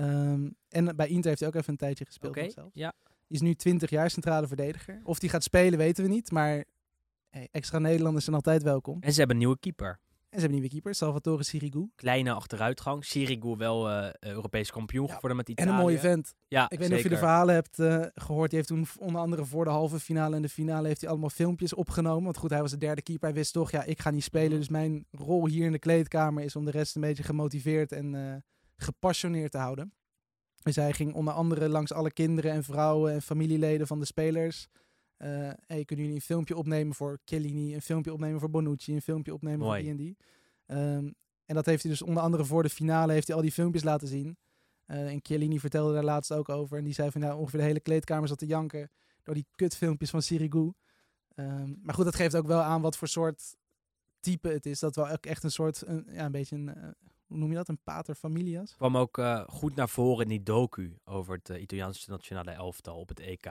En bij Inter heeft hij ook even een tijdje gespeeld. Oké, ja. Die is nu 20 jaar centrale verdediger. Of die gaat spelen, weten we niet. Maar extra Nederlanders zijn altijd welkom. En ze hebben een nieuwe keeper. Salvatore Sirigu. Kleine achteruitgang. Sirigu wel Europees kampioen geworden met Italië. En een mooie vent. Ja, ik weet niet of je de verhalen hebt gehoord. Die heeft toen onder andere voor de halve finale en de finale heeft hij allemaal filmpjes opgenomen. Want goed, hij was de 3e keeper. Hij wist toch, ik ga niet spelen. Dus mijn rol hier in de kleedkamer is om de rest een beetje gemotiveerd en gepassioneerd te houden. Dus hij ging onder andere langs alle kinderen en vrouwen en familieleden van de spelers. Kunnen jullie een filmpje opnemen voor Chiellini, een filmpje opnemen voor Bonucci, een filmpje opnemen voor die en die. En dat heeft hij dus onder andere voor de finale heeft hij al die filmpjes laten zien. En Chiellini vertelde daar laatst ook over. En die zei van ongeveer de hele kleedkamer zat te janken door die kutfilmpjes van Sirigu. Maar goed, dat geeft ook wel aan wat voor soort type het is. Dat wel ook echt een soort, een beetje een, hoe noem je dat? Een pater familias. Kwam ook goed naar voren in die docu over het Italiaanse nationale elftal op het EK.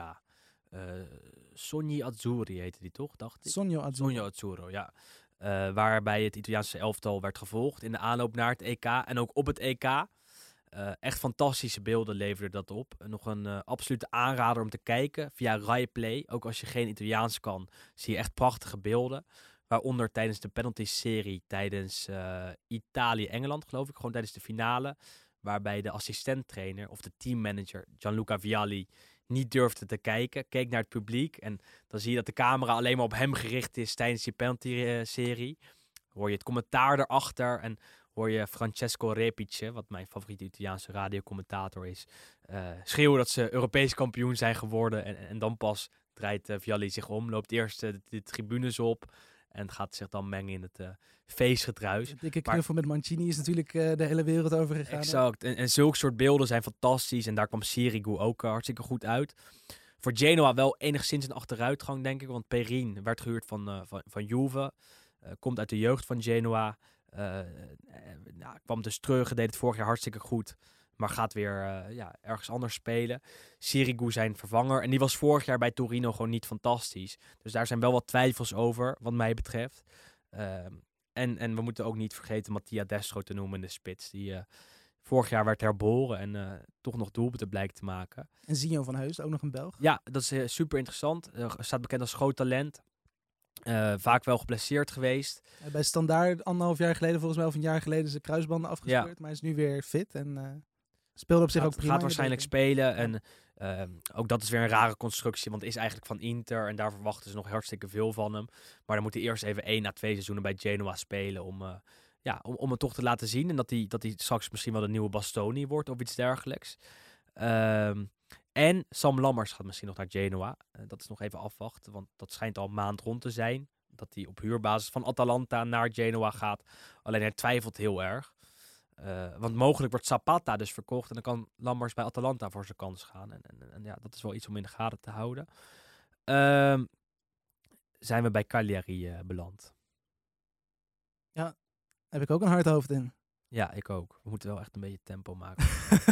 Sogni Azzurri heette die toch, dacht ik? Sogno Azzurro, ja. Waarbij het Italiaanse elftal werd gevolgd in de aanloop naar het EK. En ook op het EK. Echt fantastische beelden leverde dat op. Nog een absolute aanrader om te kijken via Rai Play. Ook als je geen Italiaans kan, zie je echt prachtige beelden. Waaronder tijdens de penalty-serie tijdens Italië-Engeland, geloof ik. Gewoon tijdens de finale. Waarbij de assistent-trainer of de teammanager Gianluca Vialli niet durfde te kijken. Keek naar het publiek. En dan zie je dat de camera alleen maar op hem gericht is tijdens die penalty-serie. Hoor je het commentaar erachter en hoor je Francesco Repice, wat mijn favoriete Italiaanse radiocommentator is, schreeuwen dat ze Europees kampioen zijn geworden. En dan pas draait Vialli zich om, loopt eerst de tribunes op en gaat zich dan mengen in het feestgedruis. De dikke knuffel met Mancini is natuurlijk de hele wereld over gegaan. Exact. En zulke soort beelden zijn fantastisch. En daar kwam Sirigu ook hartstikke goed uit. Voor Genoa wel enigszins een achteruitgang, denk ik. Want Perin werd gehuurd van Juve. Komt uit de jeugd van Genoa. Kwam dus terug. Deed het vorig jaar hartstikke goed. Maar gaat weer ergens anders spelen. Sirigu zijn vervanger. En die was vorig jaar bij Torino gewoon niet fantastisch. Dus daar zijn wel wat twijfels over, wat mij betreft. En we moeten ook niet vergeten Mattia Destro te noemen in de spits. Die vorig jaar werd herboren en toch nog doelpunten blijkt te maken. En Zinho van Heus, ook nog een Belg. Ja, dat is super interessant. Staat bekend als groot talent. Vaak wel geblesseerd geweest. Bij Standaard 1,5 jaar geleden, volgens mij, of een jaar geleden, zijn kruisbanden afgespeeld. Ja. Maar hij is nu weer fit en speelde op zich ook prima. Gaat waarschijnlijk spelen. En ook dat is weer een rare constructie, want het is eigenlijk van Inter. En daar verwachten ze nog hartstikke veel van hem. Maar dan moet hij eerst even 1 à 2 seizoenen bij Genoa spelen om het toch te laten zien. En dat hij straks misschien wel de nieuwe Bastoni wordt of iets dergelijks. En Sam Lammers gaat misschien nog naar Genoa. Dat is nog even afwachten, want dat schijnt al een maand rond te zijn. Dat hij op huurbasis van Atalanta naar Genoa gaat. Alleen hij twijfelt heel erg. Want mogelijk wordt Zapata dus verkocht. En dan kan Lammers bij Atalanta voor zijn kans gaan. En ja, dat is wel iets om in de gaten te houden. Zijn we bij Cagliari beland? Ja, heb ik ook een hard hoofd in. Ja, ik ook. We moeten wel echt een beetje tempo maken.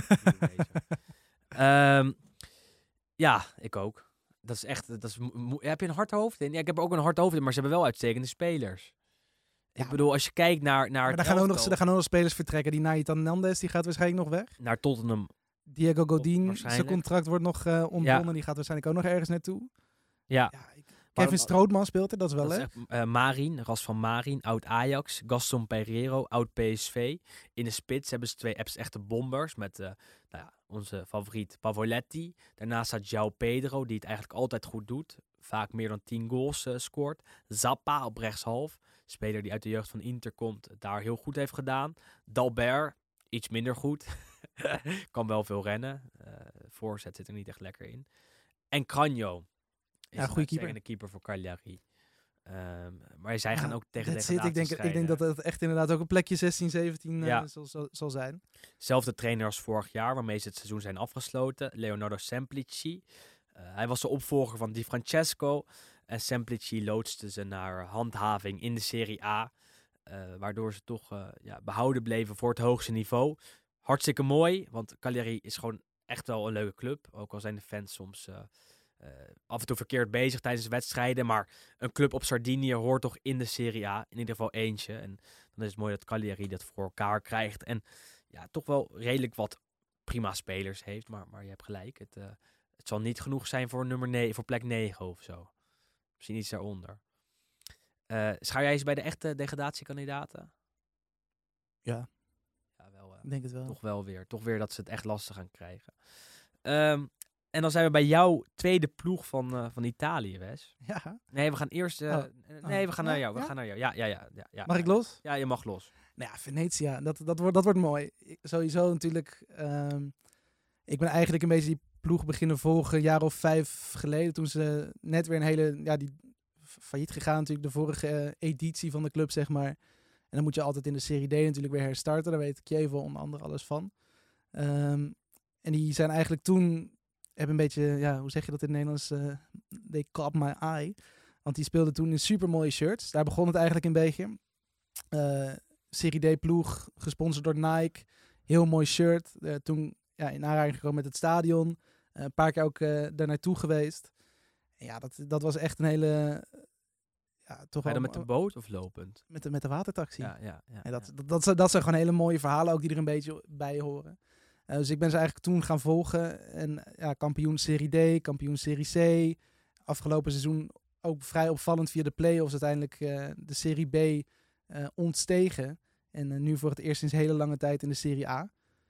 Ja, ik ook. Dat is echt. Heb je een hard hoofd in? Ja, ik heb er ook een hard hoofd in, maar ze hebben wel uitstekende spelers. Ja. Ik bedoel, als je kijkt naar maar daar gaan ook nog spelers vertrekken. Die Nathan Nandes, die gaat waarschijnlijk nog weg. Naar Tottenham. Diego Godin, zijn contract wordt nog ontbonden. Ja. Die gaat waarschijnlijk ook nog ergens naartoe. Ja. Kevin Strootman speelt er, dat is wel leuk. Ras van Marin, oud Ajax. Gaston Pereiro, oud PSV. In de spits hebben ze 2 echte bombers met onze favoriet Pavoletti. Daarnaast staat João Pedro, die het eigenlijk altijd goed doet. Vaak meer dan 10 goals scoort. Zappa op rechtshalf. Speler die uit de jeugd van Inter komt, daar heel goed heeft gedaan. Dalbert, iets minder goed. Kan wel veel rennen. Voorzet zit er niet echt lekker in. En Cranjo. Ja, goede keeper. De keeper voor Cagliari. Maar zij gaan ook tegen degradatie ik denk dat het echt inderdaad ook een plekje 16, 17 zal zijn. Zelfde trainer als vorig jaar, waarmee ze het seizoen zijn afgesloten. Leonardo Semplici. Hij was de opvolger van Di Francesco. En Semplici loodste ze naar handhaving in de Serie A. Waardoor ze toch behouden bleven voor het hoogste niveau. Hartstikke mooi, want Cagliari is gewoon echt wel een leuke club. Ook al zijn de fans soms af en toe verkeerd bezig tijdens wedstrijden. Maar een club op Sardinië hoort toch in de Serie A. In ieder geval eentje. En dan is het mooi dat Cagliari dat voor elkaar krijgt. En ja, toch wel redelijk wat prima spelers heeft. Maar je hebt gelijk. Het zal niet genoeg zijn voor nummer 9, voor plek 9 of zo. Misschien iets daaronder. Schaar jij eens bij de echte degradatiekandidaten? Ja. Ja, wel. Ik denk het wel. Toch weer dat ze het echt lastig gaan krijgen. En dan zijn we bij jouw tweede ploeg van Italië, Wes. Ja. Nee, we gaan eerst... we gaan naar jou. We gaan naar jou. Ja. Mag ik los? Ja, je mag los. Nou ja, Venetia. Dat wordt mooi. Sowieso natuurlijk... ik ben eigenlijk een beetje die ploeg beginnen volgen een jaar of 5 geleden. Toen ze net weer een hele... Ja, die failliet gegaan natuurlijk. De vorige editie van de club, zeg maar. En dan moet je altijd in de Serie D natuurlijk weer herstarten. Daar weet Chievo onder andere alles van. En die zijn eigenlijk toen hebben een beetje, hoe zeg je dat in het Nederlands? They caught my eye. Want die speelde toen in supermooie shirts. Daar begon het eigenlijk een beetje. Serie D ploeg, gesponsord door Nike. Heel mooi shirt. Toen in aanraking gekomen met het stadion. Een paar keer ook daar naartoe geweest. En ja, dat was echt een hele... toch Ga je dan met de boot of lopend? Met de watertaxi. Ja. Dat zijn gewoon hele mooie verhalen ook die er een beetje bij horen. Dus ik ben ze eigenlijk toen gaan volgen. En kampioen Serie D, kampioen Serie C. Afgelopen seizoen ook vrij opvallend via de play-offs uiteindelijk de Serie B ontstegen. En nu voor het eerst sinds hele lange tijd in de Serie A.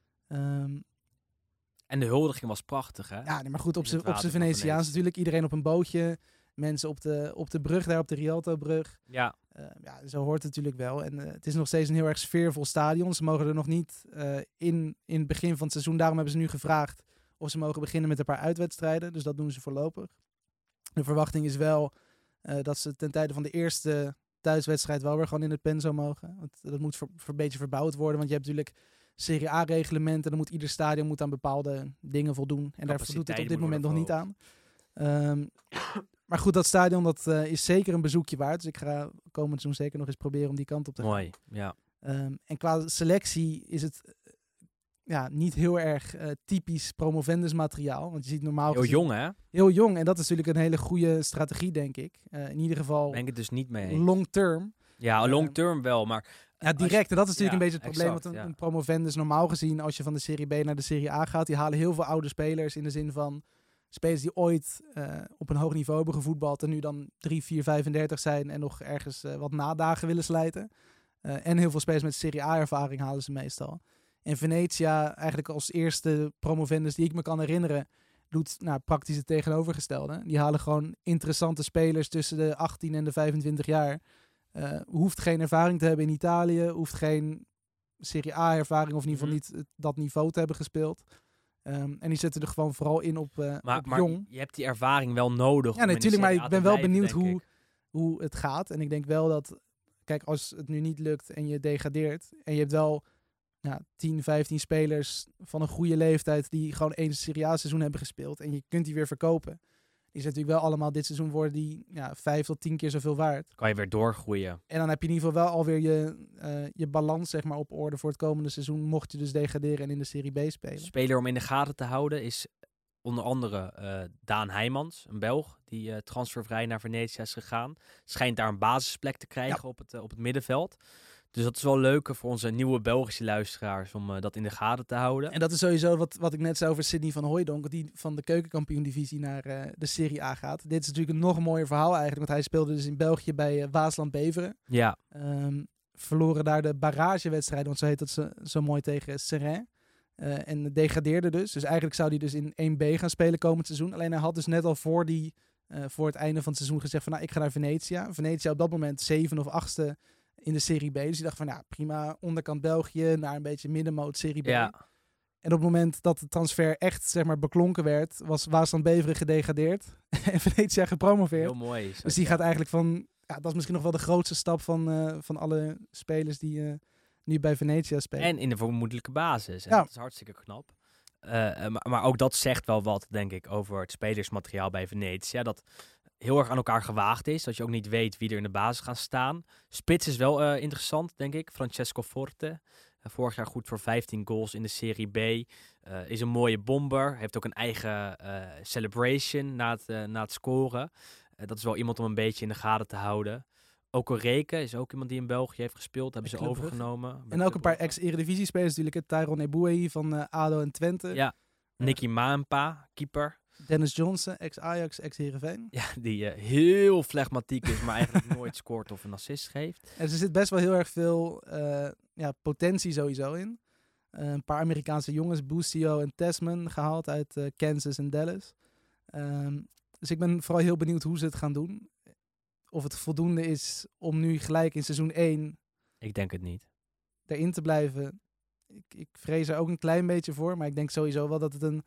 En de huldiging was prachtig, hè? Ja, nee, maar goed, op zijn Venetiaans natuurlijk. Iedereen op een bootje. Mensen op de brug daar, op de Rialto-brug. Ja. Zo hoort het natuurlijk wel. En het is nog steeds een heel erg sfeervol stadion. Ze mogen er nog niet in het begin van het seizoen. Daarom hebben ze nu gevraagd of ze mogen beginnen met een paar uitwedstrijden. Dus dat doen ze voorlopig. De verwachting is wel dat ze ten tijde van de eerste thuiswedstrijd wel weer gewoon in het Penzo mogen. Want dat moet een beetje verbouwd worden. Want je hebt natuurlijk Serie A-reglementen. Dan moet ieder stadion aan bepaalde dingen voldoen. En daar voldoet het op dit moment nog niet aan. Maar goed, dat stadion dat is zeker een bezoekje waard. Dus ik ga komend seizoen zeker nog eens proberen om die kant op te gaan. Mooi, ja. En qua selectie is het niet heel erg typisch promovendus materiaal. Want je ziet normaal heel jong, hè? Heel jong. En dat is natuurlijk een hele goede strategie, denk ik. In ieder geval... Ben ik het dus niet mee eens. Long term. Ja, long term wel, maar... Ja, direct. En dat is natuurlijk een beetje het probleem. Exact, want een promovendus normaal gezien, als je van de Serie B naar de Serie A gaat, die halen heel veel oude spelers in de zin van spelers die ooit op een hoog niveau hebben gevoetbald en nu dan 3, 4, 35 zijn en nog ergens wat nadagen willen slijten. En heel veel spelers met Serie A-ervaring halen ze meestal. En Venetia, eigenlijk als eerste promovendus die ik me kan herinneren, doet praktisch het tegenovergestelde. Die halen gewoon interessante spelers tussen de 18 en de 25 jaar. Hoeft geen ervaring te hebben in Italië, hoeft geen Serie A-ervaring of in ieder geval niet dat niveau te hebben gespeeld. En die zetten er gewoon vooral in op jong. Je hebt die ervaring wel nodig. Ja, natuurlijk, maar ik ben wel benieuwd hoe het gaat. En ik denk wel dat, kijk, als het nu niet lukt en je degradeert en je hebt wel 10, 15 spelers van een goede leeftijd die gewoon 1 Serie A-seizoen hebben gespeeld en je kunt die weer verkopen. Die zijn natuurlijk wel allemaal dit seizoen worden die 5 tot 10 keer zoveel waard. Kan je weer doorgroeien. En dan heb je in ieder geval wel alweer je balans zeg maar op orde voor het komende seizoen, mocht je dus degraderen en in de Serie B spelen. Speler om in de gaten te houden is onder andere Daan Heijmans, een Belg, die transfervrij naar Venetia is gegaan. Schijnt daar een basisplek te krijgen op het middenveld. Dus dat is wel leuk voor onze nieuwe Belgische luisteraars om dat in de gaten te houden. En dat is sowieso wat ik net zei over Sidney van Hooijdonk, die van de keukenkampioen-divisie naar de Serie A gaat. Dit is natuurlijk een nog mooier verhaal eigenlijk, want hij speelde dus in België bij Waasland-Beveren. Ja. Verloren daar de barragewedstrijd, want zo heet dat zo mooi tegen Serrain. En degradeerde dus. Dus eigenlijk zou hij dus in 1B gaan spelen komend seizoen. Alleen hij had dus net al voor het einde van het seizoen gezegd van ik ga naar Venetia. Venetia op dat moment 7e of 8e in de Serie B. Dus die dacht van prima, onderkant België naar een beetje middenmoot Serie B. Ja. En op het moment dat de transfer echt zeg maar beklonken werd, was Waasland-Beveren gedegradeerd en Venetia gepromoveerd. Heel mooi. Dus die gaat eigenlijk van, dat is misschien nog wel de grootste stap van alle spelers die nu bij Venetia spelen. En in de vermoedelijke basis. En ja. Dat is hartstikke knap. Maar ook dat zegt wel wat, denk ik, over het spelersmateriaal bij Venetia. Dat heel erg aan elkaar gewaagd is. Dat je ook niet weet wie er in de basis gaan staan. Spits is wel interessant, denk ik. Francesco Forte. Vorig jaar goed voor 15 goals in de Serie B. Is een mooie bomber. Heeft ook een eigen celebration na het scoren. Dat is wel iemand om een beetje in de gaten te houden. Okereke is ook iemand die in België heeft gespeeld. Hebben ze overgenomen. En ook een paar ex-Eredivisie-spelers natuurlijk. Tyron Eboué van ADO en Twente. Ja, Nicky Maampa, keeper. Dennis Johnson, ex-Ajax, ex-Heerenveen. Ja, die heel flegmatiek is, maar eigenlijk nooit scoort of een assist geeft. En er zit best wel heel erg veel potentie sowieso in. Een paar Amerikaanse jongens, Busio en Tasman, gehaald uit Kansas en Dallas. Dus ik ben vooral heel benieuwd hoe ze het gaan doen. Of het voldoende is om nu gelijk in seizoen 1... Ik denk het niet. ...erin te blijven. Ik vrees er ook een klein beetje voor, maar ik denk sowieso wel dat het een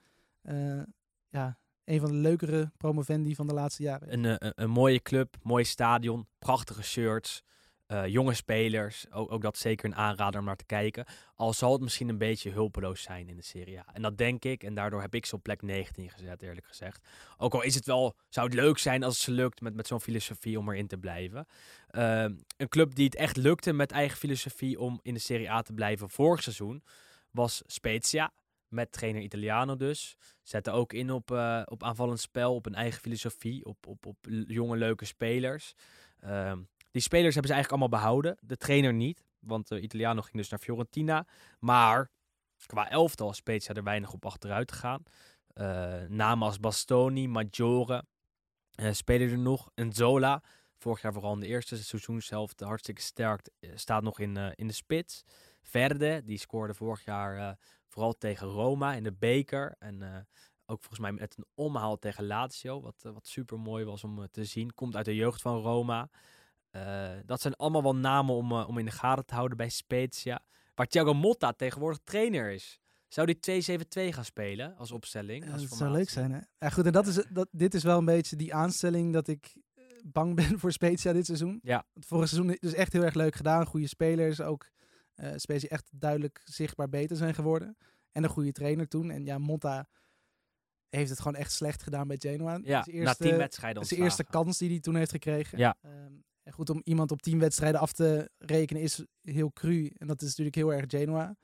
van de leukere promovendi van de laatste jaren is. Een mooie club, mooi stadion, prachtige shirts. Jonge spelers, ook dat zeker een aanrader om naar te kijken. Al zal het misschien een beetje hulpeloos zijn in de Serie A. En dat denk ik, en daardoor heb ik ze op plek 19 gezet, eerlijk gezegd. Ook al is het wel, zou het leuk zijn als het ze lukt met zo'n filosofie om erin te blijven. Een club die het echt lukte met eigen filosofie om in de Serie A te blijven vorig seizoen, was Spezia. Met trainer Italiano dus. Zetten ook in op aanvallend spel, op een eigen filosofie, op jonge leuke spelers. Die spelers hebben ze eigenlijk allemaal behouden. De trainer niet, want Italiano ging dus naar Fiorentina. Maar qua elftal is Spezia er weinig op achteruit gegaan. Namen als Bastoni, Maggiore spelen er nog. Nzola, vorig jaar vooral in de eerste seizoenshelft hartstikke sterk, staat nog in de spits. Verde, die scoorde vorig jaar vooral tegen Roma in de beker. En ook volgens mij met een omhaal tegen Lazio, wat super mooi was om te zien. Komt uit de jeugd van Roma. Dat zijn allemaal wel namen om in de gaten te houden bij Spezia. Waar Thiago Motta tegenwoordig trainer is. Zou die 2-7-2 gaan spelen als opstelling? Als dat zou leuk zijn, hè? Ja, goed, en dit is wel een beetje die aanstelling dat ik bang ben voor Spezia dit seizoen. Ja. Het vorige seizoen is echt heel erg leuk gedaan. Goede spelers, ook Spezia echt duidelijk zichtbaar beter zijn geworden. En een goede trainer toen. En ja, Motta heeft het gewoon echt slecht gedaan bij Genoa. Ja, na 10 wedstrijden Dat is de eerste kans die hij toen heeft gekregen. Ja. En goed, om iemand op 10 wedstrijden af te rekenen is heel cru. En dat is natuurlijk heel erg Genoa.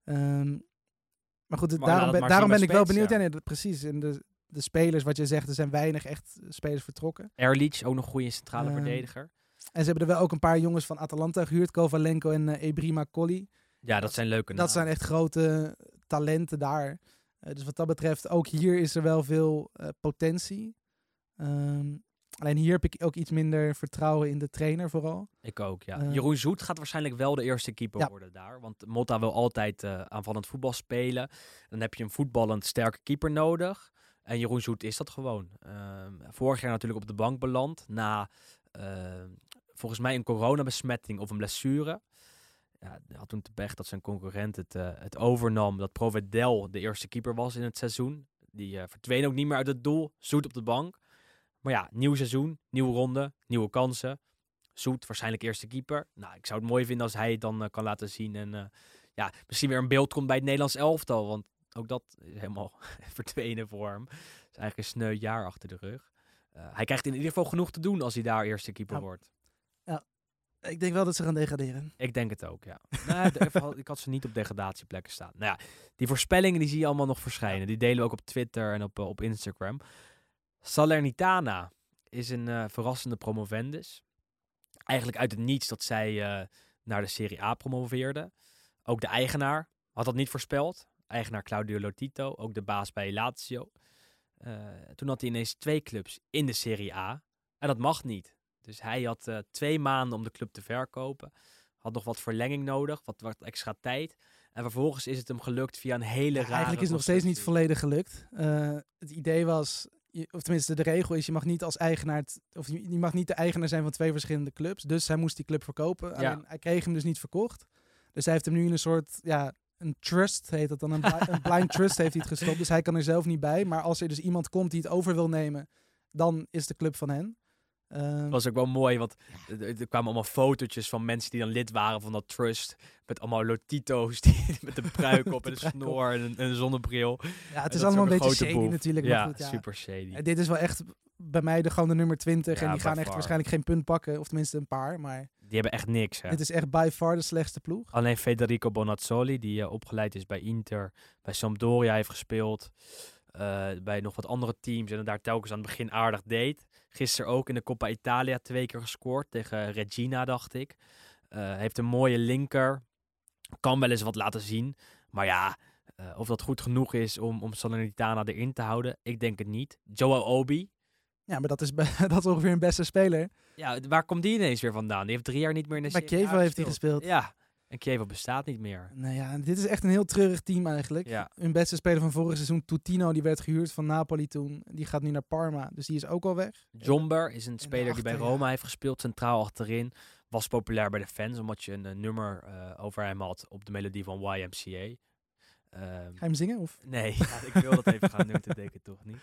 Maar goed, daarom ben ik wel benieuwd. Ja, nee, precies. En de spelers, wat je zegt, er zijn weinig echt spelers vertrokken. Erlich, ook nog een goede centrale verdediger. En ze hebben er wel ook een paar jongens van Atalanta gehuurd. Kovalenko en Ebrima Colli. Ja, dat zijn leuke namen. Dat zijn echt grote talenten daar. Dus wat dat betreft, ook hier is er wel veel potentie. Alleen hier heb ik ook iets minder vertrouwen in de trainer vooral. Ik ook, ja. Jeroen Zoet gaat waarschijnlijk wel de eerste keeper worden daar. Want Motta wil altijd aanvallend voetbal spelen. Dan heb je een voetballend sterke keeper nodig. En Jeroen Zoet is dat gewoon. Vorig jaar natuurlijk op de bank beland. Na volgens mij een coronabesmetting of een blessure. Ja, hij had toen te pech dat zijn concurrent het overnam. Dat Provedel de eerste keeper was in het seizoen. Die verdween ook niet meer uit het doel. Zoet op de bank. Maar ja, nieuw seizoen, nieuwe ronde, nieuwe kansen. Zoet, waarschijnlijk eerste keeper. Nou, ik zou het mooi vinden als hij het dan kan laten zien. En misschien weer een beeld komt bij het Nederlands elftal. Want ook dat is helemaal verdwenen voor hem. Het is eigenlijk een sneu jaar achter de rug. Hij krijgt in ieder geval genoeg te doen als hij daar eerste keeper wordt. Ja, ik denk wel dat ze gaan degraderen. Ik denk het ook, ja. Ik had ze niet op degradatieplekken staan. Nou ja, die voorspellingen die zie je allemaal nog verschijnen. Die delen we ook op Twitter en op Instagram. Salernitana is een verrassende promovendus. Eigenlijk uit het niets dat zij naar de Serie A promoveerde. Ook de eigenaar had dat niet voorspeld. Eigenaar Claudio Lotito, ook de baas bij Lazio. Toen had hij ineens 2 clubs in de Serie A. En dat mag niet. Dus hij had 2 maanden om de club te verkopen. Had nog wat verlenging nodig, wat extra tijd. En vervolgens is het hem gelukt via een hele rare... Eigenlijk is het nog steeds niet volledig gelukt. Het idee was... Of tenminste, de regel is, je mag niet als eigenaar... je mag niet de eigenaar zijn van 2 verschillende clubs. Dus hij moest die club verkopen. Alleen, hij kreeg hem dus niet verkocht. Dus hij heeft hem nu in een soort... een trust heet dat dan. Een blind trust heeft hij het gestopt. Dus hij kan er zelf niet bij. Maar als er dus iemand komt die het over wil nemen... dan is de club van hen. Dat was ook wel mooi, want er kwamen allemaal fotootjes van mensen die dan lid waren van dat trust. Met allemaal Lotito's met een pruik op en een snor en een zonnebril. Ja, het is allemaal een beetje shady natuurlijk. Ja, maar goed, super shady. En dit is wel echt bij mij gewoon de nummer 20. En die gaan echt waarschijnlijk geen punt pakken. Of tenminste een paar, maar... Die hebben echt niks, hè. Dit is echt by far de slechtste ploeg. Alleen Federico Bonazzoli, die opgeleid is bij Inter, bij Sampdoria heeft gespeeld. Bij nog wat andere teams en daar telkens aan het begin aardig deed. Gisteren ook in de Coppa Italia 2 keer gescoord. Tegen Regina, dacht ik. Heeft een mooie linker. Kan wel eens wat laten zien. Maar ja, of dat goed genoeg is om Salernitana erin te houden, ik denk het niet. Joao Obi. Ja, maar dat is ongeveer een beste speler. Ja, waar komt die ineens weer vandaan? Die heeft 3 jaar niet meer in de Serie A Chievo heeft hij gespeeld. Ja, en Chievo bestaat niet meer. Nou ja, dit is echt een heel treurig team eigenlijk. Ja. Hun beste speler van vorig seizoen, Tutino, die werd gehuurd van Napoli toen. Die gaat nu naar Parma, dus die is ook al weg. Jomber is een speler die bij Roma heeft gespeeld, centraal achterin. Was populair bij de fans, omdat je een nummer over hem had op de melodie van YMCA. Ga je hem zingen? Of? Nee, ik wil dat even gaan doen, dat denk ik toch niet.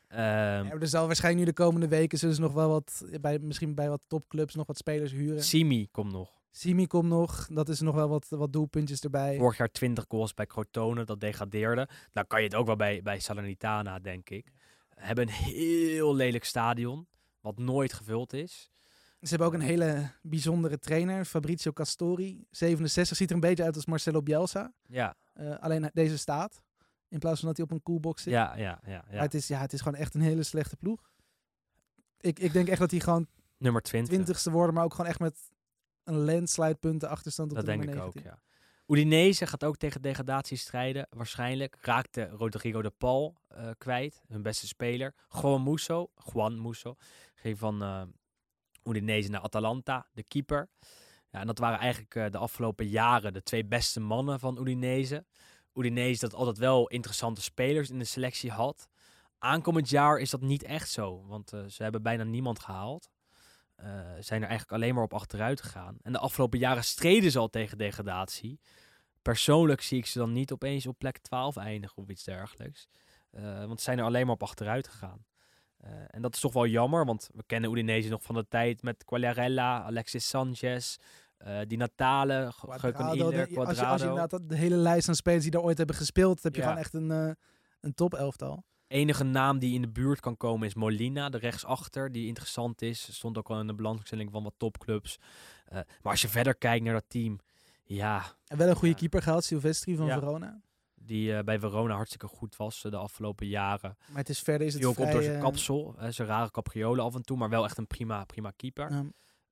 Ja, er zal waarschijnlijk nu de komende weken zullen ze nog wel wat, misschien bij wat topclubs nog wat spelers huren. Simi komt nog. Simi komt nog, dat is nog wel wat doelpuntjes erbij. Vorig jaar 20 goals bij Crotone, dat degradeerde. Nou kan je het ook wel bij Salernitana, denk ik. Hebben een heel lelijk stadion, wat nooit gevuld is. Ze hebben ook een hele bijzondere trainer, Fabrizio Castori. 67, ziet er een beetje uit als Marcelo Bielsa. Ja. Alleen deze staat, in plaats van dat hij op een coolbox zit. Ja. Maar het is gewoon echt een hele slechte ploeg. Ik denk echt dat hij gewoon Nummer 20. 20ste worden, maar ook gewoon echt met een landslide punten achterstand op Dat de denk nummer ik ook, 19. ja. Udinese gaat ook tegen degradatie strijden, waarschijnlijk. Raakte Rodrigo de Paul kwijt, hun beste speler. Juan Musso, ging van Udinese naar Atalanta, de keeper. Ja, en dat waren eigenlijk de afgelopen jaren de 2 beste mannen van Udinese. Udinese dat altijd wel interessante spelers in de selectie had. Aankomend jaar is dat niet echt zo, want ze hebben bijna niemand gehaald. Zijn er eigenlijk alleen maar op achteruit gegaan. En de afgelopen jaren streden ze al tegen degradatie. Persoonlijk zie ik ze dan niet opeens op plek 12 eindigen of iets dergelijks. Want ze zijn er alleen maar op achteruit gegaan. En dat is toch wel jammer, want we kennen Udinese nog van de tijd met Quagliarella, Alexis Sanchez, Di Natale, Quadrado. Als je inderdaad de hele lijst aan spelers die daar ooit hebben gespeeld, heb je gewoon echt een top elftal. Enige naam die in de buurt kan komen is Molina, de rechtsachter, die interessant is. Stond ook al in de belangstelling van wat topclubs. Maar als je verder kijkt naar dat team, ja. En wel een goede keeper gehaald, Silvestri van Verona. Die bij Verona hartstikke goed was de afgelopen jaren. Maar het is verder is het die ook vrij, op door zijn kapsel, zijn rare capriolen af en toe, maar wel echt een prima keeper.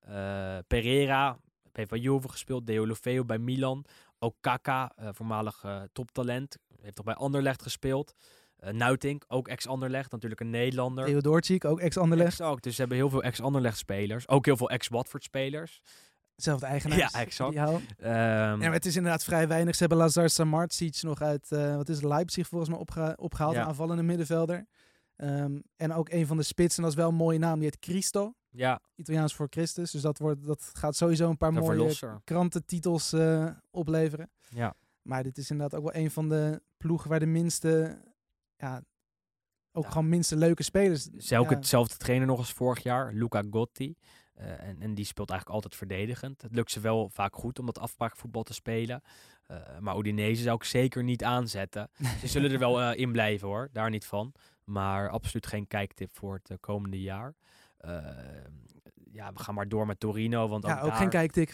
Pereira heeft bij Juve gespeeld, Deulofeu bij Milan. Ook Kaka, voormalig toptalent, heeft toch bij Anderlecht gespeeld. Nuitink, ook ex-Anderlecht, natuurlijk een Nederlander. Theodorczyk, ook ex-Anderlecht. Ook, dus ze hebben heel veel ex-Anderlecht-spelers. Ook heel veel ex-Watford-spelers. Zelfde eigenaars. Ja, exact. Maar het is inderdaad vrij weinig. Ze hebben Lazar Samardzic nog uit Leipzig volgens mij opgehaald. Een aanvallende middenvelder. En ook een van de spitsen, dat is wel een mooie naam, die heet Cristo. Ja. Italiaans voor Christus. Dus dat gaat sowieso een paar mooie krantentitels opleveren. Ja. Maar dit is inderdaad ook wel een van de ploegen waar de minste... gewoon minste leuke spelers. Hetzelfde trainer nog als vorig jaar, Luca Gotti. En die speelt eigenlijk altijd verdedigend. Het lukt ze wel vaak goed om dat afspraakvoetbal te spelen. Maar Udinese zou ik zeker niet aanzetten. Ze zullen er wel in blijven hoor, daar niet van. Maar absoluut geen kijktip voor het komende jaar. We gaan maar door met Torino. Want ook geen kijktip.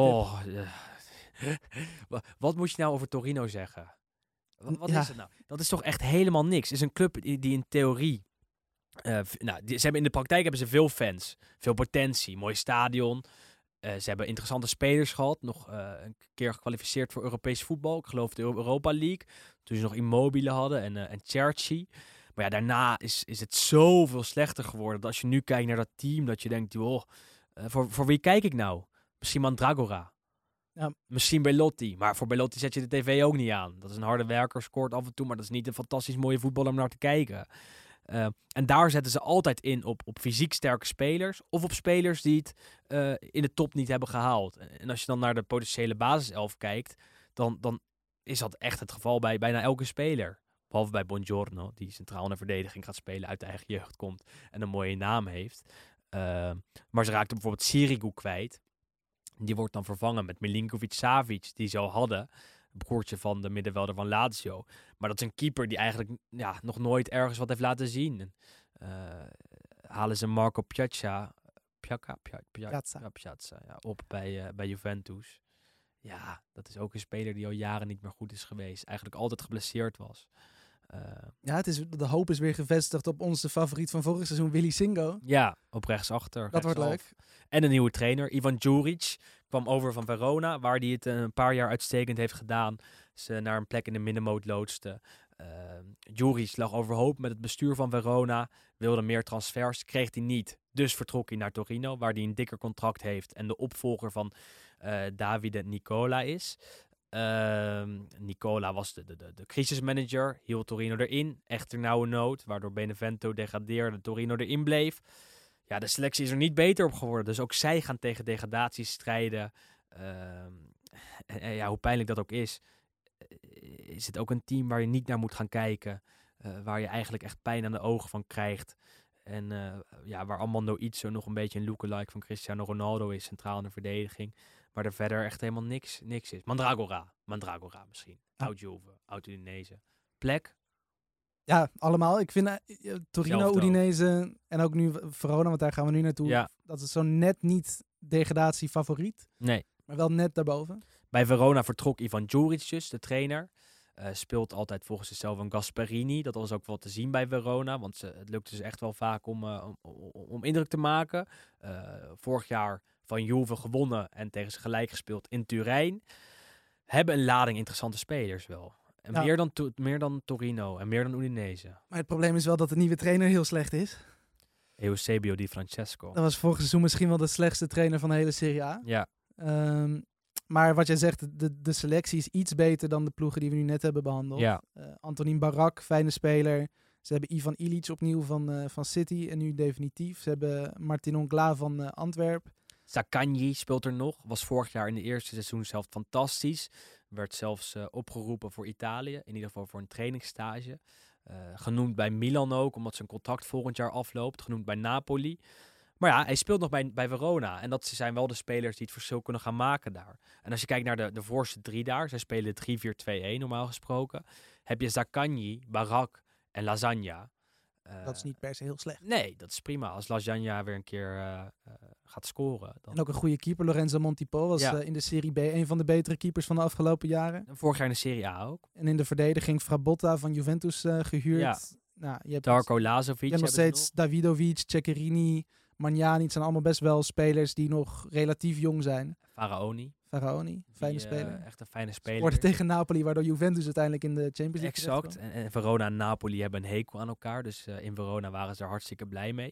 Wat moet je nou over Torino zeggen? Wat is het nou? Dat is toch echt helemaal niks. Het is een club die in theorie... in de praktijk hebben ze veel fans. Veel potentie. Mooi stadion. Ze hebben interessante spelers gehad. Nog een keer gekwalificeerd voor Europees voetbal. Ik geloof de Europa League. Toen ze nog Immobile hadden en Cherchi. Maar ja, daarna is het zoveel slechter geworden. Dat als je nu kijkt naar dat team, dat je denkt... joh, voor wie kijk ik nou? Misschien Mandragora. Ja. Misschien Belotti. Maar voor Belotti zet je de tv ook niet aan. Dat is een harde werker, scoort af en toe. Maar dat is niet een fantastisch mooie voetballer om naar te kijken. En daar zetten ze altijd in op fysiek sterke spelers. Of op spelers die het in de top niet hebben gehaald. En als je dan naar de potentiële basiself kijkt... dan is dat echt het geval bij bijna elke speler. Behalve bij Buongiorno, die centraal in de verdediging gaat spelen, uit de eigen jeugd komt en een mooie naam heeft. Maar ze raakten bijvoorbeeld Sirigu kwijt. Die wordt dan vervangen met Milinkovic-Savic, die ze al hadden. Broertje van de middenvelder van Lazio. Maar dat is een keeper die eigenlijk nog nooit ergens wat heeft laten zien. Halen ze Marco Piazza op bij Juventus. Ja, dat is ook een speler die al jaren niet meer goed is geweest. Eigenlijk altijd geblesseerd was. De hoop is weer gevestigd op onze favoriet van vorig seizoen, Willy Singo. Ja, op rechtsachter. Dat wordt leuk. En een nieuwe trainer, Ivan Djuric, kwam over van Verona, waar hij het een paar jaar uitstekend heeft gedaan. Ze naar een plek in de middenmoot loodste. Djuric lag overhoop met het bestuur van Verona, wilde meer transfers, kreeg hij niet. Dus vertrok hij naar Torino, waar hij een dikker contract heeft en de opvolger van Davide Nicola is. Nicola was de crisismanager, hield Torino erin, echter nauwe nood, waardoor Benevento degradeerde, Torino erin bleef. Ja, de selectie is er niet beter op geworden, dus ook zij gaan tegen degradatie strijden. Hoe pijnlijk dat ook is het ook een team waar je niet naar moet gaan kijken. waar je eigenlijk echt pijn aan de ogen van krijgt. En waar Armando Izzo nog een beetje een lookalike van Cristiano Ronaldo is, centraal in de verdediging. Maar er verder echt helemaal niks is. Mandragora misschien. Oud-Juve, oud-Udinese. Plek? Ja, allemaal. Ik vind Torino, Zelfde Udinese en ook nu Verona, want daar gaan we nu naartoe. Ja. Dat is zo net niet degradatiefavoriet, Nee. maar wel net daarboven. Bij Verona vertrok Ivan Djuric dus, de trainer. Speelt altijd volgens zichzelf een Gasperini. Dat was ook wel te zien bij Verona. Want het lukte dus echt wel vaak om indruk te maken. Vorig jaar van Juve gewonnen en tegen ze gelijk gespeeld in Turijn. Hebben een lading interessante spelers wel. En meer dan Torino en meer dan Udinese. Maar het probleem is wel dat de nieuwe trainer heel slecht is. Eusebio Di Francesco. Dat was vorig seizoen misschien wel de slechtste trainer van de hele Serie A. Ja. Maar wat jij zegt, de selectie is iets beter dan de ploegen die we nu net hebben behandeld. Ja. Antonin Barak, fijne speler. Ze hebben Ivan Ilic opnieuw van City en nu definitief. Ze hebben Martin Ongla van Antwerp. Zaccagni speelt er nog. Was vorig jaar in de eerste seizoen zelf fantastisch. Werd zelfs opgeroepen voor Italië. In ieder geval voor een trainingsstage. Genoemd bij Milan ook, omdat zijn contract volgend jaar afloopt. Genoemd bij Napoli. Maar ja, hij speelt nog bij Verona. En dat zijn wel de spelers die het verschil kunnen gaan maken daar. En als je kijkt naar de voorste drie daar. Zij spelen 3-4-2-1 normaal gesproken. Heb je Zaccagni, Barak en Lasagna. Dat is niet per se heel slecht. Nee, dat is prima. Als Lasagna weer een keer gaat scoren. Dan... En ook een goede keeper. Lorenzo Montipò was in de Serie B een van de betere keepers van de afgelopen jaren. Vorig jaar in de Serie A ook. En in de verdediging Frabotta van Juventus gehuurd. Ja. Nou, je hebt Darko Lazovic. Je hebt nog steeds Davidovic, Ceccherini, Magnani. Het zijn allemaal best wel spelers die nog relatief jong zijn. Faraoni, fijne speler. Echt een fijne speler. Worden tegen Napoli, waardoor Juventus uiteindelijk in de Champions League exact. En Verona en Napoli hebben een hekel aan elkaar. Dus in Verona waren ze er hartstikke blij mee.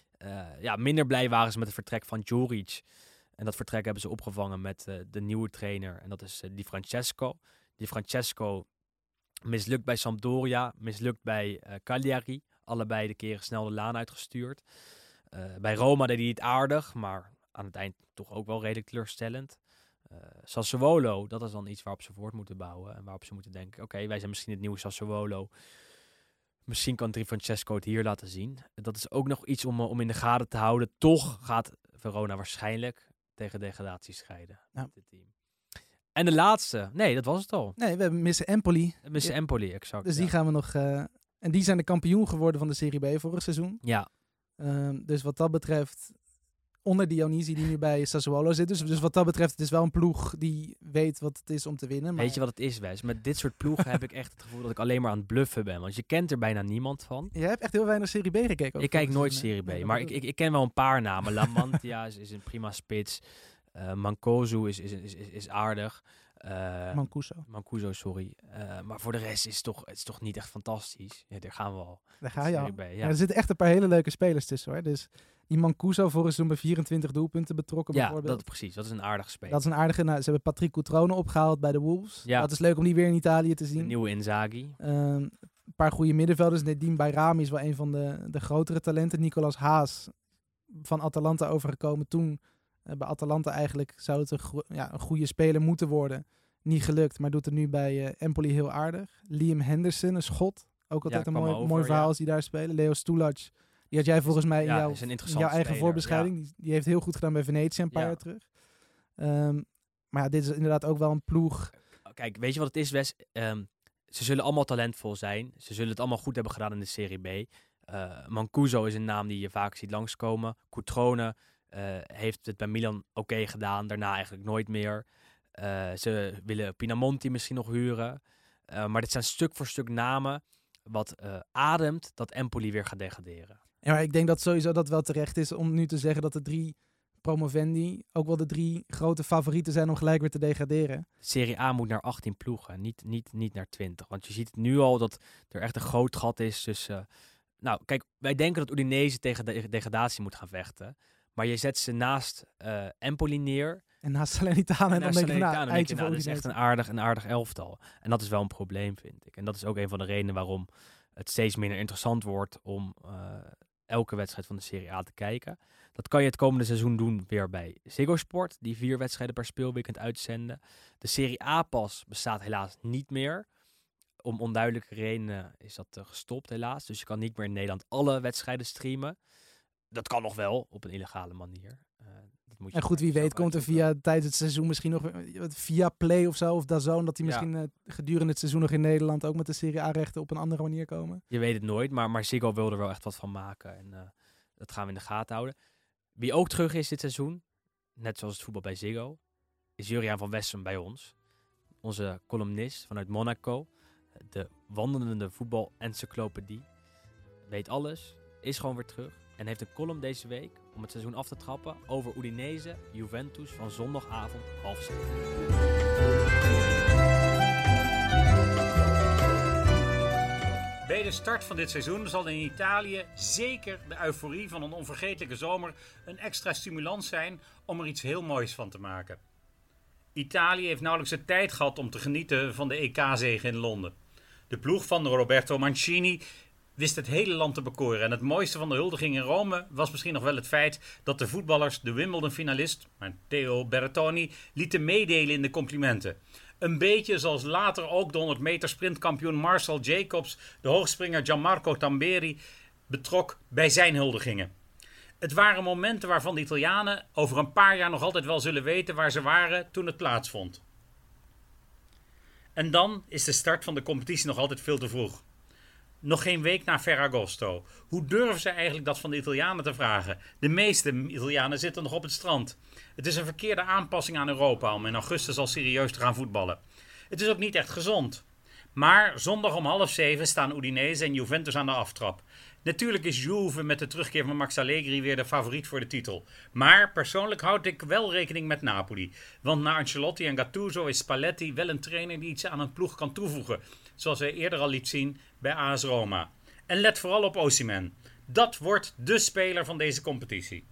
Minder blij waren ze met het vertrek van Djuric. En dat vertrek hebben ze opgevangen met de nieuwe trainer. En dat is Di Francesco. Di Francesco mislukt bij Sampdoria, mislukt bij Cagliari. Allebei de keren snel de laan uitgestuurd. Bij Roma deed hij het aardig, maar aan het eind toch ook wel redelijk teleurstellend. Sassuolo, dat is dan iets waarop ze voort moeten bouwen. En waarop ze moeten denken, oké, wij zijn misschien het nieuwe Sassuolo. Misschien kan Di Francesco het hier laten zien. Dat is ook nog iets om in de gaten te houden. Toch gaat Verona waarschijnlijk tegen degradatie strijden. Ja. Dit team. En de laatste, nee, dat was het al. Nee, we hebben missen Empoli. Empoli, exact. Dus die gaan we nog... en die zijn de kampioen geworden van de Serie B vorig seizoen. Ja. Dus wat dat betreft... Onder Dionisi die nu bij Sassuolo zit. Dus wat dat betreft, het is wel een ploeg die weet wat het is om te winnen. Maar... Weet je wat het is, Wes? Met dit soort ploegen heb ik echt het gevoel dat ik alleen maar aan het bluffen ben. Want je kent er bijna niemand van. Je hebt echt heel weinig Serie B gekeken. Ik kijk nooit Serie B. Maar ik ken wel een paar namen. Lamantia is een prima spits. Mancuso is aardig. Mancuso, sorry. Maar voor de rest is het toch niet echt fantastisch. Ja, daar gaan we al. Daar ga je al. Ja. Er zitten echt een paar hele leuke spelers tussen, hoor. Dus die Mancuso vorig seizoen bij 24 doelpunten betrokken bijvoorbeeld. Precies. Dat is een aardige speler. Dat is een aardige. Nou, ze hebben Patrick Cutrone opgehaald bij de Wolves. Ja. Dat is leuk om die weer in Italië te zien. De nieuwe Inzaghi. Een paar goede middenvelders. Nedim Bayrami is wel een van de grotere talenten. Nicolas Haas van Atalanta overgekomen toen. Bij Atalanta eigenlijk zou het een goede speler moeten worden. Niet gelukt, maar doet het nu bij Empoli heel aardig. Liam Henderson, een Schot. Ook altijd een mooi verhaal als die daar spelen. Leo Stulac, die had jij volgens mij in jouw eigen voorbeschrijving. Ja. Die heeft heel goed gedaan bij Venetië een paar jaar terug. Maar ja, dit is inderdaad ook wel een ploeg. Kijk, weet je wat het is, Wes? Ze zullen allemaal talentvol zijn. Ze zullen het allemaal goed hebben gedaan in de Serie B. Mancuso is een naam die je vaak ziet langskomen. Cutrone heeft het bij Milan oké gedaan. Daarna eigenlijk nooit meer. Ze willen Pinamonti misschien nog huren. Maar dit zijn stuk voor stuk namen wat ademt dat Empoli weer gaat degraderen. Ja, maar ik denk dat sowieso dat wel terecht is om nu te zeggen dat de 3 promovendi ook wel de 3 grote favorieten zijn om gelijk weer te degraderen. Serie A moet naar 18 ploegen, niet naar 20. Want je ziet nu al dat er echt een groot gat is tussen... kijk, wij denken dat Udinese tegen de degradatie moet gaan vechten. Maar je zet ze naast Empoli neer... En naast Salernitana en dan denk je, dat is echt een aardig elftal. En dat is wel een probleem, vind ik. En dat is ook een van de redenen waarom het steeds minder interessant wordt om elke wedstrijd van de Serie A te kijken. Dat kan je het komende seizoen doen weer bij Ziggo Sport, die 4 wedstrijden per speelweekend uitzenden. De Serie A pas bestaat helaas niet meer. Om onduidelijke redenen is dat gestopt helaas. Dus je kan niet meer in Nederland alle wedstrijden streamen. Dat kan nog wel, op een illegale manier. Dat moet je En goed, wie weet komt er tijdens het seizoen misschien nog via Play of zo, of DAZN, dat die misschien gedurende het seizoen nog in Nederland ook met de Serie A-rechten op een andere manier komen. Je weet het nooit, maar Ziggo wil er wel echt wat van maken. En dat gaan we in de gaten houden. Wie ook terug is dit seizoen, net zoals het voetbal bij Ziggo, is Juriaan van Wessem bij ons. Onze columnist vanuit Monaco. De wandelende voetbal-encyclopedie. Weet alles, is gewoon weer terug. En heeft een column deze week om het seizoen af te trappen over Udinese Juventus van zondagavond 6:30. Bij de start van dit seizoen zal in Italië zeker de euforie van een onvergetelijke zomer een extra stimulans zijn om er iets heel moois van te maken. Italië heeft nauwelijks de tijd gehad om te genieten van de EK-zege in Londen. De ploeg van Roberto Mancini wist het hele land te bekoren. En het mooiste van de huldiging in Rome was misschien nog wel het feit dat de voetballers de Wimbledon-finalist, Matteo Berrettini, lieten meedelen in de complimenten. Een beetje zoals later ook de 100 meter sprintkampioen Marcel Jacobs de hoogspringer Gianmarco Tamberi betrok bij zijn huldigingen. Het waren momenten waarvan de Italianen over een paar jaar nog altijd wel zullen weten waar ze waren toen het plaatsvond. En dan is de start van de competitie nog altijd veel te vroeg. Nog geen week na Ferragosto. Hoe durven ze eigenlijk dat van de Italianen te vragen? De meeste Italianen zitten nog op het strand. Het is een verkeerde aanpassing aan Europa om in augustus al serieus te gaan voetballen. Het is ook niet echt gezond. Maar zondag om 6:30 staan Udinese en Juventus aan de aftrap. Natuurlijk is Juve met de terugkeer van Max Allegri weer de favoriet voor de titel. Maar persoonlijk houd ik wel rekening met Napoli. Want na Ancelotti en Gattuso is Spalletti wel een trainer die iets aan een ploeg kan toevoegen. Zoals hij eerder al liet zien bij AS Roma. En let vooral op Osimhen. Dat wordt dé speler van deze competitie.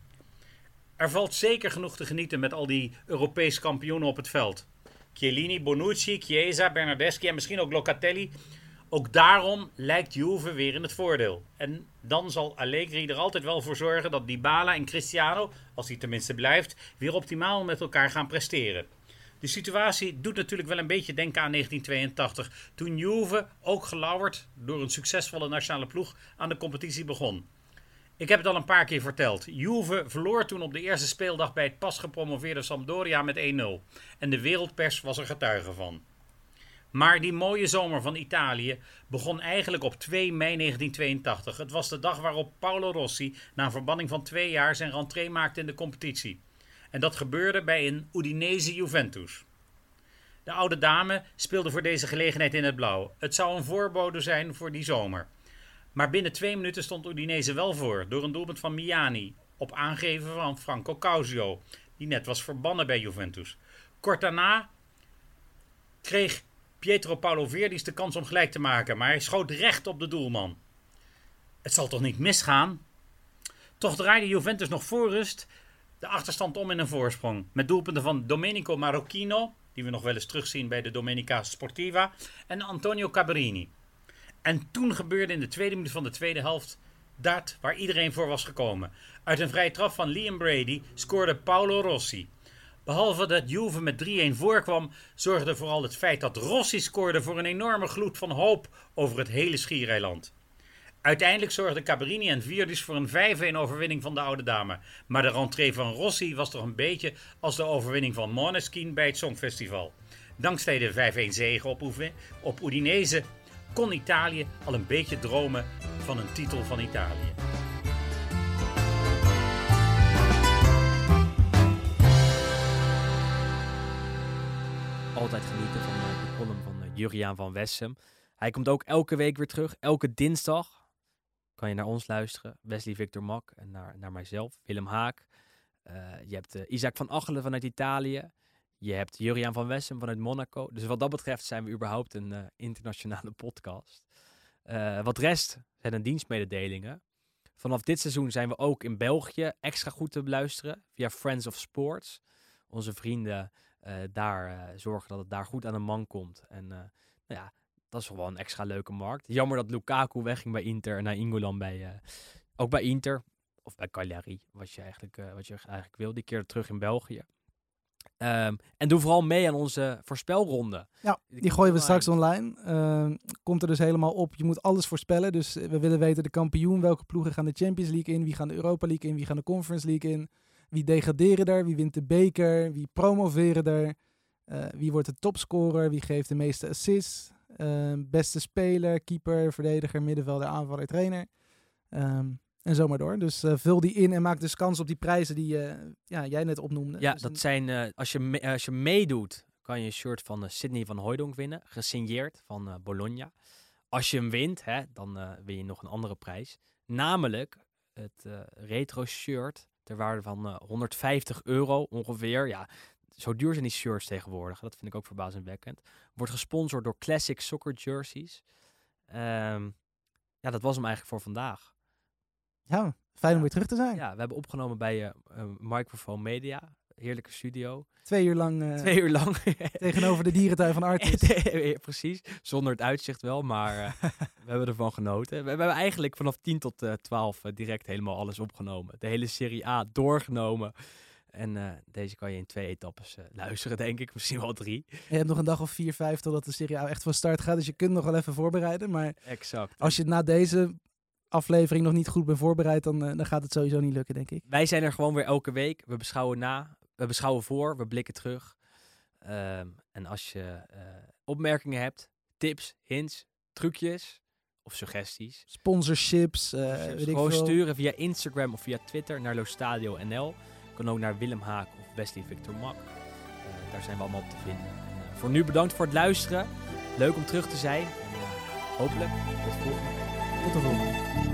Er valt zeker genoeg te genieten met al die Europese kampioenen op het veld. Chiellini, Bonucci, Chiesa, Bernardeschi en misschien ook Locatelli. Ook daarom lijkt Juve weer in het voordeel. En dan zal Allegri er altijd wel voor zorgen dat Dybala en Cristiano, als hij tenminste blijft, weer optimaal met elkaar gaan presteren. De situatie doet natuurlijk wel een beetje denken aan 1982, toen Juve, ook gelauwerd door een succesvolle nationale ploeg, aan de competitie begon. Ik heb het al een paar keer verteld. Juve verloor toen op de eerste speeldag bij het pas gepromoveerde Sampdoria met 1-0. En de wereldpers was er getuige van. Maar die mooie zomer van Italië begon eigenlijk op 2 mei 1982. Het was de dag waarop Paolo Rossi na een verbanning van 2 jaar zijn rentree maakte in de competitie. En dat gebeurde bij een Udinese Juventus. De oude dame speelde voor deze gelegenheid in het blauw. Het zou een voorbode zijn voor die zomer. Maar binnen 2 minuten stond Udinese wel voor door een doelpunt van Miani op aangeven van Franco Causio, die net was verbannen bij Juventus. Kort daarna kreeg Pietro Paolo Verdis de kans om gelijk te maken, maar hij schoot recht op de doelman. Het zal toch niet misgaan? Toch draaide Juventus nog voor rust de achterstand om in een voorsprong. Met doelpunten van Domenico Marocchino, die we nog wel eens terugzien bij de Domenica Sportiva, en Antonio Cabrini. En toen gebeurde in de 2e minuut van de tweede helft dat waar iedereen voor was gekomen. Uit een vrije trap van Liam Brady scoorde Paolo Rossi. Behalve dat Juve met 3-1 voorkwam, zorgde vooral het feit dat Rossi scoorde voor een enorme gloed van hoop over het hele schiereiland. Uiteindelijk zorgden Cabrini en Verdis voor een 5-1 overwinning van de oude dame. Maar de rentree van Rossi was toch een beetje als de overwinning van Måneskin bij het Songfestival. Dankzij de 5-1 zege op Udinese kon Italië al een beetje dromen van een titel van Italië. Altijd genieten van de column van Juriaan van Wessem. Hij komt ook elke week weer terug. Elke dinsdag kan je naar ons luisteren. Wesley Victor Mak en naar mijzelf, Willem Haak. Je hebt Isaac van Achelen vanuit Italië. Je hebt Juriaan van Wessem vanuit Monaco. Dus wat dat betreft zijn we überhaupt een internationale podcast. Wat rest zijn een dienstmededelingen. Vanaf dit seizoen zijn we ook in België extra goed te beluisteren via Friends of Sports. Onze vrienden daar zorgen dat het daar goed aan de man komt. En dat is toch wel een extra leuke markt. Jammer dat Lukaku wegging bij Inter en naar Ingolan ook bij Inter. Of bij Cagliari, wat je eigenlijk wil. Die keerde terug in België. En doe vooral mee aan onze voorspelronde. Ja, die gooien we straks online. Komt er dus helemaal op. Je moet alles voorspellen. Dus we willen weten de kampioen. Welke ploegen gaan de Champions League in? Wie gaan de Europa League in? Wie gaan de Conference League in? Wie degraderen er? Wie wint de beker? Wie promoveren er? Wie wordt de topscorer? Wie geeft de meeste assists? Beste speler, keeper, verdediger, middenvelder, aanvaller, trainer. En zo maar door. Dus vul die in en maak dus kans op die prijzen die jij net opnoemde. Ja, dus dat zijn... Als je meedoet, kan je een shirt van Sidney van Hooijdonk winnen. Gesigneerd van Bologna. Als je hem wint, dan win je nog een andere prijs. Namelijk het retro shirt ter waarde van €150 ongeveer. Ja, zo duur zijn die shirts tegenwoordig. Dat vind ik ook verbazingwekkend. Wordt gesponsord door Classic Soccer Jerseys. Dat was hem eigenlijk voor vandaag. Ja, fijn om weer terug te zijn. Ja, we hebben opgenomen bij Microphone Media. Heerlijke studio. 2 uur lang. 2 uur lang. Tegenover de dierentuin van Artis. Precies, zonder het uitzicht wel, maar we hebben ervan genoten. We hebben eigenlijk vanaf 10 tot 12 direct helemaal alles opgenomen. De hele Serie A doorgenomen. En deze kan je in 2 etappes luisteren, denk ik. Misschien wel 3. Je hebt nog een dag of 4, 5 totdat de Serie A echt van start gaat. Dus je kunt nog wel even voorbereiden. Maar exact. Als je na deze aflevering nog niet goed bent voorbereid, dan gaat het sowieso niet lukken, denk ik. Wij zijn er gewoon weer elke week. We beschouwen voor, we blikken terug. En als je opmerkingen hebt, tips, hints, trucjes of suggesties. Sponsorships. Gewoon sturen via Instagram of via Twitter naar Lostadio NL. Kan ook naar Willem Haak of Wesley Victor Mak. Daar zijn we allemaal op te vinden. En, voor nu bedankt voor het luisteren. Leuk om terug te zijn. En hopelijk tot volgende. Tot de volgende.